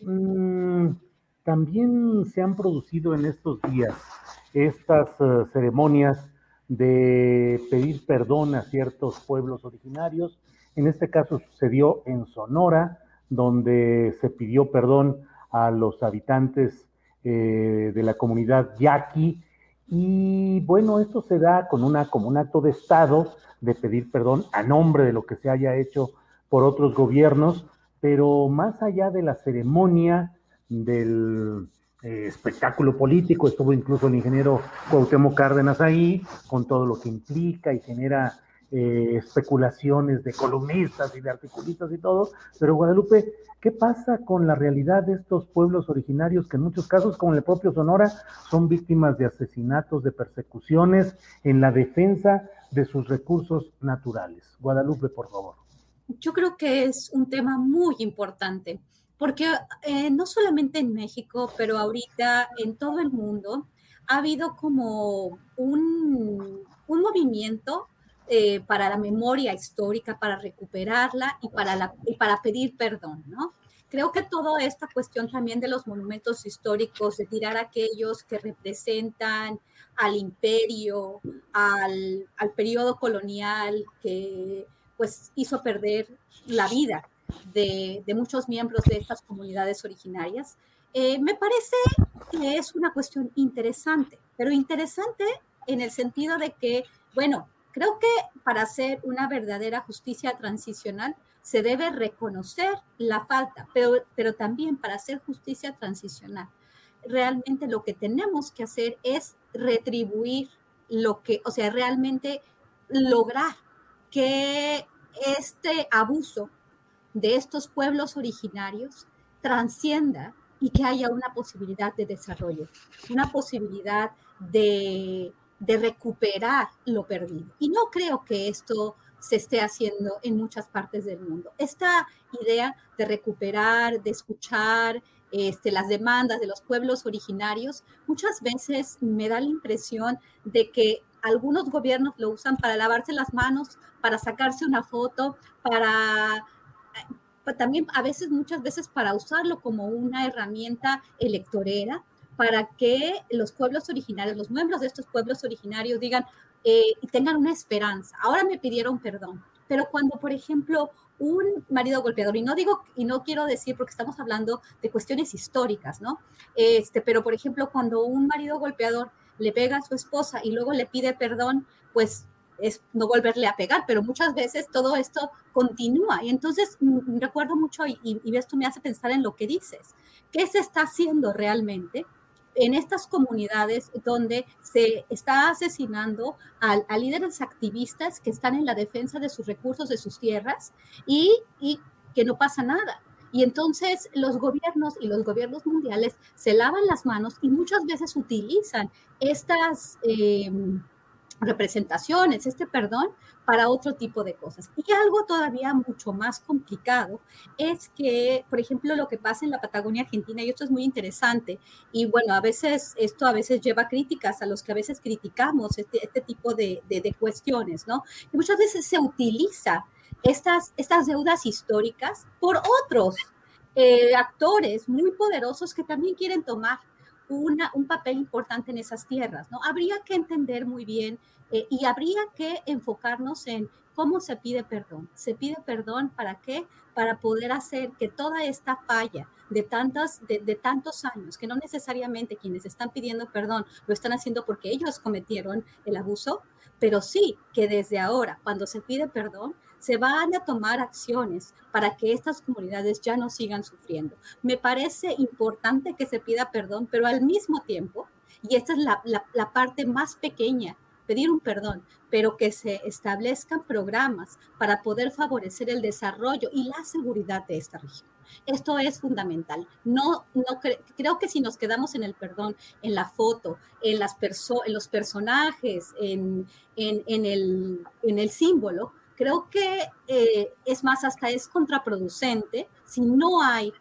también se han producido en estos días estas ceremonias de pedir perdón a ciertos pueblos originarios. En este caso sucedió en Sonora, donde se pidió perdón a los habitantes de la comunidad yaqui, y bueno, esto se da como un acto de Estado de pedir perdón a nombre de lo que se haya hecho por otros gobiernos, pero más allá de la ceremonia, del espectáculo político, estuvo incluso el ingeniero Cuauhtémoc Cárdenas ahí, con todo lo que implica y genera especulaciones de columnistas y de articulistas y todo, pero Guadalupe, ¿qué pasa con la realidad de estos pueblos originarios que en muchos casos, como en el propio Sonora, son víctimas de asesinatos, de persecuciones en la defensa de sus recursos naturales? Guadalupe, por favor. Yo creo que es un tema muy importante, porque no solamente en México, pero ahorita en todo el mundo ha habido como un movimiento para la memoria histórica, para recuperarla y para pedir perdón, ¿no? Creo que toda esta cuestión también de los monumentos históricos, de tirar a aquellos que representan al imperio, al periodo colonial que pues hizo perder la vida de muchos miembros de estas comunidades originarias. Me parece que es una cuestión interesante, pero interesante en el sentido de que, bueno, creo que para hacer una verdadera justicia transicional se debe reconocer la falta, pero también para hacer justicia transicional, realmente lo que tenemos que hacer es retribuir realmente lograr que este abuso de estos pueblos originarios transcienda y que haya una posibilidad de desarrollo, una posibilidad de recuperar lo perdido. Y no creo que esto se esté haciendo en muchas partes del mundo. Esta idea de recuperar, de escuchar las demandas de los pueblos originarios, muchas veces me da la impresión de que algunos gobiernos lo usan para lavarse las manos, para sacarse una foto, también muchas veces para usarlo como una herramienta electorera, para que los pueblos originarios, los miembros de estos pueblos originarios digan y tengan una esperanza. Ahora me pidieron perdón, pero cuando, por ejemplo, un marido golpeador, y no quiero decir porque estamos hablando de cuestiones históricas, ¿no? Pero, por ejemplo, cuando un marido golpeador le pega a su esposa y luego le pide perdón, pues es no volverle a pegar, pero muchas veces todo esto continúa. Y entonces recuerdo mucho, y esto me hace pensar en lo que dices. ¿Qué se está haciendo realmente en estas comunidades donde se está asesinando a líderes activistas que están en la defensa de sus recursos, de sus tierras, y que no pasa nada? Y entonces los gobiernos y los gobiernos mundiales se lavan las manos y muchas veces utilizan estas representaciones, perdón, para otro tipo de cosas. Y algo todavía mucho más complicado es que, por ejemplo, lo que pasa en la Patagonia Argentina, y esto es muy interesante, y bueno, esto a veces lleva críticas a los que a veces criticamos este tipo de cuestiones, ¿no? Y muchas veces se utiliza estas deudas históricas por otros actores muy poderosos que también quieren tomar un papel importante en esas tierras, ¿no? Habría que entender muy bien y habría que enfocarnos en cómo se pide perdón. ¿Se pide perdón para qué? Para poder hacer que toda esta falla de tantos años, que no necesariamente quienes están pidiendo perdón lo están haciendo porque ellos cometieron el abuso, pero sí que desde ahora, cuando se pide perdón, se van a tomar acciones para que estas comunidades ya no sigan sufriendo. Me parece importante que se pida perdón, pero al mismo tiempo, y esta es la parte más pequeña, pedir un perdón, pero que se establezcan programas para poder favorecer el desarrollo y la seguridad de esta región. Esto es fundamental. Creo que si nos quedamos en el perdón, en la foto, en los personajes, en el símbolo, creo que es más, hasta es contraproducente si no hay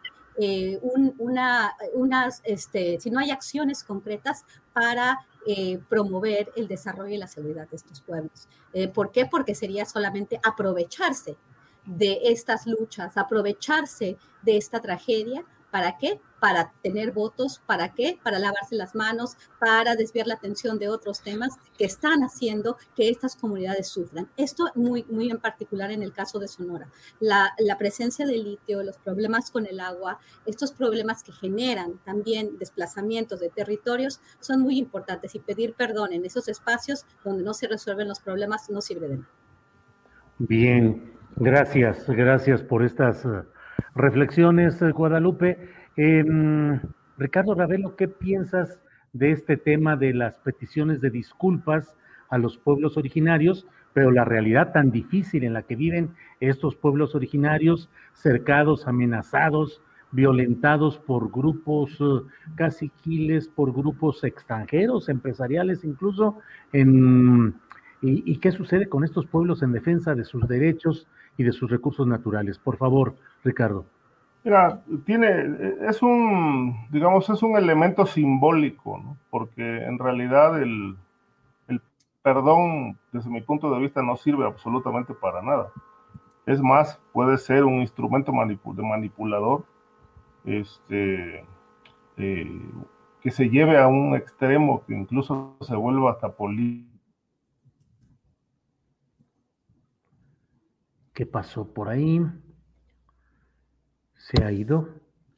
si no hay acciones concretas para promover el desarrollo y la seguridad de estos pueblos. ¿Por qué? Porque sería solamente aprovecharse de estas luchas, aprovecharse de esta tragedia. ¿Para qué? Para tener votos. ¿Para qué? Para lavarse las manos, para desviar la atención de otros temas que están haciendo que estas comunidades sufran. Esto muy, muy en particular en el caso de Sonora. La presencia de litio, los problemas con el agua, estos problemas que generan también desplazamientos de territorios son muy importantes, y pedir perdón en esos espacios donde no se resuelven los problemas no sirve de nada. Bien, gracias por estas reflexiones, Guadalupe. Ricardo Ravelo, ¿qué piensas de este tema de las peticiones de disculpas a los pueblos originarios, pero la realidad tan difícil en la que viven estos pueblos originarios, cercados, amenazados, violentados por grupos caciquiles, por grupos extranjeros, empresariales incluso? ¿Y qué sucede con estos pueblos en defensa de sus derechos y de sus recursos naturales? Por favor, Ricardo. Mira, es un elemento simbólico, ¿no? Porque en realidad el perdón, desde mi punto de vista, no sirve absolutamente para nada. Es más, puede ser un instrumento manipulador, que se lleve a un extremo que incluso se vuelva hasta político. ¿Qué pasó por ahí? Se ha ido.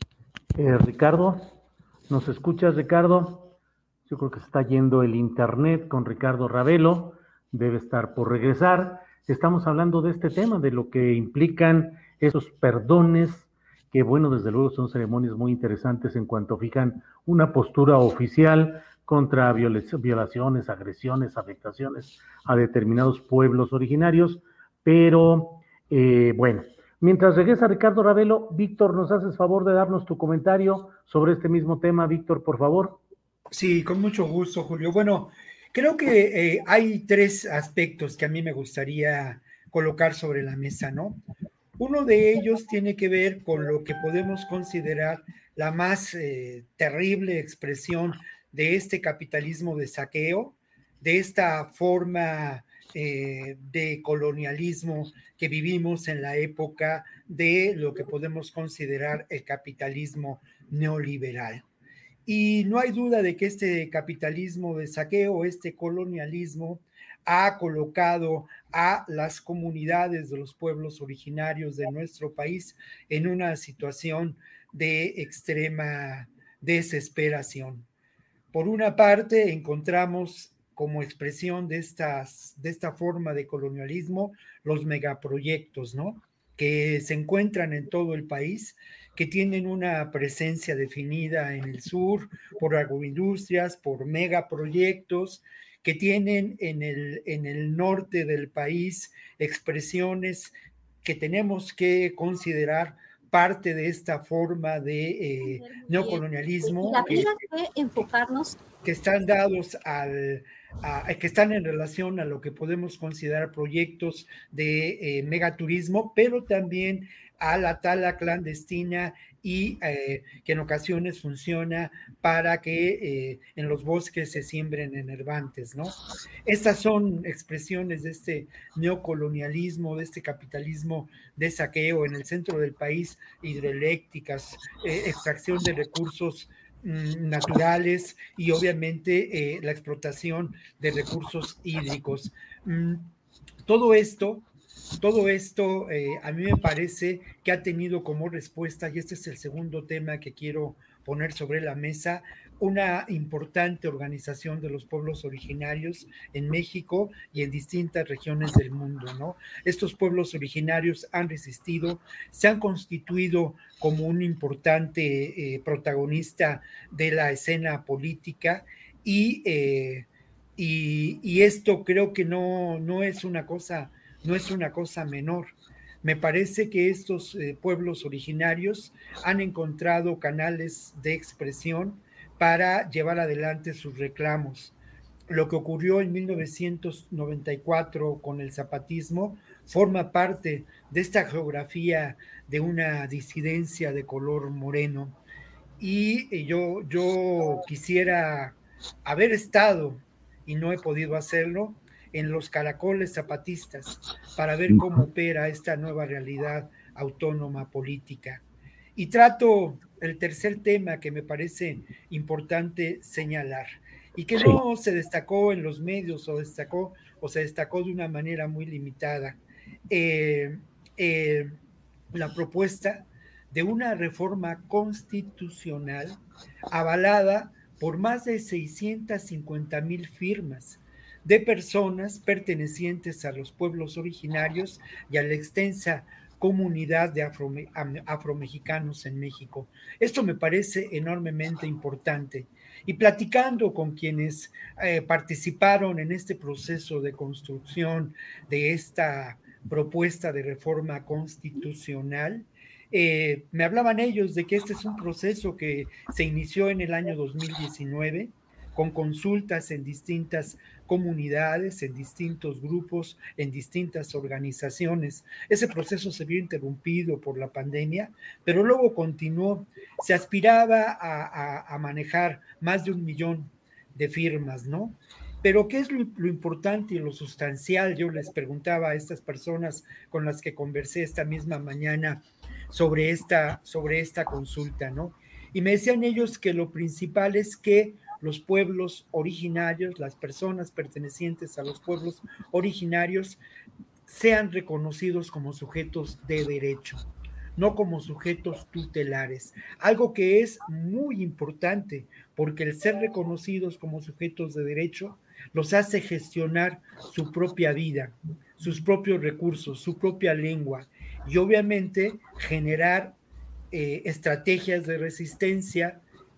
Ricardo, ¿nos escuchas, Ricardo? Yo creo que se está yendo el internet con Ricardo Ravelo, debe estar por regresar. Estamos hablando de este tema, de lo que implican esos perdones, que bueno, desde luego son ceremonias muy interesantes en cuanto fijan una postura oficial contra violaciones, agresiones, afectaciones a determinados pueblos originarios, pero bueno. Mientras regresa Ricardo Ravelo, Víctor, ¿nos haces favor de darnos tu comentario sobre este mismo tema? Víctor, por favor. Sí, con mucho gusto, Julio. Bueno, creo que hay tres aspectos que a mí me gustaría colocar sobre la mesa, ¿no? Uno de ellos tiene que ver con lo que podemos considerar la más terrible expresión de este capitalismo de saqueo, de esta forma de colonialismo que vivimos en la época de lo que podemos considerar el capitalismo neoliberal. Y no hay duda de que este capitalismo de saqueo, este colonialismo, ha colocado a las comunidades de los pueblos originarios de nuestro país en una situación de extrema desesperación. Por una parte, encontramos como expresión de esta forma de colonialismo los megaproyectos, ¿no? Que se encuentran en todo el país, que tienen una presencia definida en el sur por agroindustrias, por megaproyectos, que tienen en el norte del país expresiones que tenemos que considerar parte de esta forma de neocolonialismo que enfocarnos que están dados que están en relación a lo que podemos considerar proyectos de megaturismo, pero también a la tala clandestina y que en ocasiones funciona para que en los bosques se siembren enervantes, ¿no? Estas son expresiones de este neocolonialismo, de este capitalismo de saqueo en el centro del país, hidroeléctricas, extracción de recursos naturales y obviamente la explotación de recursos hídricos. Todo esto a mí me parece que ha tenido como respuesta, y este es el segundo tema que quiero poner sobre la mesa, una importante organización de los pueblos originarios en México y en distintas regiones del mundo, ¿no? Estos pueblos originarios han resistido, se han constituido como un importante protagonista de la escena política y esto creo que no es una cosa menor. Me parece que estos pueblos originarios han encontrado canales de expresión para llevar adelante sus reclamos. Lo que ocurrió en 1994 con el zapatismo forma parte de esta geografía de una disidencia de color moreno. Y yo quisiera haber estado, y no he podido hacerlo, en los caracoles zapatistas para ver cómo opera esta nueva realidad autónoma política. Y trato el tercer tema que me parece importante señalar y que no se destacó en los medios o se destacó de una manera muy limitada. La propuesta de una reforma constitucional avalada por más de 650,000 firmas de personas pertenecientes a los pueblos originarios y a la extensa comunidad de afromexicanos en México. Esto me parece enormemente importante. Y platicando con quienes participaron en este proceso de construcción de esta propuesta de reforma constitucional, me hablaban ellos de que este es un proceso que se inició en el año 2019, con consultas en distintas comunidades, en distintos grupos, en distintas organizaciones. Ese proceso se vio interrumpido por la pandemia, pero luego continuó. Se aspiraba a manejar más de 1 millón de firmas, ¿no? Pero ¿qué es lo importante y lo sustancial? Yo les preguntaba a estas personas con las que conversé esta misma mañana sobre esta consulta, ¿no? Y me decían ellos que lo principal es que los pueblos originarios, las personas pertenecientes a los pueblos originarios, sean reconocidos como sujetos de derecho. no como sujetos tutelares. Algo que es muy importante, porque el ser reconocidos como sujetos de derecho los hace gestionar su propia vida, sus propios recursos, su propia lengua, y obviamente generar estrategias de resistencia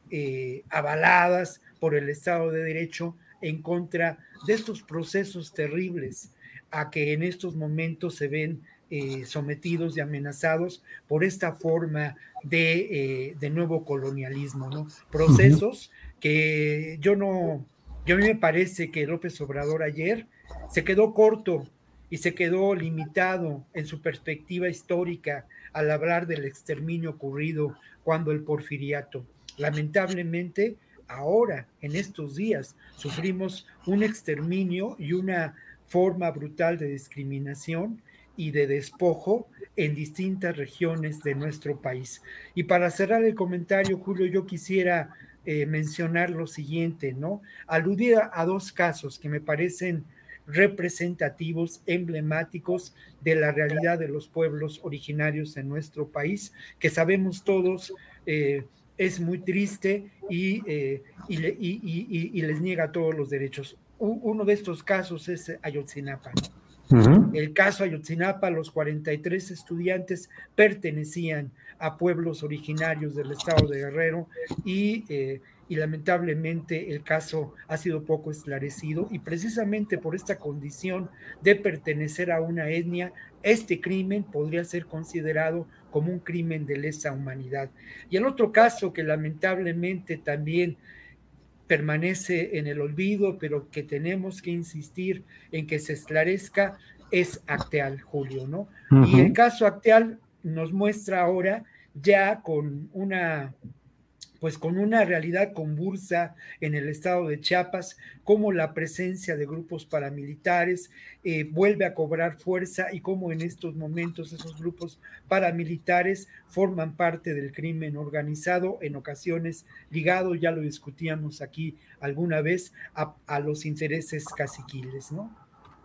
avaladas por el Estado de Derecho en contra de estos procesos terribles a que en estos momentos se ven sometidos y amenazados por esta forma de nuevo colonialismo, ¿no? Procesos que a mí me parece que López Obrador ayer se quedó corto y se quedó limitado en su perspectiva histórica al hablar del exterminio ocurrido cuando el porfiriato. Lamentablemente, ahora, en estos días, sufrimos un exterminio y una forma brutal de discriminación y de despojo en distintas regiones de nuestro país. Y para cerrar el comentario, Julio, yo quisiera mencionar lo siguiente, ¿no? Aludir a dos casos que me parecen representativos, emblemáticos de la realidad de los pueblos originarios en nuestro país, que sabemos todos es muy triste y les niega todos los derechos. Uno de estos casos es Ayotzinapa, ¿no? El caso Ayotzinapa, los 43 estudiantes pertenecían a pueblos originarios del estado de Guerrero y lamentablemente el caso ha sido poco esclarecido, y precisamente por esta condición de pertenecer a una etnia, este crimen podría ser considerado como un crimen de lesa humanidad. Y el otro caso que lamentablemente también permanece en el olvido, pero que tenemos que insistir en que se esclarezca, es Acteal, Julio, ¿no? Y el caso Acteal nos muestra ahora ya con una realidad convulsa en el estado de Chiapas, cómo la presencia de grupos paramilitares vuelve a cobrar fuerza, y cómo en estos momentos esos grupos paramilitares forman parte del crimen organizado, en ocasiones ligado, ya lo discutíamos aquí alguna vez, a los intereses caciquiles, ¿no?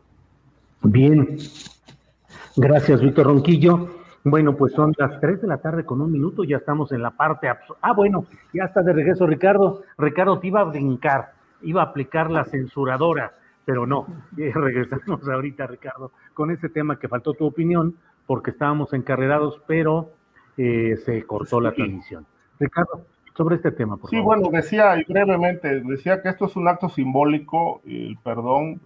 Bien, gracias, Víctor Ronquillo. Bueno, pues son las 3 de la tarde con 1 minuto, ya estamos en la parte... bueno, ya está de regreso Ricardo. Ricardo, te iba a brincar, iba a aplicar la censuradora, pero no, regresamos ahorita, Ricardo, con ese tema que faltó tu opinión, porque estábamos encarrerados, pero se cortó la transmisión. Ricardo, sobre este tema, por favor. Sí, bueno, decía, y brevemente, decía que esto es un acto simbólico, el perdón,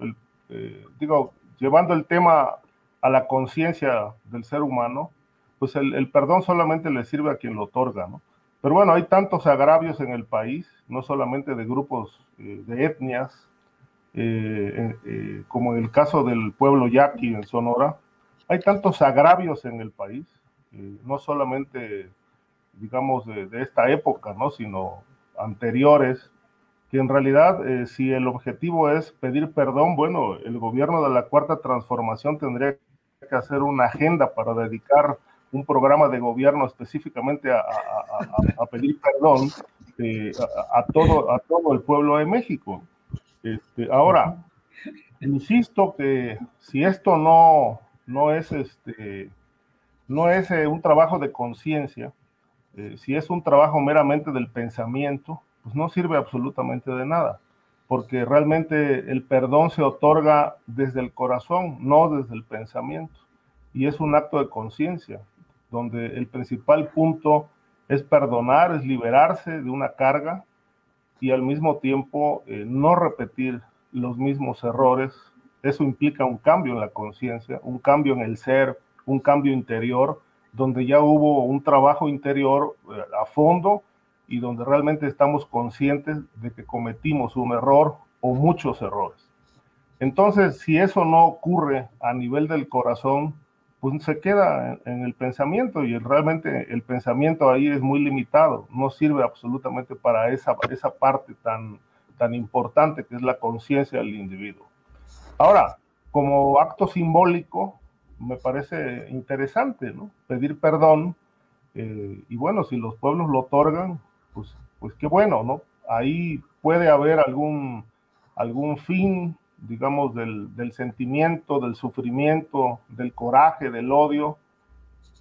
llevando el tema a la conciencia del ser humano, pues el perdón solamente le sirve a quien lo otorga, ¿no? Pero bueno, hay tantos agravios en el país, no solamente de grupos de etnias, como en el caso del pueblo yaqui en Sonora, hay tantos agravios en el país, no solamente, digamos, de esta época, ¿no? Sino anteriores, que en realidad, si el objetivo es pedir perdón, bueno, el gobierno de la Cuarta Transformación tendría que hacer una agenda para dedicar un programa de gobierno específicamente a pedir perdón a todo el pueblo de México. Ahora, insisto que si esto no es un trabajo de conciencia, si es un trabajo meramente del pensamiento, pues no sirve absolutamente de nada, porque realmente el perdón se otorga desde el corazón, no desde el pensamiento, y es un acto de conciencia, donde el principal punto es perdonar, es liberarse de una carga, y al mismo tiempo no repetir los mismos errores. Eso implica un cambio en la conciencia, un cambio en el ser, un cambio interior, donde ya hubo un trabajo interior a fondo, y donde realmente estamos conscientes de que cometimos un error o muchos errores. Entonces, si eso no ocurre a nivel del corazón, pues se queda en el pensamiento, y realmente el pensamiento ahí es muy limitado, no sirve absolutamente para esa parte tan importante que es la conciencia del individuo. Ahora, como acto simbólico, me parece interesante, ¿no? Pedir perdón, y bueno, si los pueblos lo otorgan, pues qué bueno, ¿no? Ahí puede haber algún fin, digamos, del sentimiento, del sufrimiento, del coraje, del odio,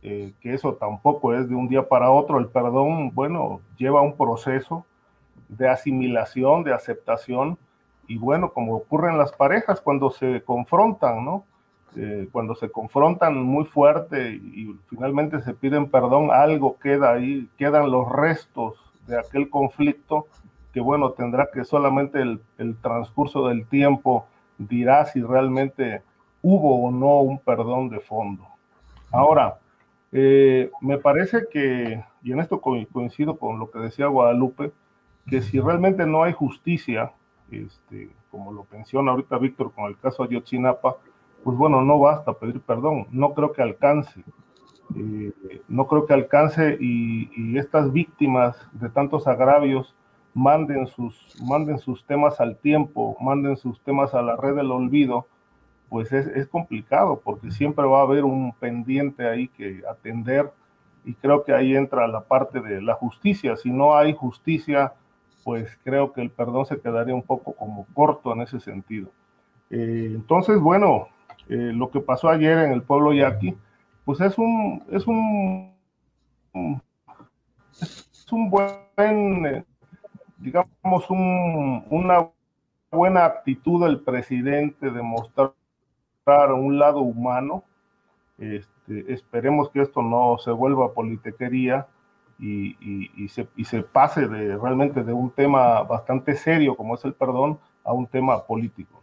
que eso tampoco es de un día para otro. El perdón, bueno, lleva un proceso de asimilación, de aceptación, y bueno, como ocurre en las parejas cuando se confrontan, ¿no? Cuando se confrontan muy fuerte y finalmente se piden perdón, algo queda ahí, quedan los restos de aquel conflicto que bueno, tendrá que solamente el transcurso del tiempo dirá si realmente hubo o no un perdón de fondo. Ahora, me parece que, y en esto coincido con lo que decía Guadalupe, que si realmente no hay justicia, como lo menciona ahorita Víctor con el caso Ayotzinapa, pues bueno, no basta pedir perdón, no creo que alcance. No creo que alcance y estas víctimas de tantos agravios manden sus temas al tiempo, manden sus temas a la red del olvido, pues es complicado porque siempre va a haber un pendiente ahí que atender, y creo que ahí entra la parte de la justicia. Si no hay justicia, pues creo que el perdón se quedaría un poco como corto en ese sentido. Entonces, bueno, lo que pasó ayer en el pueblo yaqui, pues es un buen, digamos, una buena actitud del presidente de mostrar un lado humano. Esperemos que esto no se vuelva politiquería y se pase realmente de un tema bastante serio como es el perdón a un tema político.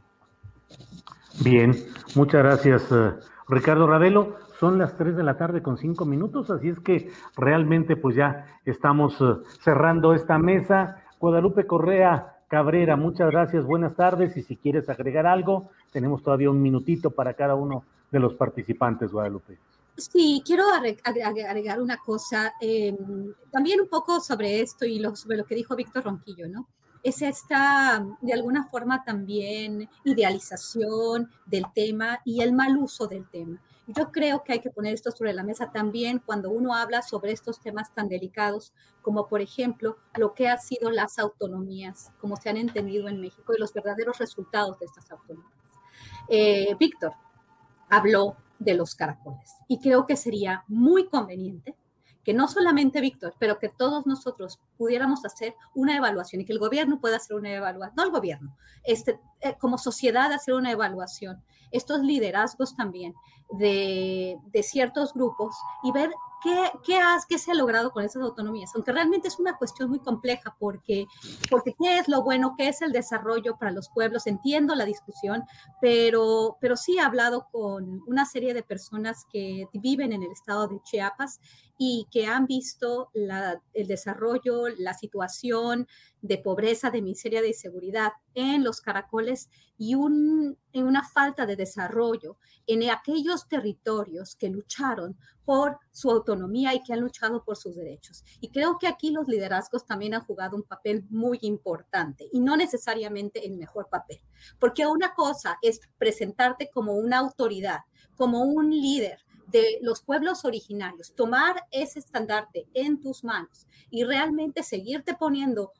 Bien, muchas gracias, Ricardo Ravelo. Son las 3 de la tarde con 5 minutos, así es que realmente pues ya estamos cerrando esta mesa. Guadalupe Correa Cabrera, muchas gracias, buenas tardes, y si quieres agregar algo, tenemos todavía un minutito para cada uno de los participantes, Guadalupe. Sí, quiero agregar una cosa, también un poco sobre esto y sobre lo que dijo Víctor Ronquillo, ¿no? Es esta, de alguna forma, también idealización del tema y el mal uso del tema. Yo creo que hay que poner esto sobre la mesa también cuando uno habla sobre estos temas tan delicados, como por ejemplo lo que han sido las autonomías, como se han entendido en México, y los verdaderos resultados de estas autonomías. Víctor habló de los caracoles y creo que sería muy conveniente que no solamente Víctor, pero que todos nosotros pudiéramos hacer una evaluación y que el gobierno pueda hacer una evaluación, no el gobierno, como sociedad hacer una evaluación, estos liderazgos también de ciertos grupos y ver qué se ha logrado con esas autonomías, aunque realmente es una cuestión muy compleja porque qué es lo bueno, qué es el desarrollo para los pueblos, entiendo la discusión, pero sí he hablado con una serie de personas que viven en el estado de Chiapas y que han visto el desarrollo, la situación de pobreza, de miseria, de inseguridad en los caracoles y en una falta de desarrollo en aquellos territorios que lucharon por su autonomía y que han luchado por sus derechos. Y creo que aquí los liderazgos también han jugado un papel muy importante y no necesariamente el mejor papel, porque una cosa es presentarte como una autoridad, como un líder de los pueblos originarios, tomar ese estandarte en tus manos y realmente seguirte poniendo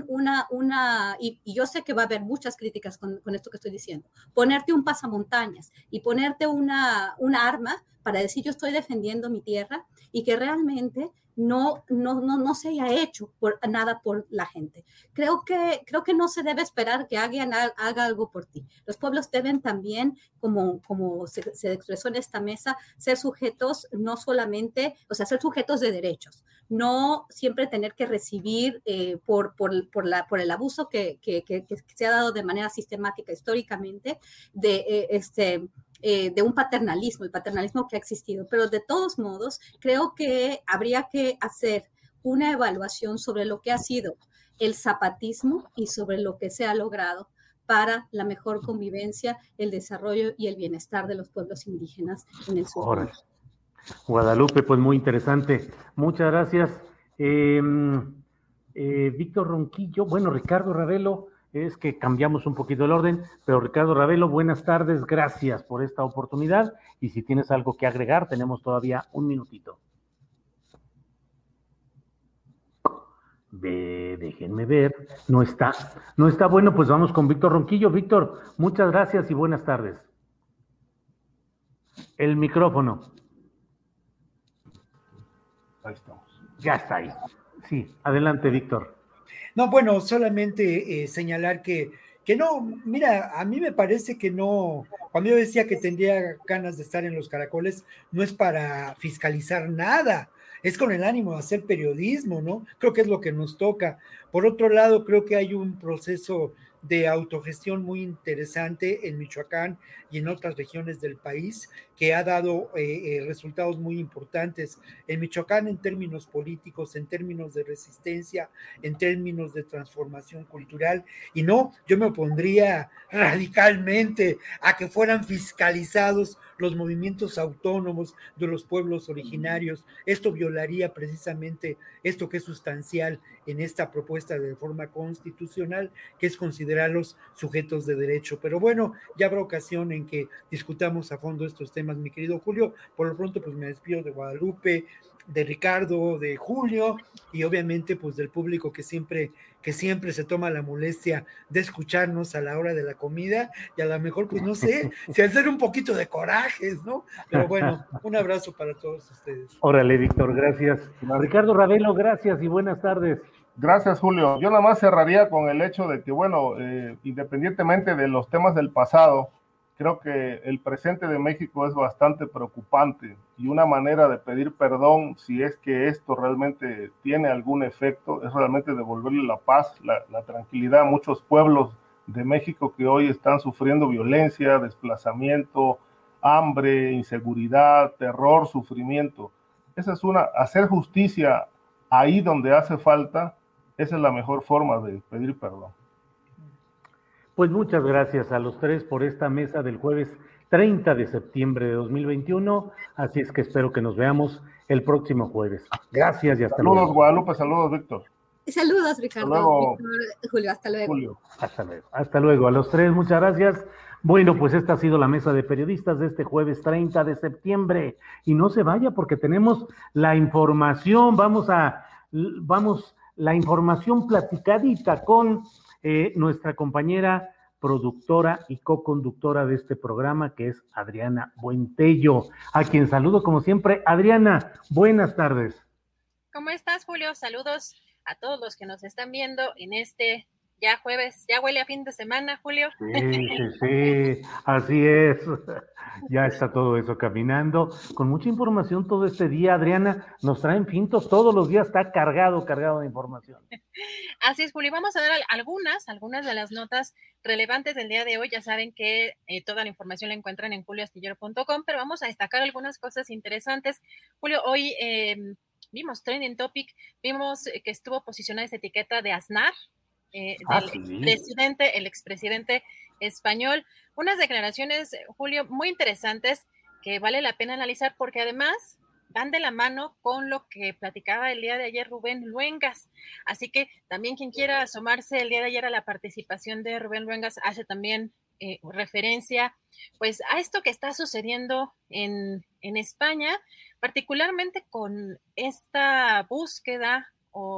y yo sé que va a haber muchas críticas con esto que estoy diciendo, ponerte un pasamontañas y ponerte una arma para decir yo estoy defendiendo mi tierra y que realmente no se haya hecho nada por la gente. Creo que no se debe esperar que haga algo por ti. Los pueblos deben también, como se expresó en esta mesa, ser sujetos no solamente, o sea, ser sujetos de derechos, no siempre tener que recibir por el abuso que se ha dado de manera sistemática históricamente de un paternalismo, el paternalismo que ha existido. Pero de todos modos, creo que habría que hacer una evaluación sobre lo que ha sido el zapatismo y sobre lo que se ha logrado para la mejor convivencia, el desarrollo y el bienestar de los pueblos indígenas en el sur. Guadalupe, pues muy interesante. Muchas gracias. Víctor Ronquillo, bueno, Ricardo Ravelo, es que cambiamos un poquito el orden, pero Ricardo Ravelo, buenas tardes, gracias por esta oportunidad, y si tienes algo que agregar, tenemos todavía un minutito. Déjenme ver, no está, bueno, pues vamos con Víctor Ronquillo. Víctor, muchas gracias y buenas tardes. El micrófono. Ahí estamos. Ya está ahí. Sí, adelante, Víctor. No, bueno, solamente señalar que no, mira, a mí me parece que no, cuando yo decía que tendría ganas de estar en los caracoles, no es para fiscalizar nada, es con el ánimo de hacer periodismo, ¿no? Creo que es lo que nos toca. Por otro lado, creo que hay un proceso de autogestión muy interesante en Michoacán y en otras regiones del país que ha dado resultados muy importantes en Michoacán en términos políticos, en términos de resistencia, en términos de transformación cultural. Y no, yo me opondría radicalmente a que fueran fiscalizados los movimientos autónomos de los pueblos originarios. Esto violaría precisamente esto que es sustancial en esta propuesta de reforma constitucional, que es considerarlos sujetos de derecho. Pero bueno, ya habrá ocasión en que discutamos a fondo estos temas, mi querido Julio. Por lo pronto, pues me despido de Guadalupe, de Ricardo, de Julio, y obviamente pues del público que siempre se toma la molestia de escucharnos a la hora de la comida, y a lo mejor pues no sé, si hacer un poquito de corajes, ¿no? Pero bueno, un abrazo para todos ustedes. Órale, Víctor, gracias. Ricardo Ravelo, gracias y buenas tardes. Gracias, Julio. Yo nada más cerraría con el hecho de que, bueno, independientemente de los temas del pasado, creo que el presente de México es bastante preocupante, y una manera de pedir perdón, si es que esto realmente tiene algún efecto, es realmente devolverle la paz, la tranquilidad a muchos pueblos de México que hoy están sufriendo violencia, desplazamiento, hambre, inseguridad, terror, sufrimiento. Esa es hacer justicia ahí donde hace falta. Esa es la mejor forma de pedir perdón. Pues muchas gracias a los tres por esta mesa del jueves 30 de septiembre de 2021, así es que espero que nos veamos el próximo jueves. Gracias y hasta luego. Saludos, Guadalupe, saludos, Víctor. Saludos, Ricardo. Hasta luego. Víctor, Julio, hasta luego. Julio. Hasta luego. Hasta luego. A los tres, muchas gracias. Bueno, pues esta ha sido la mesa de periodistas de este jueves 30 de septiembre. Y no se vaya porque tenemos la información, la información platicadita con nuestra compañera productora y co-conductora de este programa, que es Adriana Buentello, a quien saludo como siempre. Adriana, buenas tardes. ¿Cómo estás, Julio? Saludos a todos los que nos están viendo en este ya jueves. Ya huele a fin de semana, Julio. Sí, así es. Ya está todo eso caminando, con mucha información todo este día. Adriana, nos traen fintos, todos los días está cargado de información. Así es, Julio. Vamos a dar algunas de las notas relevantes del día de hoy. Ya saben que toda la información la encuentran en julioastillero.com, pero vamos a destacar algunas cosas interesantes. Julio, hoy vimos Trending Topic, vimos que estuvo posicionada esa etiqueta de Aznar, el expresidente español. Unas declaraciones, Julio, muy interesantes que vale la pena analizar porque además van de la mano con lo que platicaba el día de ayer Rubén Luengas. Así que también quien quiera asomarse el día de ayer a la participación de Rubén Luengas hace también referencia pues a esto que está sucediendo en España, particularmente con esta búsqueda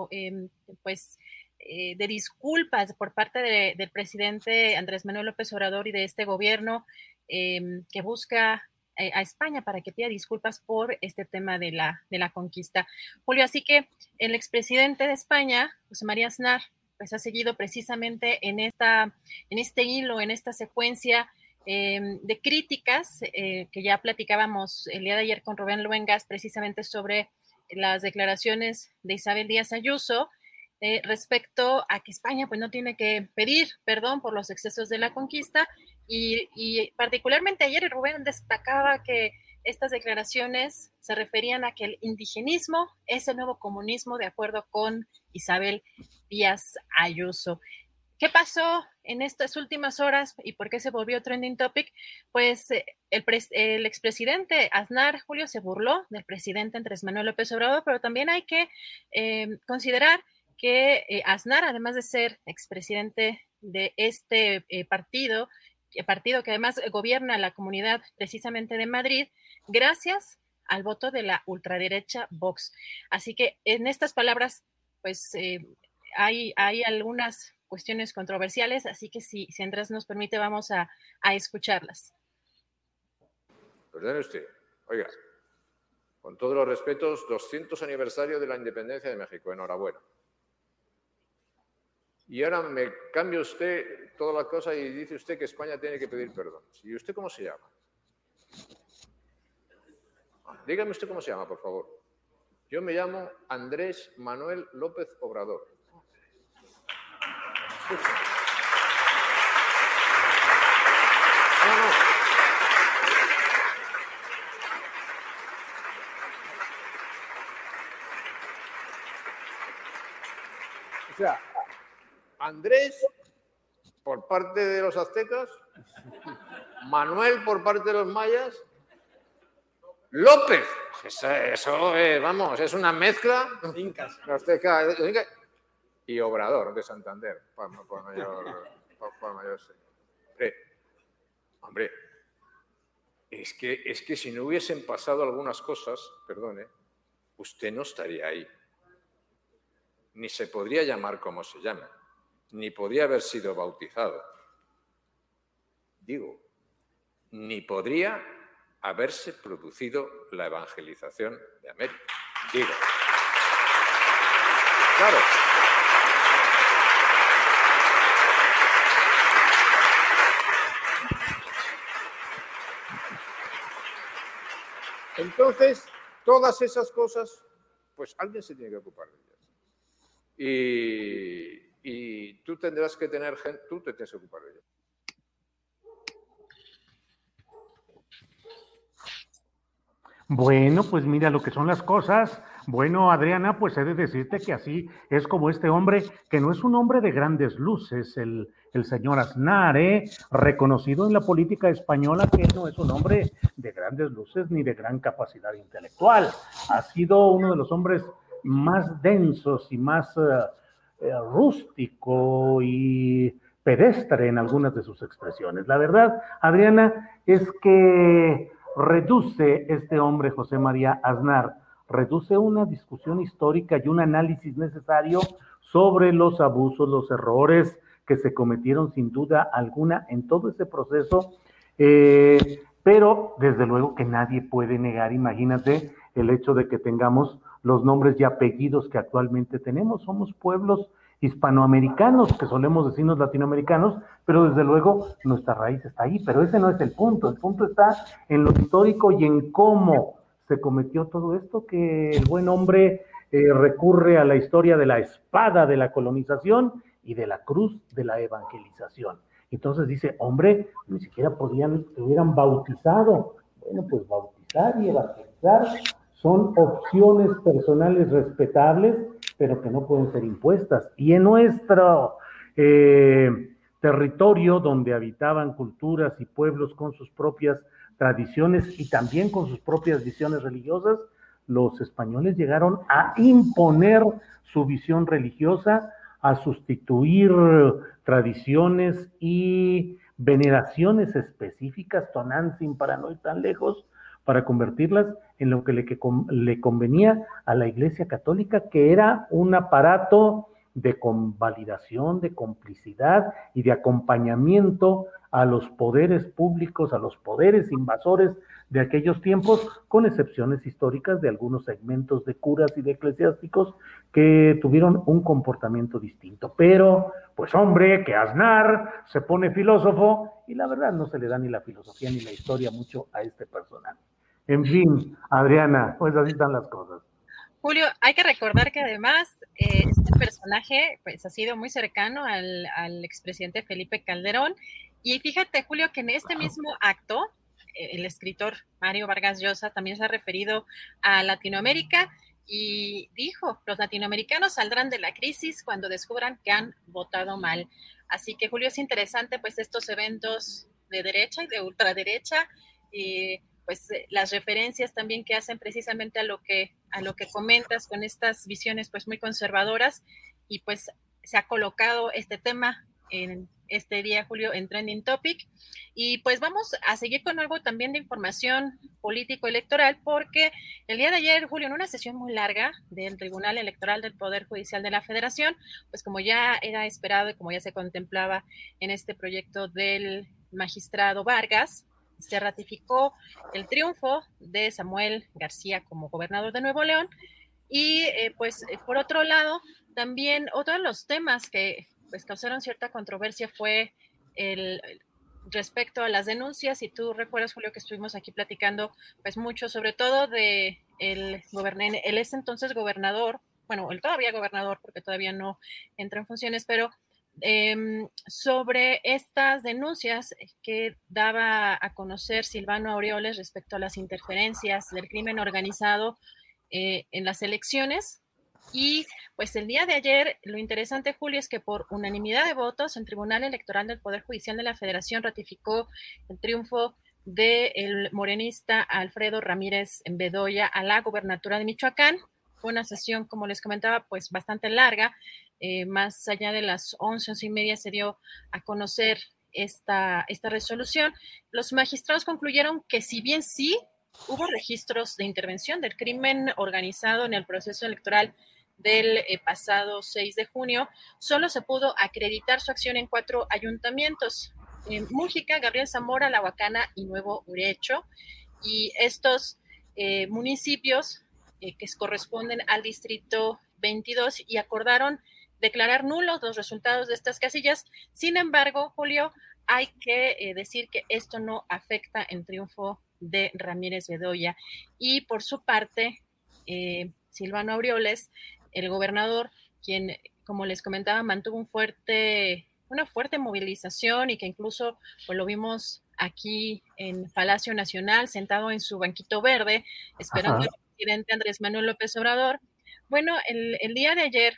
de disculpas por parte del presidente Andrés Manuel López Obrador y de este gobierno que busca a España para que pida disculpas por este tema de la conquista. Julio, así que el expresidente de España, José María Aznar, pues ha seguido precisamente en este hilo, en esta secuencia de críticas que ya platicábamos el día de ayer con Rubén Luengas, precisamente sobre las declaraciones de Isabel Díaz Ayuso, respecto a que España pues no tiene que pedir perdón por los excesos de la conquista y particularmente ayer Rubén destacaba que estas declaraciones se referían a que el indigenismo es el nuevo comunismo de acuerdo con Isabel Díaz Ayuso. ¿Qué pasó en estas últimas horas y por qué se volvió trending topic? Pues el expresidente Aznar, Julio, se burló del presidente Andrés Manuel López Obrador, pero también hay que considerar que Aznar, además de ser expresidente de este partido que además gobierna la comunidad precisamente de Madrid, gracias al voto de la ultraderecha Vox. Así que en estas palabras, pues hay algunas cuestiones controversiales, así que si Andrés nos permite, vamos a escucharlas. Perdone usted, oiga, Con todos los respetos, 200 aniversario de la independencia de México. Enhorabuena. Y ahora me cambia usted toda la cosa y dice usted que España tiene que pedir perdón. ¿Y usted cómo se llama? Dígame usted cómo se llama, por favor. Yo me llamo Andrés Manuel López Obrador. O sea, Andrés por parte de los aztecas, Manuel por parte de los mayas, López. Eso es, vamos, es una mezcla. Incas. Azteca, y Obrador de Santander, por mayor. Hombre, es que si no hubiesen pasado algunas cosas, perdone, usted no estaría ahí. Ni se podría llamar como se llama, ni podría haber sido bautizado. Digo, ni podría haberse producido la evangelización de América. Digo, claro. Entonces, todas esas cosas, pues alguien se tiene que ocupar de ellas. Y tú tendrás que tener gente, tú te tienes que ocupar de ellas. Bueno, pues mira lo que son las cosas. Bueno, Adriana, pues he de decirte que así es como este hombre, que no es un hombre de grandes luces, el señor Aznar, reconocido en la política española, que no es un hombre de grandes luces ni de gran capacidad intelectual. Ha sido uno de los hombres más densos y más rústico y pedestre en algunas de sus expresiones. La verdad, Adriana, es que reduce este hombre, José María Aznar, reduce una discusión histórica y un análisis necesario sobre los abusos, los errores que se cometieron sin duda alguna en todo ese proceso, pero desde luego que nadie puede negar, imagínate, el hecho de que tengamos los nombres y apellidos que actualmente tenemos. Somos pueblos hispanoamericanos, que solemos decirnos latinoamericanos, pero desde luego nuestra raíz está ahí, pero ese no es el punto está en lo histórico y en cómo se cometió todo esto, que el buen hombre recurre a la historia de la espada de la colonización y de la cruz de la evangelización. Entonces dice, hombre, ni siquiera te hubieran bautizado. Bueno, pues bautizar y evangelizar son opciones personales respetables, pero que no pueden ser impuestas. Y en nuestro territorio, donde habitaban culturas y pueblos con sus propias tradiciones y también con sus propias visiones religiosas, los españoles llegaron a imponer su visión religiosa, a sustituir tradiciones y veneraciones específicas, Tonantzin, para no ir tan lejos, para convertirlas en lo que le convenía a la Iglesia Católica, que era un aparato de convalidación, de complicidad y de acompañamiento a los poderes públicos, a los poderes invasores de aquellos tiempos, con excepciones históricas de algunos segmentos de curas y de eclesiásticos que tuvieron un comportamiento distinto. Pero, pues hombre, que Aznar se pone filósofo y la verdad no se le da ni la filosofía ni la historia mucho a este personaje. En fin, Adriana, pues así están las cosas. Julio, hay que recordar que además este personaje pues, ha sido muy cercano al expresidente Felipe Calderón. Y fíjate, Julio, que en este mismo acto, el escritor Mario Vargas Llosa también se ha referido a Latinoamérica y dijo, los latinoamericanos saldrán de la crisis cuando descubran que han votado mal. Así que, Julio, es interesante pues estos eventos de derecha y de ultraderecha, pues las referencias también que hacen precisamente a lo que comentas con estas visiones pues muy conservadoras, y pues se ha colocado este tema en este día, Julio, en Trending Topic. Y pues vamos a seguir con algo también de información político-electoral, porque el día de ayer, Julio, en una sesión muy larga del Tribunal Electoral del Poder Judicial de la Federación, pues como ya era esperado y como ya se contemplaba en este proyecto del magistrado Vargas, se ratificó el triunfo de Samuel García como gobernador de Nuevo León. Y pues por otro lado, también otro de los temas que pues causaron cierta controversia fue el respecto a las denuncias. Y tú recuerdas, Julio, que estuvimos aquí platicando pues mucho, sobre todo de el ese entonces gobernador, bueno, el todavía gobernador, porque todavía no entra en funciones, pero sobre estas denuncias que daba a conocer Silvano Aureoles respecto a las interferencias del crimen organizado en las elecciones. Y pues el día de ayer, lo interesante, Julio, es que por unanimidad de votos, el Tribunal Electoral del Poder Judicial de la Federación ratificó el triunfo del morenista Alfredo Ramírez Bedoya a la gobernatura de Michoacán. Fue una sesión, como les comentaba, pues bastante larga. Más allá de las 11:30 se dio a conocer esta resolución. Los magistrados concluyeron que si bien sí hubo registros de intervención del crimen organizado en el proceso electoral del pasado 6 de junio, solo se pudo acreditar su acción en 4 ayuntamientos: Mújica, Gabriel Zamora, La Huacana y Nuevo Urecho. Y estos municipios que corresponden al distrito 22, y acordaron declarar nulos los resultados de estas casillas. Sin embargo, Julio, hay que decir que esto no afecta el triunfo de Ramírez Bedoya. Y por su parte, Silvano Aureoles, el gobernador, quien, como les comentaba, mantuvo una fuerte movilización, y que incluso pues, lo vimos aquí en Palacio Nacional, sentado en su banquito verde, esperando al presidente Andrés Manuel López Obrador. Bueno, el día de ayer,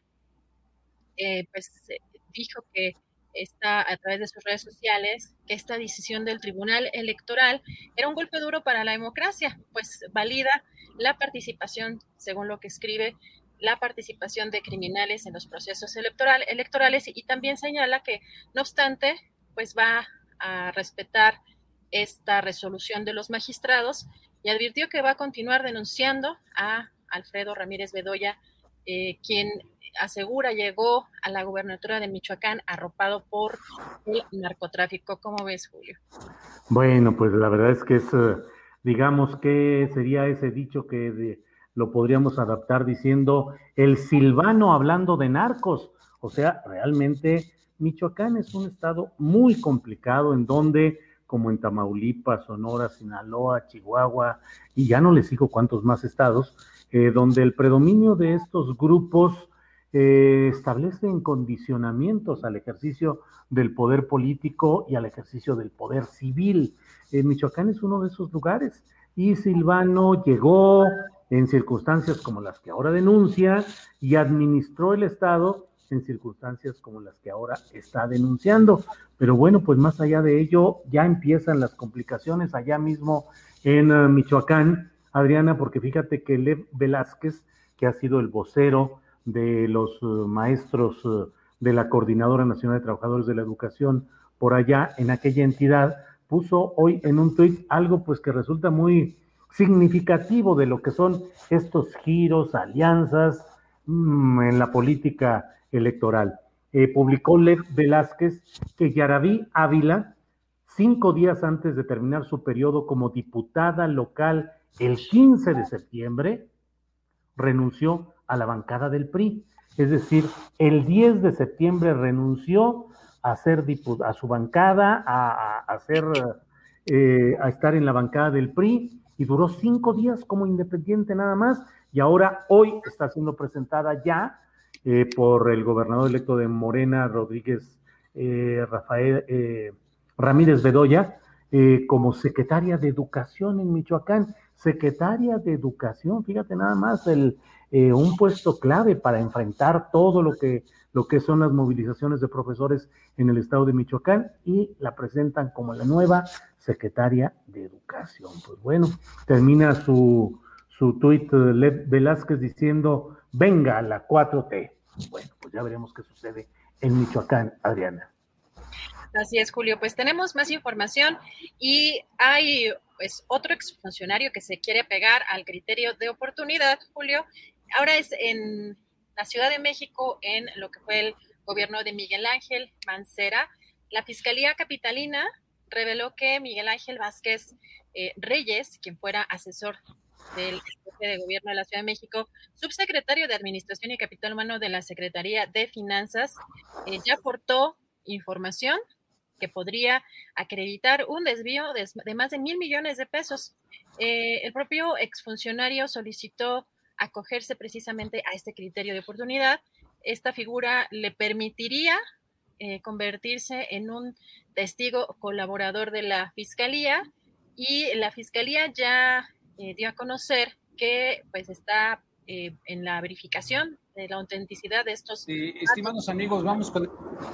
pues dijo que a través de sus redes sociales, que esta decisión del Tribunal Electoral era un golpe duro para la democracia, pues valida la participación, según lo que escribe, la participación de criminales en los procesos electorales, y también señala que, no obstante, pues va a respetar esta resolución de los magistrados, y advirtió que va a continuar denunciando a Alfredo Ramírez Bedoya, quien asegura llegó a la gubernatura de Michoacán arropado por el narcotráfico. ¿Cómo ves, Julio? Bueno, pues la verdad es que es, digamos, que sería ese dicho que lo podríamos adaptar diciendo el Silvano hablando de narcos. O sea, realmente Michoacán es un estado muy complicado, en donde, como en Tamaulipas, Sonora, Sinaloa, Chihuahua, y ya no les digo cuántos más estados, donde el predominio de estos grupos establecen condicionamientos al ejercicio del poder político y al ejercicio del poder civil. Michoacán es uno de esos lugares, y Silvano llegó en circunstancias como las que ahora denuncia y administró el estado en circunstancias como las que ahora está denunciando. Pero bueno, pues más allá de ello, ya empiezan las complicaciones allá mismo en Michoacán, Adriana, porque fíjate que Lev Velázquez, que ha sido el vocero de los maestros de la Coordinadora Nacional de Trabajadores de la Educación por allá en aquella entidad, puso hoy en un tuit algo pues que resulta muy significativo de lo que son estos giros, alianzas en la política electoral. Publicó Lev Velázquez que Yaraví Ávila, 5 días antes de terminar su periodo como diputada local el 15 de septiembre, renunció a la bancada del PRI. Es decir, el 10 de septiembre renunció a su bancada, a estar en la bancada del PRI, y duró 5 días como independiente nada más, y ahora hoy está siendo presentada ya por el gobernador electo de Morena, Ramírez Bedoya, como secretaria de Educación en Michoacán. Secretaria de Educación, fíjate nada más, un puesto clave para enfrentar todo lo que son las movilizaciones de profesores en el estado de Michoacán, y la presentan como la nueva secretaria de Educación. Pues bueno, termina su tuit Lev Velázquez diciendo: venga la 4T. Bueno, pues ya veremos qué sucede en Michoacán, Adriana. Así es, Julio. Pues tenemos más información, y hay pues otro exfuncionario que se quiere pegar al criterio de oportunidad, Julio. Ahora es en la Ciudad de México, en lo que fue el gobierno de Miguel Ángel Mancera. La Fiscalía Capitalina reveló que Miguel Ángel Vázquez Reyes, quien fuera asesor del jefe de gobierno de la Ciudad de México, subsecretario de Administración y Capital Humano de la Secretaría de Finanzas, ya aportó información que podría acreditar un desvío de más de 1,000 millones de pesos. El propio exfuncionario solicitó acogerse precisamente a este criterio de oportunidad. Esta figura le permitiría convertirse en un testigo colaborador de la Fiscalía, y la Fiscalía ya dio a conocer que pues está en la verificación de la autenticidad de estos. Estimados amigos, vamos con...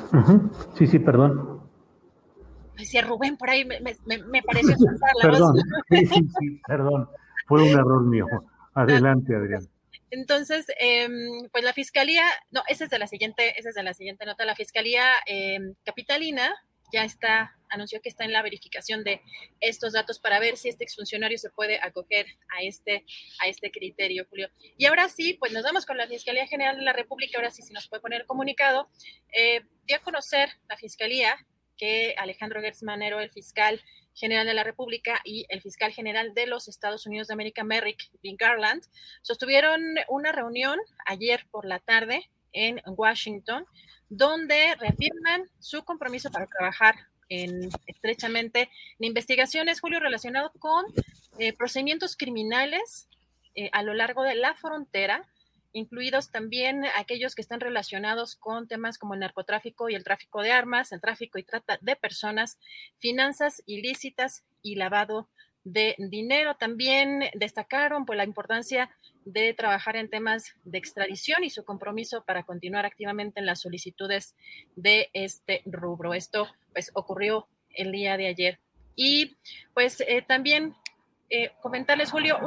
Sí, perdón. Decía Rubén por ahí, me pareció escuchar la perdón, voz. sí, perdón, fue un error mío. Adelante, Adrián. Entonces, pues la Fiscalía, no, esa es de la siguiente nota. La Fiscalía Capitalina ya anunció que está en la verificación de estos datos para ver si este exfuncionario se puede acoger a este criterio, Julio. Y ahora sí, pues nos vamos con la Fiscalía General de la República. Ahora sí, si nos puede poner el comunicado. Dio a conocer la Fiscalía que Alejandro Gertz Manero, el fiscal general de la República, y el fiscal general de los Estados Unidos de América, Merrick B. Garland, sostuvieron una reunión ayer por la tarde en Washington, donde reafirman su compromiso para trabajar estrechamente en investigaciones, Julio, relacionado con procedimientos criminales a lo largo de la frontera, incluidos también aquellos que están relacionados con temas como el narcotráfico y el tráfico de armas, el tráfico y trata de personas, finanzas ilícitas y lavado de dinero. También destacaron pues la importancia de trabajar en temas de extradición y su compromiso para continuar activamente en las solicitudes de este rubro. Esto pues ocurrió el día de ayer. Y pues también comentarles, Julio,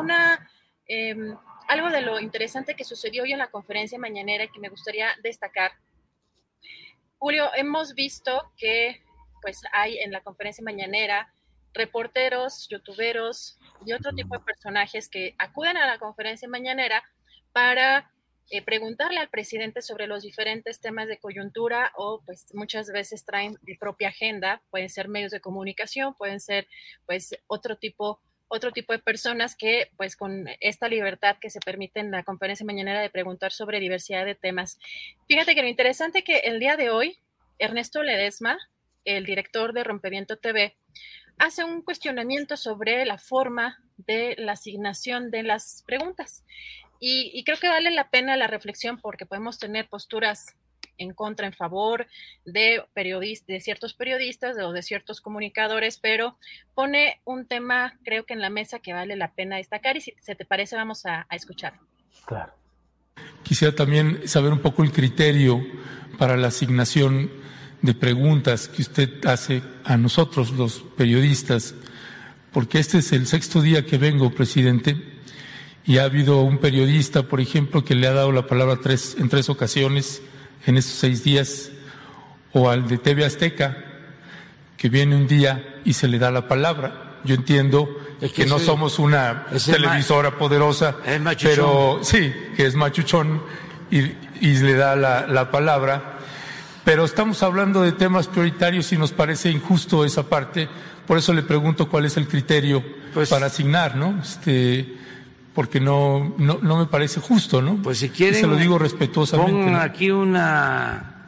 algo de lo interesante que sucedió hoy en la conferencia mañanera y que me gustaría destacar. Julio, hemos visto que pues hay en la conferencia mañanera reporteros, youtuberos y otro tipo de personajes que acuden a la conferencia mañanera para preguntarle al presidente sobre los diferentes temas de coyuntura, o pues muchas veces traen su propia agenda. Pueden ser medios de comunicación, pueden ser pues otro tipo de personas que pues con esta libertad que se permite en la conferencia mañanera de preguntar sobre diversidad de temas. Fíjate que lo interesante que el día de hoy Ernesto Ledesma, el director de Rompeviento TV, hace un cuestionamiento sobre la forma de la asignación de las preguntas, y creo que vale la pena la reflexión, porque podemos tener posturas en contra, en favor de ciertos periodistas o de ciertos comunicadores, pero pone un tema, creo que en la mesa, que vale la pena destacar, y si se te parece vamos a escucharlo. Claro. Quisiera también saber un poco el criterio para la asignación de preguntas que usted hace a nosotros, los periodistas, porque este es el 6º día que vengo, presidente, y ha habido un periodista, por ejemplo, que le ha dado la palabra en 3 ocasiones en esos 6 días, o al de TV Azteca, que viene un día y se le da la palabra. Yo entiendo que no somos una televisora poderosa, pero sí, que es machuchón y le da la palabra. Pero estamos hablando de temas prioritarios y nos parece injusto esa parte. Por eso le pregunto cuál es el criterio para asignar, ¿no? Porque no me parece justo, ¿no? Pues si quieren, se lo digo respetuosamente. Pongan aquí una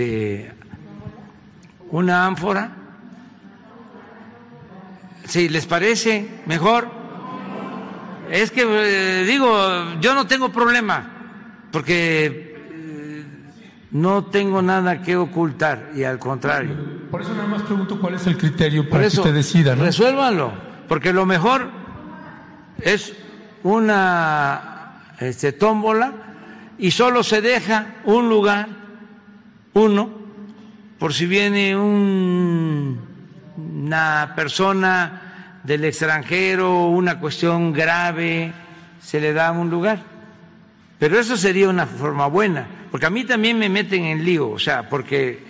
ánfora. Si les parece mejor. Es que yo no tengo problema, porque no tengo nada que ocultar, y al contrario. Por eso nada más pregunto cuál es el criterio para que usted decida, ¿no? Resuélvanlo, porque lo mejor es una tómbola, y solo se deja un lugar, por si viene una persona del extranjero, una cuestión grave, se le da un lugar. Pero eso sería una forma buena, porque a mí también me meten en lío, o sea, porque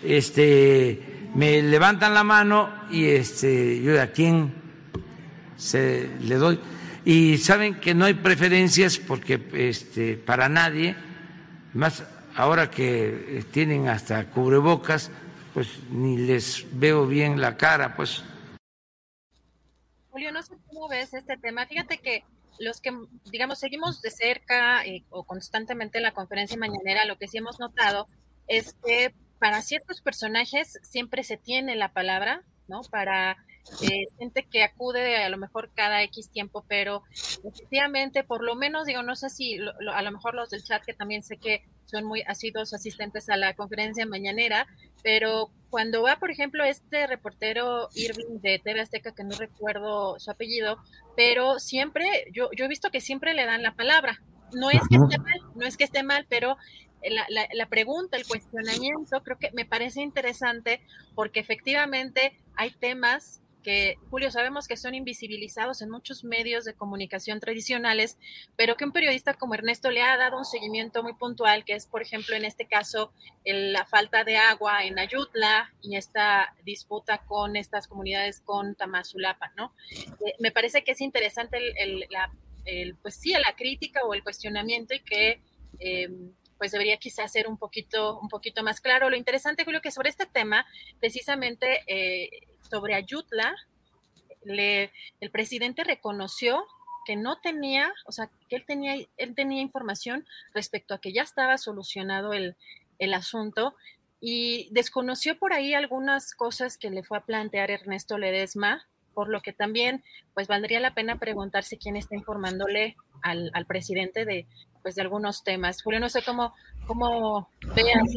me levantan la mano y yo a quién le doy. Y saben que no hay preferencias, porque para nadie, más ahora que tienen hasta cubrebocas, pues ni les veo bien la cara, pues. Julio, no sé cómo ves este tema. Fíjate que los que, digamos, seguimos de cerca o constantemente la conferencia mañanera, lo que sí hemos notado es que para ciertos personajes siempre se tiene la palabra, ¿no? Para gente que acude a lo mejor cada X tiempo, pero efectivamente, por lo menos, digo, no sé si a lo mejor los del chat, que también sé que son muy asiduos asistentes a la conferencia mañanera, pero cuando va, por ejemplo, este reportero Irving de TV Azteca, que no recuerdo su apellido, pero siempre, yo he visto que siempre le dan la palabra. No es que esté mal, pero la pregunta, el cuestionamiento, creo que me parece interesante porque efectivamente hay temas que, Julio, sabemos que son invisibilizados en muchos medios de comunicación tradicionales, pero que un periodista como Ernesto le ha dado un seguimiento muy puntual, que es, por ejemplo, en este caso, la falta de agua en Ayutla y esta disputa con estas comunidades con Tamazulapa, ¿no? Me parece que es interesante pues sí, la crítica o el cuestionamiento y que pues debería quizás ser un poquito más claro. Lo interesante, Julio, que sobre este tema, precisamente sobre Ayutla, el presidente reconoció que no tenía, o sea, que él tenía información respecto a que ya estaba solucionado el asunto y desconoció por ahí algunas cosas que le fue a plantear Ernesto Ledesma, por lo que también pues valdría la pena preguntarse quién está informándole al presidente de algunos temas. Julio, no sé cómo veas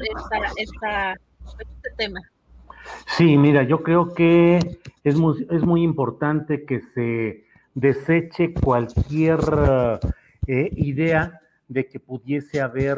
este tema. Sí, mira, yo creo que es muy importante que se deseche cualquier idea de que pudiese haber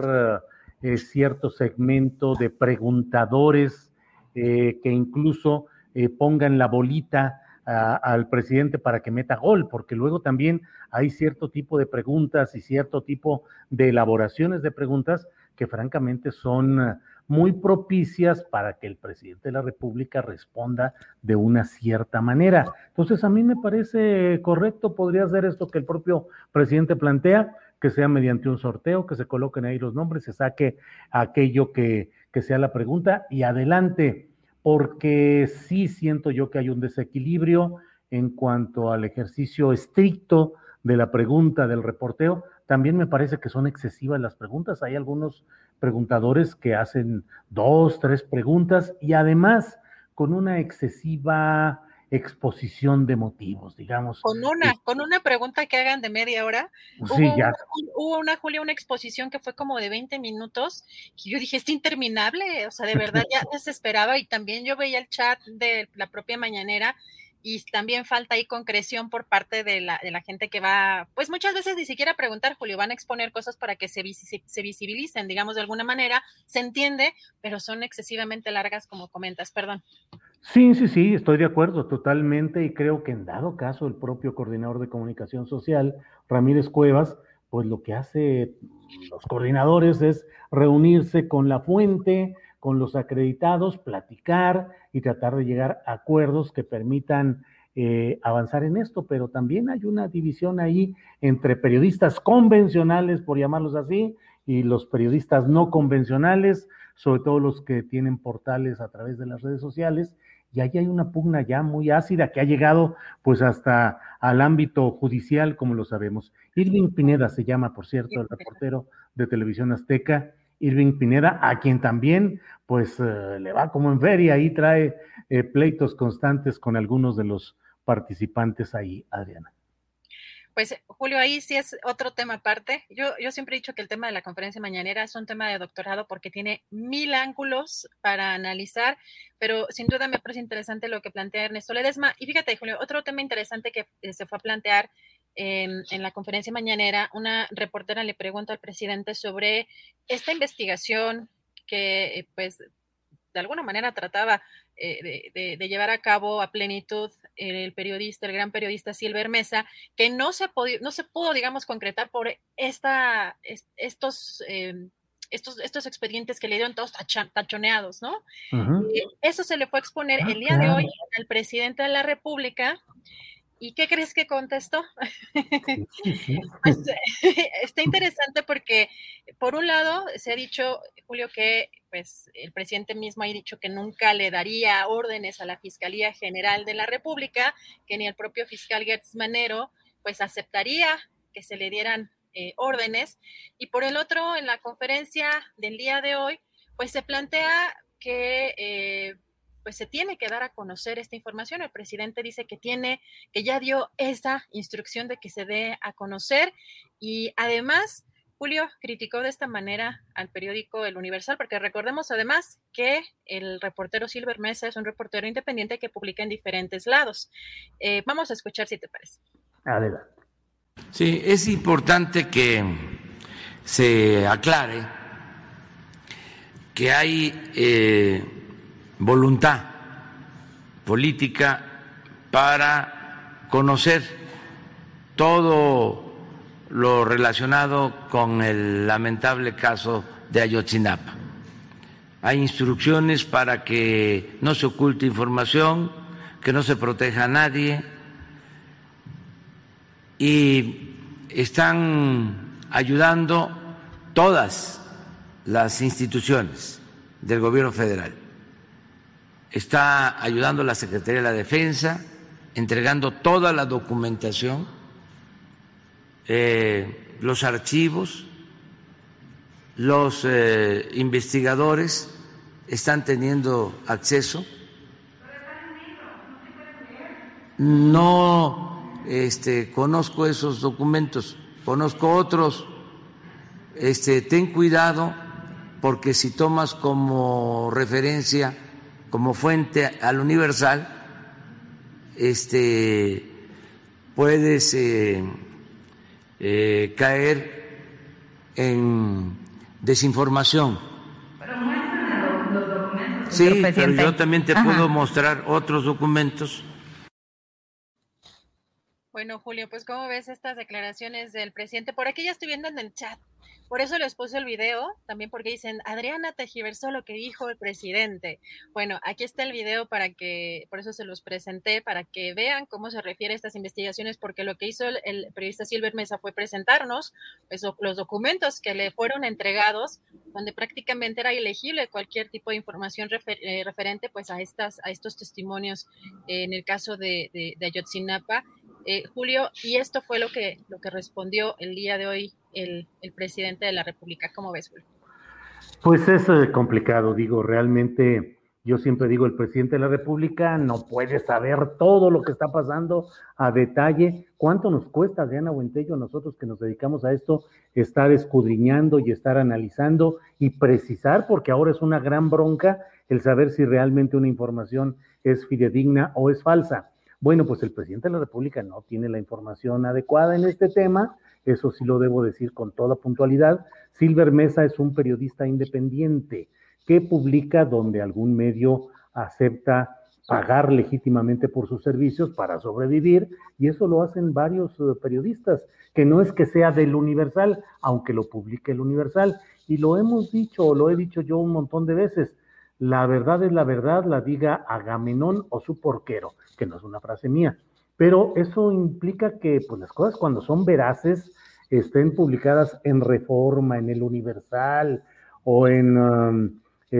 cierto segmento de preguntadores que incluso pongan la bolita al presidente para que meta gol, porque luego también hay cierto tipo de preguntas y cierto tipo de elaboraciones de preguntas que francamente son muy propicias para que el presidente de la República responda de una cierta manera. Entonces, a mí me parece correcto, podría ser esto que el propio presidente plantea, que sea mediante un sorteo, que se coloquen ahí los nombres, se saque aquello que sea la pregunta y adelante, porque sí siento yo que hay un desequilibrio en cuanto al ejercicio estricto de la pregunta del reporteo. También me parece que son excesivas las preguntas. Hay algunos preguntadores que hacen 2, 3 preguntas y además con una excesiva exposición de motivos, digamos. Con una pregunta que hagan de media hora. Sí, hubo Julia, una exposición que fue como de 20 minutos, y yo dije, es interminable, o sea, de verdad ya desesperaba, y también yo veía el chat de la propia mañanera, y también falta ahí concreción por parte de la gente que va, pues muchas veces ni siquiera a preguntar, Julio, van a exponer cosas para que se visibilicen, digamos, de alguna manera, se entiende, pero son excesivamente largas, como comentas, perdón. Sí, estoy de acuerdo totalmente y creo que en dado caso el propio coordinador de comunicación social, Ramírez Cuevas, pues lo que hace los coordinadores es reunirse con la fuente, con los acreditados, platicar y tratar de llegar a acuerdos que permitan avanzar en esto, pero también hay una división ahí entre periodistas convencionales, por llamarlos así, y los periodistas no convencionales, sobre todo los que tienen portales a través de las redes sociales, y ahí hay una pugna ya muy ácida que ha llegado pues hasta al ámbito judicial, como lo sabemos. Irving Pineda se llama, por cierto, el reportero de Televisión Azteca, Irving Pineda, a quien también pues le va como en feria, ahí trae pleitos constantes con algunos de los participantes ahí, Adriana. Pues, Julio, ahí sí es otro tema aparte. Yo siempre he dicho que el tema de la conferencia mañanera es un tema de doctorado porque tiene 1000 ángulos para analizar, pero sin duda me parece interesante lo que plantea Ernesto Ledesma. Y fíjate, Julio, otro tema interesante que se fue a plantear en la conferencia mañanera, una reportera le pregunta al presidente sobre esta investigación que, pues, de alguna manera trataba de llevar a cabo a plenitud el gran periodista Silver Mesa, que no se pudo, digamos, concretar por estos expedientes que le dieron todos tachoneados, ¿no? Uh-huh. Eso se le fue a exponer el día de hoy al presidente de la República, ¿Y qué crees que contestó? Pues, está interesante porque, por un lado, se ha dicho, Julio, que pues el presidente mismo ha dicho que nunca le daría órdenes a la Fiscalía General de la República, que ni el propio fiscal Gertz Manero pues aceptaría que se le dieran órdenes. Y por el otro, en la conferencia del día de hoy, pues se plantea que pues se tiene que dar a conocer esta información. El presidente dice que ya dio esa instrucción de que se dé a conocer, y además Julio criticó de esta manera al periódico El Universal, porque recordemos además que el reportero Silver Mesa es un reportero independiente que publica en diferentes lados. Vamos a escuchar si te parece. Adelante. Sí, es importante que se aclare que hay voluntad política para conocer todo lo relacionado con el lamentable caso de Ayotzinapa. Hay instrucciones para que no se oculte información, que no se proteja a nadie, y están ayudando todas las instituciones del gobierno federal. Está ayudando la Secretaría de la Defensa, entregando toda la documentación, los archivos, los investigadores están teniendo acceso. No conozco esos documentos, conozco otros. Ten cuidado, porque si tomas como referencia, como fuente al Universal, puedes caer en desinformación. Pero muéstrame los documentos. Sí, pero yo también te puedo mostrar otros documentos. Bueno, Julio, pues ¿cómo ves estas declaraciones del presidente? Por aquí ya estoy viendo en el chat. Por eso les puse el video, también porque dicen, Adriana tergiversó lo que dijo el presidente. Bueno, aquí está el video por eso se los presenté, para que vean cómo se refiere a estas investigaciones, porque lo que hizo el periodista Silver Mesa fue presentarnos pues, los documentos que le fueron entregados, donde prácticamente era ilegible cualquier tipo de información referente pues a estos testimonios en el caso de Ayotzinapa. Julio, y esto fue lo que respondió el día de hoy el presidente de la República. ¿Cómo ves, Julio? Pues es complicado, realmente yo siempre digo, el presidente de la República no puede saber todo lo que está pasando a detalle. ¿Cuánto nos cuesta, Adriana Buentello, a nosotros que nos dedicamos a esto, estar escudriñando y estar analizando y precisar, porque ahora es una gran bronca el saber si realmente una información es fidedigna o es falsa? Bueno, pues el presidente de la República no tiene la información adecuada en este tema, eso sí lo debo decir con toda puntualidad. Silver Mesa es un periodista independiente que publica donde algún medio acepta pagar legítimamente por sus servicios para sobrevivir, y eso lo hacen varios periodistas, que no es que sea del Universal, aunque lo publique el Universal, y lo hemos dicho, o lo he dicho yo un montón de veces, la verdad es la verdad, la diga Agamenón o su porquero, que no es una frase mía, pero eso implica que pues, las cosas cuando son veraces estén publicadas en Reforma, en el Universal o en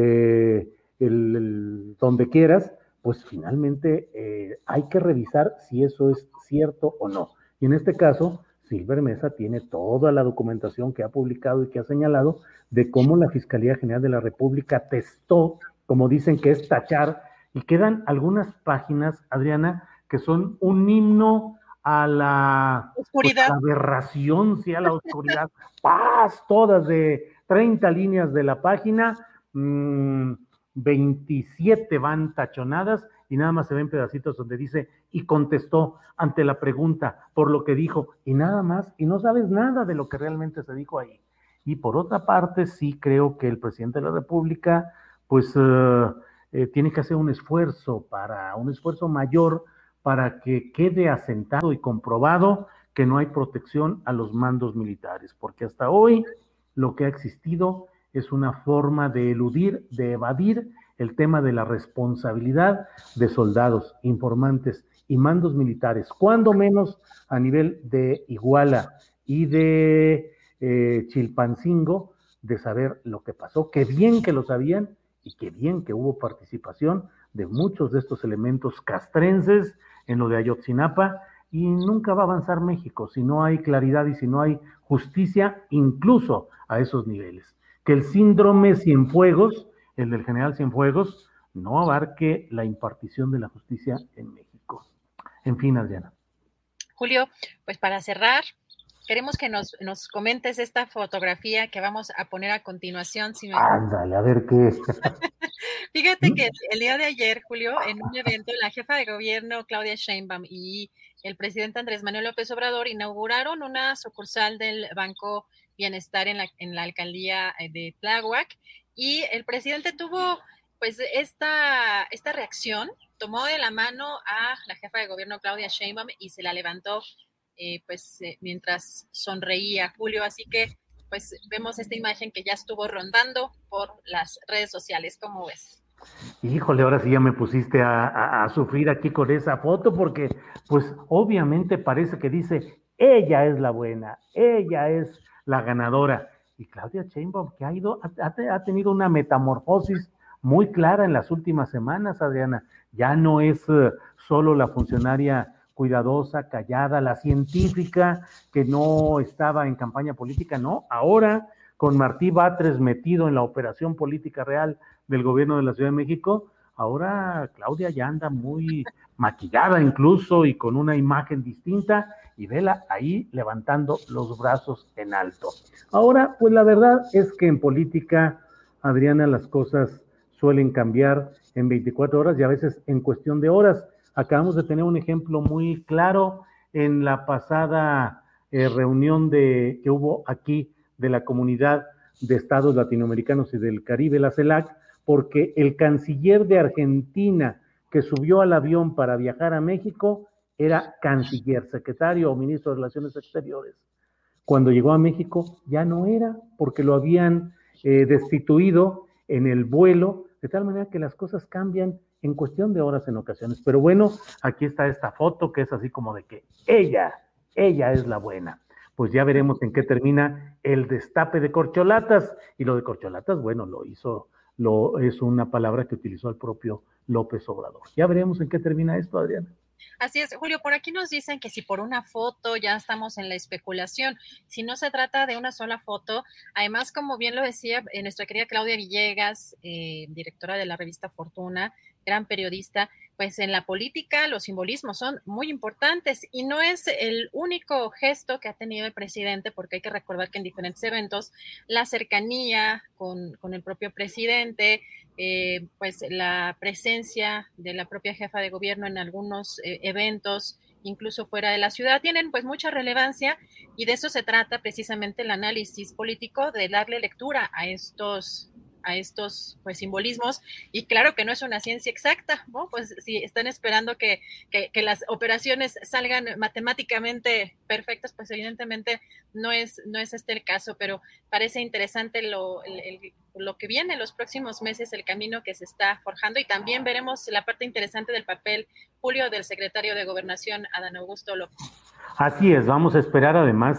donde quieras, pues finalmente hay que revisar si eso es cierto o no. Y en este caso, Silver Mesa tiene toda la documentación que ha publicado y que ha señalado de cómo la Fiscalía General de la República testó, como dicen que es tachar, y quedan algunas páginas, Adriana, que son un himno a la oscuridad, pues, a la aberración, sí, a la oscuridad, todas de 30 líneas de la página, 27 van tachonadas y nada más se ven pedacitos donde dice, y contestó ante la pregunta por lo que dijo, y nada más, y no sabes nada de lo que realmente se dijo ahí. Y por otra parte, sí creo que el presidente de la República, pues, tiene que hacer un esfuerzo mayor para que quede asentado y comprobado que no hay protección a los mandos militares, porque hasta hoy lo que ha existido es una forma de eludir, de evadir el tema de la responsabilidad de soldados, informantes y mandos militares, cuando menos a nivel de Iguala y de Chilpancingo, de saber lo que pasó. Qué bien que lo sabían y qué bien que hubo participación de muchos de estos elementos castrenses en lo de Ayotzinapa, y nunca va a avanzar México si no hay claridad y si no hay justicia, incluso a esos niveles. Que el síndrome Cienfuegos, el del general Cienfuegos, no abarque la impartición de la justicia en México. En fin, Adriana. Julio, pues para cerrar, queremos que nos comentes esta fotografía que vamos a poner a continuación. Si me... Ándale, a ver qué es. Fíjate que el día de ayer, Julio, en un evento, la jefa de gobierno, Claudia Sheinbaum, y el presidente Andrés Manuel López Obrador inauguraron una sucursal del Banco Bienestar en la alcaldía de Tláhuac, y el presidente tuvo pues esta reacción, tomó de la mano a la jefa de gobierno, Claudia Sheinbaum, y se la levantó mientras sonreía, Julio. Así que pues vemos esta imagen que ya estuvo rondando por las redes sociales. ¿Cómo ves? Híjole, ahora sí ya me pusiste a sufrir aquí con esa foto, porque pues obviamente parece que dice, ella es la buena, ella es la ganadora. Y Claudia Sheinbaum, que ha tenido una metamorfosis muy clara en las últimas semanas, Adriana. Ya no es solo la funcionaria cuidadosa, callada, la científica que no estaba en campaña política, no. Ahora, con Martí Batres metido en la operación política real del gobierno de la Ciudad de México, ahora Claudia ya anda muy maquillada incluso y con una imagen distinta, y vela ahí levantando los brazos en alto. Ahora, pues la verdad es que en política, Adriana, las cosas suelen cambiar en 24 horas y a veces en cuestión de horas. Acabamos de tener un ejemplo muy claro en la pasada reunión que hubo aquí de la Comunidad de Estados Latinoamericanos y del Caribe, la CELAC, porque el canciller de Argentina que subió al avión para viajar a México era canciller, secretario o ministro de Relaciones Exteriores. Cuando llegó a México ya no era, porque lo habían destituido en el vuelo, de tal manera que las cosas cambian en cuestión de horas en ocasiones. Pero bueno, aquí está esta foto que es así como de que ella es la buena. Pues ya veremos en qué termina el destape de corcholatas. Y lo de corcholatas, bueno, es una palabra que utilizó el propio López Obrador. Ya veremos en qué termina esto, Adriana. Así es, Julio, por aquí nos dicen que si por una foto ya estamos en la especulación, si no se trata de una sola foto, además, como bien lo decía nuestra querida Claudia Villegas, directora de la revista Fortuna, gran periodista, pues en la política los simbolismos son muy importantes y no es el único gesto que ha tenido el presidente, porque hay que recordar que en diferentes eventos la cercanía con el propio presidente, pues la presencia de la propia jefa de gobierno en algunos eventos, incluso fuera de la ciudad, tienen pues mucha relevancia, y de eso se trata precisamente el análisis político, de darle lectura a estos pues simbolismos. Y claro que no es una ciencia exacta, ¿no? Pues si están esperando que las operaciones salgan matemáticamente perfectas, pues evidentemente no es este el caso, pero parece interesante lo que viene en los próximos meses, el camino que se está forjando, y también veremos la parte interesante del papel, Julio, del secretario de Gobernación, Adán Augusto López. Así es, vamos a esperar además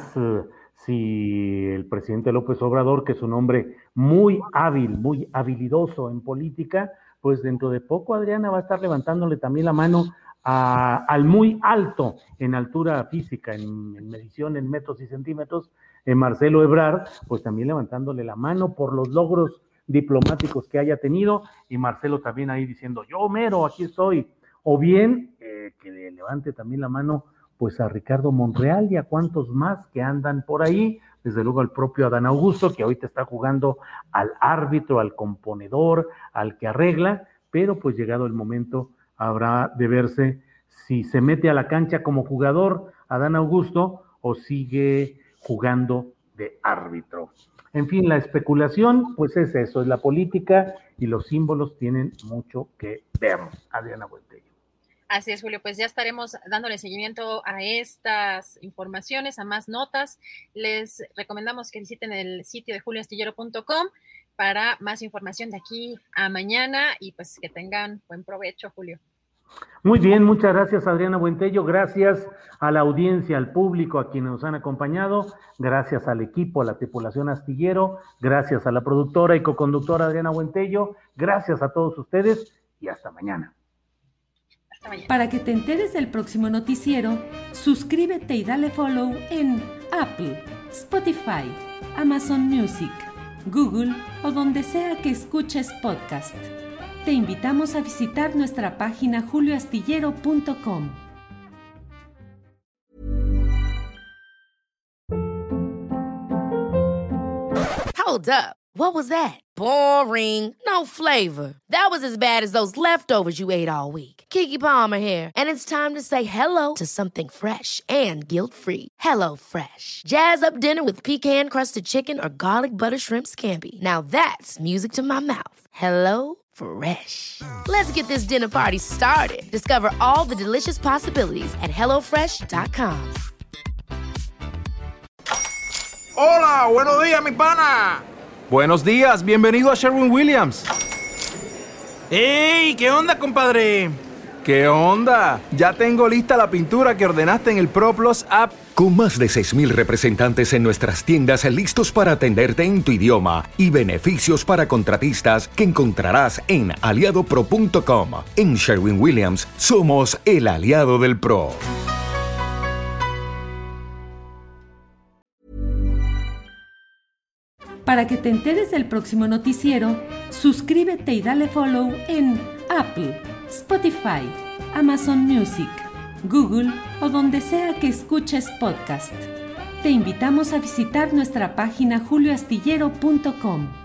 si el presidente López Obrador, que es un hombre muy hábil, muy habilidoso en política, pues dentro de poco, Adriana, va a estar levantándole también la mano al muy alto en altura física, en medición en metros y centímetros, Marcelo Ebrard, pues también levantándole la mano por los logros diplomáticos que haya tenido, y Marcelo también ahí diciendo, yo mero, aquí estoy. O bien que le levante también la mano pues a Ricardo Monreal y a cuantos más que andan por ahí, desde luego al propio Adán Augusto, que ahorita está jugando al árbitro, al componedor, al que arregla, pero pues llegado el momento habrá de verse si se mete a la cancha como jugador Adán Augusto o sigue jugando de árbitro. En fin, la especulación, pues es eso, es la política, y los símbolos tienen mucho que ver. Adriana Buentello. Así es, Julio, pues ya estaremos dándole seguimiento a estas informaciones, a más notas. Les recomendamos que visiten el sitio de julioastillero.com para más información de aquí a mañana, y pues que tengan buen provecho, Julio. Muy bien, muchas gracias, Adriana Buentello. Gracias a la audiencia, al público, a quienes nos han acompañado. Gracias al equipo, a la tripulación Astillero. Gracias a la productora y coconductora Adriana Buentello. Gracias a todos ustedes y hasta mañana. Para que te enteres del próximo noticiero, suscríbete y dale follow en Apple, Spotify, Amazon Music, Google o donde sea que escuches podcast. Te invitamos a visitar nuestra página julioastillero.com. Hold up. What was that? Boring. No flavor. That was as bad as those leftovers you ate all week. Keke Palmer here, and it's time to say hello to something fresh and guilt-free. Hello Fresh. Jazz up dinner with pecan-crusted chicken or garlic butter shrimp scampi. Now that's music to my mouth. Hello Fresh. Let's get this dinner party started. Discover all the delicious possibilities at hellofresh.com. Hola, buenos días, mi pana. Buenos días, bienvenido a Sherwin-Williams. ¡Ey! ¿Qué onda, compadre? ¿Qué onda? Ya tengo lista la pintura que ordenaste en el ProPlus app. Con más de 6,000 representantes en nuestras tiendas listos para atenderte en tu idioma y beneficios para contratistas que encontrarás en aliadopro.com. En Sherwin-Williams somos el aliado del pro. Para que te enteres del próximo noticiero, suscríbete y dale follow en Apple, Spotify, Amazon Music, Google o donde sea que escuches podcast. Te invitamos a visitar nuestra página julioastillero.com.